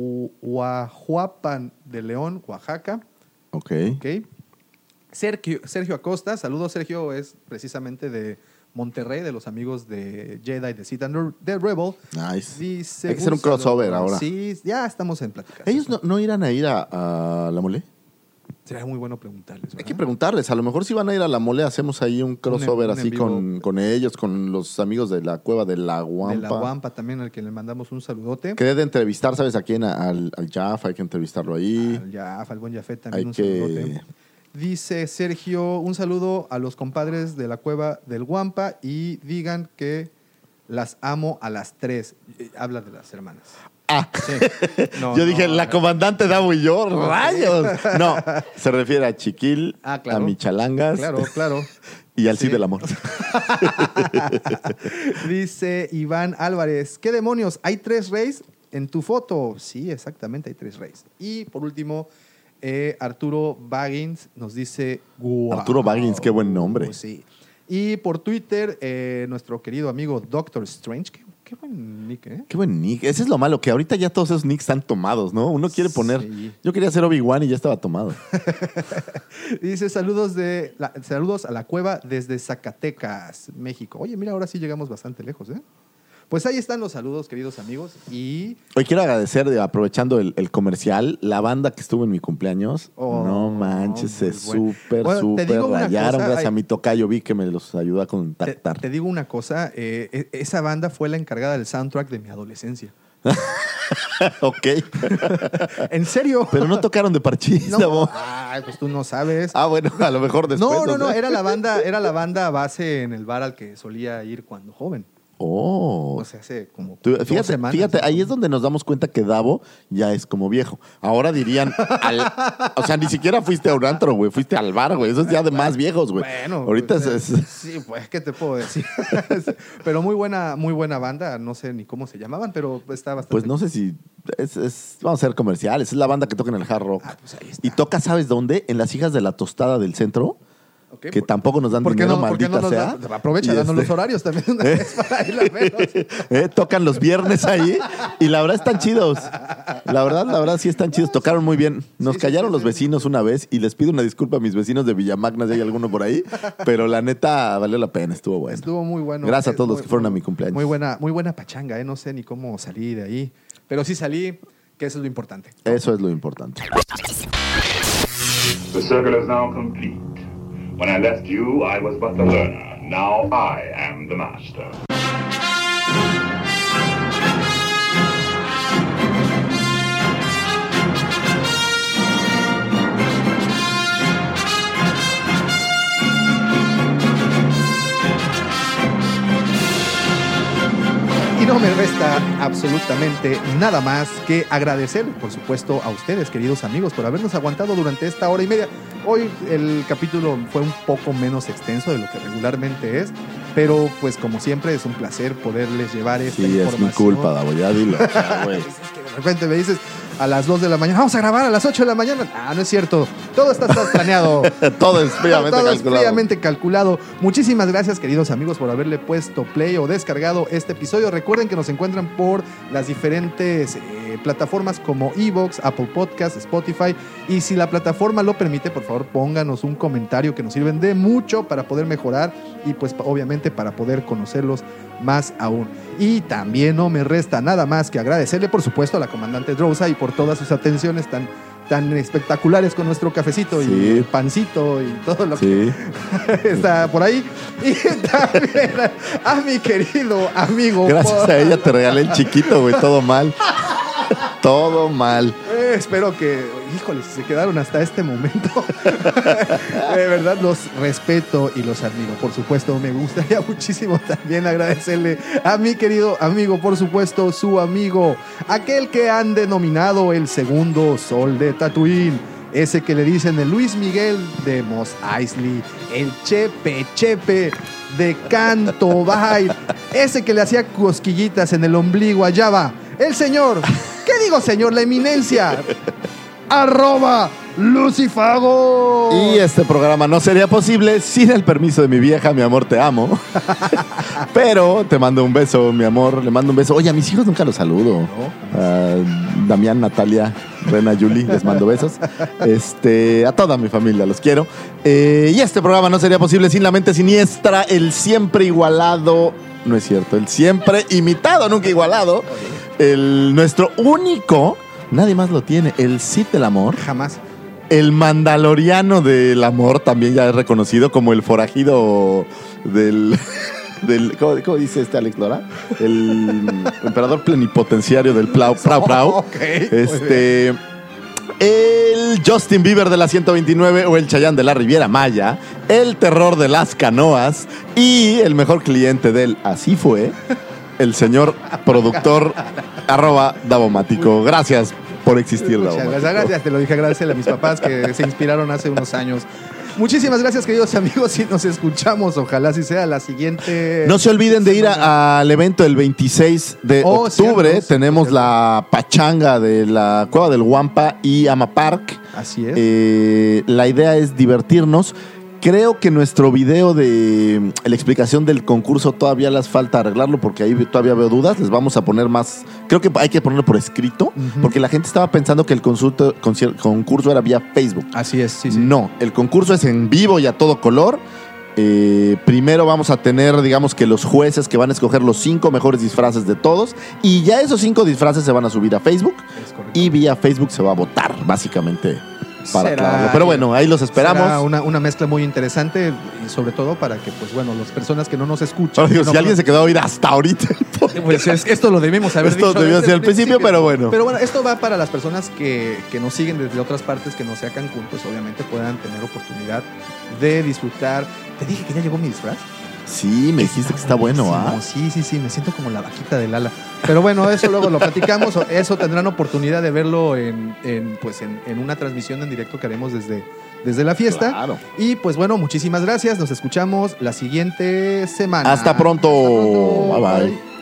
Oahuapan de León, Oaxaca. Ok. Ok. Sergio, Sergio Acosta, saludos. Sergio es precisamente de Monterrey, de los amigos de Jedi, de Sith and the Rebel. Nice. Dice, Hay que hacer un crossover ahora. Sí, ya estamos en plática. ¿Ellos no, no irán a ir a, a la mole? Sería muy bueno preguntarles. Hay ¿verdad? que preguntarles. A lo mejor si van a ir a la mole, hacemos ahí un crossover un en así vivo. con, con ellos, con los amigos de la cueva de la Guampa. De la Guampa también, al que le mandamos un saludote. Que de entrevistar, ¿sabes a quién? Al, al Jaffa, hay que entrevistarlo ahí. Al Jaffa, al buen Jafet también Hay un que- saludote. Dice Sergio, un saludo a los compadres de la cueva del Guampa y digan que las amo a las tres. Eh, Habla de las hermanas. Ah, Sí. No, yo no, dije, la no. comandante Davo y yo, rayos. No, se refiere a Chiquil, Ah, claro. a Michalangas Claro, claro. y al Sí. Cid del Amor. Dice Iván Álvarez, ¿qué demonios? ¿Hay tres reyes en tu foto? Sí, exactamente, hay tres reyes. Y por último, eh, Arturo Baggins nos dice... "Guau". Arturo Baggins, qué buen nombre. Sí. Y por Twitter, eh, nuestro querido amigo Doctor Strange, qué, qué buen nick, ¿eh? Qué buen nick. Ese es lo malo, que ahorita ya todos esos nicks están tomados, ¿no? Uno quiere poner... Sí. Yo quería ser Obi-Wan y ya estaba tomado. Dice saludos, de la- saludos a la cueva desde Zacatecas, México. Oye, mira, ahora sí llegamos bastante lejos, ¿eh? Pues ahí están los saludos, queridos amigos. Y Hoy quiero agradecer, de- aprovechando el, el comercial, la banda que estuvo en mi cumpleaños. Oh, no manches, se muy bueno. súper, Bueno, te súper digo una rayaron. cosa, Gracias hay- a mi tocayo, vi que me los ayudó a te, contactar. te digo una cosa, eh, e- esa banda fue la encargada del soundtrack de mi adolescencia. Ok. ¿En serio? Pero no tocaron de parchís, No, Davo. ay, pues tú no sabes. Ah, bueno, a lo mejor después. no, no, no, sé. era la banda, era la banda base en el bar al que solía ir cuando joven. Oh. O sea, hace como Tú- dos fíjate, semanas. fíjate, ahí es donde nos damos cuenta que Davo ya es como viejo. Ahora dirían, al- o sea, ni siquiera fuiste a un antro, güey, fuiste al bar, güey. Eso es ya de más viejos, güey. Bueno, ahorita pues, es, es- sí, pues, ¿qué te puedo decir? Pero muy buena, muy buena banda, no sé ni cómo se llamaban, pero está bastante. pues no sé si es, es- vamos a hacer comerciales. Es la banda que toca en el hard rock. Ah, pues ahí está. Y toca, ¿sabes dónde? En las hijas de la tostada del centro, Ok, que por- tampoco nos dan ¿Por qué dinero, no, por qué maldita no nos sea. da- aprovecha Y dando los este- horarios también una vez para ir a verlos. Eh, tocan los viernes ahí y la verdad están chidos. La verdad, la verdad sí están chidos. Tocaron muy bien. Nos Sí, sí, callaron sí, los sí. vecinos una vez y les pido una disculpa a mis vecinos de Villamagna si hay alguno por ahí, pero la neta valió la pena, estuvo bueno. Estuvo muy bueno. Gracias a Eh, todos los muy- que fueron a muy- mi cumpleaños. Muy buena, muy buena pachanga, ¿eh? No sé ni cómo salí de ahí. Pero sí salí, que eso es lo importante. Eso es lo importante. The circle is now complete. When I left you, I was but the learner. Now I am the master. Y no me resta absolutamente nada más que agradecer, por supuesto, a ustedes, queridos amigos, por habernos aguantado durante esta hora y media. Hoy el capítulo fue un poco menos extenso de lo que regularmente es, pero pues como siempre es un placer poderles llevar esta Sí, es información. mi culpa, Davo, ya dilo. Ya, güey. Es que de repente me dices a las dos de la mañana, vamos a grabar a las ocho de la mañana. Ah, no es cierto. Todo está, está planeado. Todo es fríamente Todo es calculado. fríamente calculado. Muchísimas gracias, queridos amigos, por haberle puesto play o descargado este episodio. Recuerden que nos encuentran por las diferentes eh, plataformas como Evox, Apple Podcasts, Spotify. Y si la plataforma lo permite, por favor, pónganos un comentario que nos sirven de mucho para poder mejorar y pues pa- obviamente para poder conocerlos más aún. Y también no me resta nada más que agradecerle, por supuesto, a la comandante Drosa y por todas sus atenciones tan, tan espectaculares con nuestro cafecito y Sí. el pancito y todo lo Sí. que está por ahí. Y también a, a mi querido amigo. Gracias por- a ella te regalé el chiquito, güey. Todo mal. Todo mal. Eh, espero que, híjole, si se quedaron hasta este momento. De verdad los respeto y los admiro. Por supuesto, me gustaría muchísimo también agradecerle a mi querido amigo, por supuesto, su amigo, aquel que han denominado el segundo sol de Tatooine. Ese que le dicen el Luis Miguel de Mos Eisley, el Chepe Chepe de Canto Bay, ese que le hacía cosquillitas en el ombligo a Java, el señor, ¿qué digo señor? La eminencia, arroba Lucifago. Y este programa no sería posible sin el permiso de mi vieja, mi amor, te amo. Pero te mando un beso, mi amor, le mando un beso. Oye, a mis hijos nunca los saludo. A Damián, Natalia, Rena, Yuli, les mando besos. Este, a toda mi familia, los quiero. Eh, y este programa no sería posible sin la mente siniestra, el siempre igualado, no es cierto, el siempre imitado, nunca igualado, el nuestro único, nadie más lo tiene, el Cid del amor. Jamás. El mandaloriano del amor también ya es reconocido como el forajido del... del ¿cómo, cómo dice este Alex Lora? El emperador plenipotenciario del Plau, Prau Prau. Ok, muy Este... El Justin Bieber de la ciento veintinueve o el Chayanne de la Riviera Maya, el terror de las canoas y el mejor cliente del Así Fue, el señor productor arroba Davomático. Gracias por existir, Muchas Davomático. gracias, gracias, te lo dije, agradecerle a mis papás que se inspiraron hace unos años. Muchísimas gracias, queridos amigos, y nos escuchamos. Ojalá si sea la siguiente. No se olviden de ir a- al evento el veintiséis de Oh, octubre. cierto, Tenemos cierto. la pachanga de la Cueva del Guampa y Ama Park. Así es. Eh, la idea es divertirnos. Creo que nuestro video de mm, la explicación del concurso todavía les falta arreglarlo porque ahí todavía veo dudas. Les vamos a poner más. Creo que hay que ponerlo por escrito Ujú. porque la gente estaba pensando que el consulto- concier- concurso era vía Facebook. Así es, sí, sí. No, el concurso es en vivo y a todo color. Eh, primero vamos a tener, digamos que los jueces que van a escoger los cinco mejores disfraces de todos. Y ya esos cinco disfraces se van a subir a Facebook. Y vía Facebook se va a votar, básicamente. Para Será- aclararlo. Pero bueno, ahí los esperamos. Será una, una mezcla muy interesante y sobre todo para que, pues bueno, las personas que no nos escuchan. Ahora digo, que no si alguien cono- se quedó a oír hasta ahorita. Pues es- esto lo debimos haber Esto dicho debió desde ser el al principio, pero bueno. Pero bueno, esto va para las personas que, que nos siguen desde otras partes que no sea Cancún, pues obviamente puedan tener oportunidad de disfrutar. Te dije que ya llegó mi disfraz. Sí, me dijiste que está bueno, ¿ah? buenísimo. Sí, sí, sí, me siento como la vaquita del ala. Pero bueno, eso luego lo platicamos. Eso tendrán oportunidad de verlo en, en, pues en, en una transmisión en directo que haremos desde, desde la fiesta. Claro. Y pues bueno, muchísimas gracias. Nos escuchamos la siguiente semana. Hasta pronto. Hasta pronto. Bye, bye.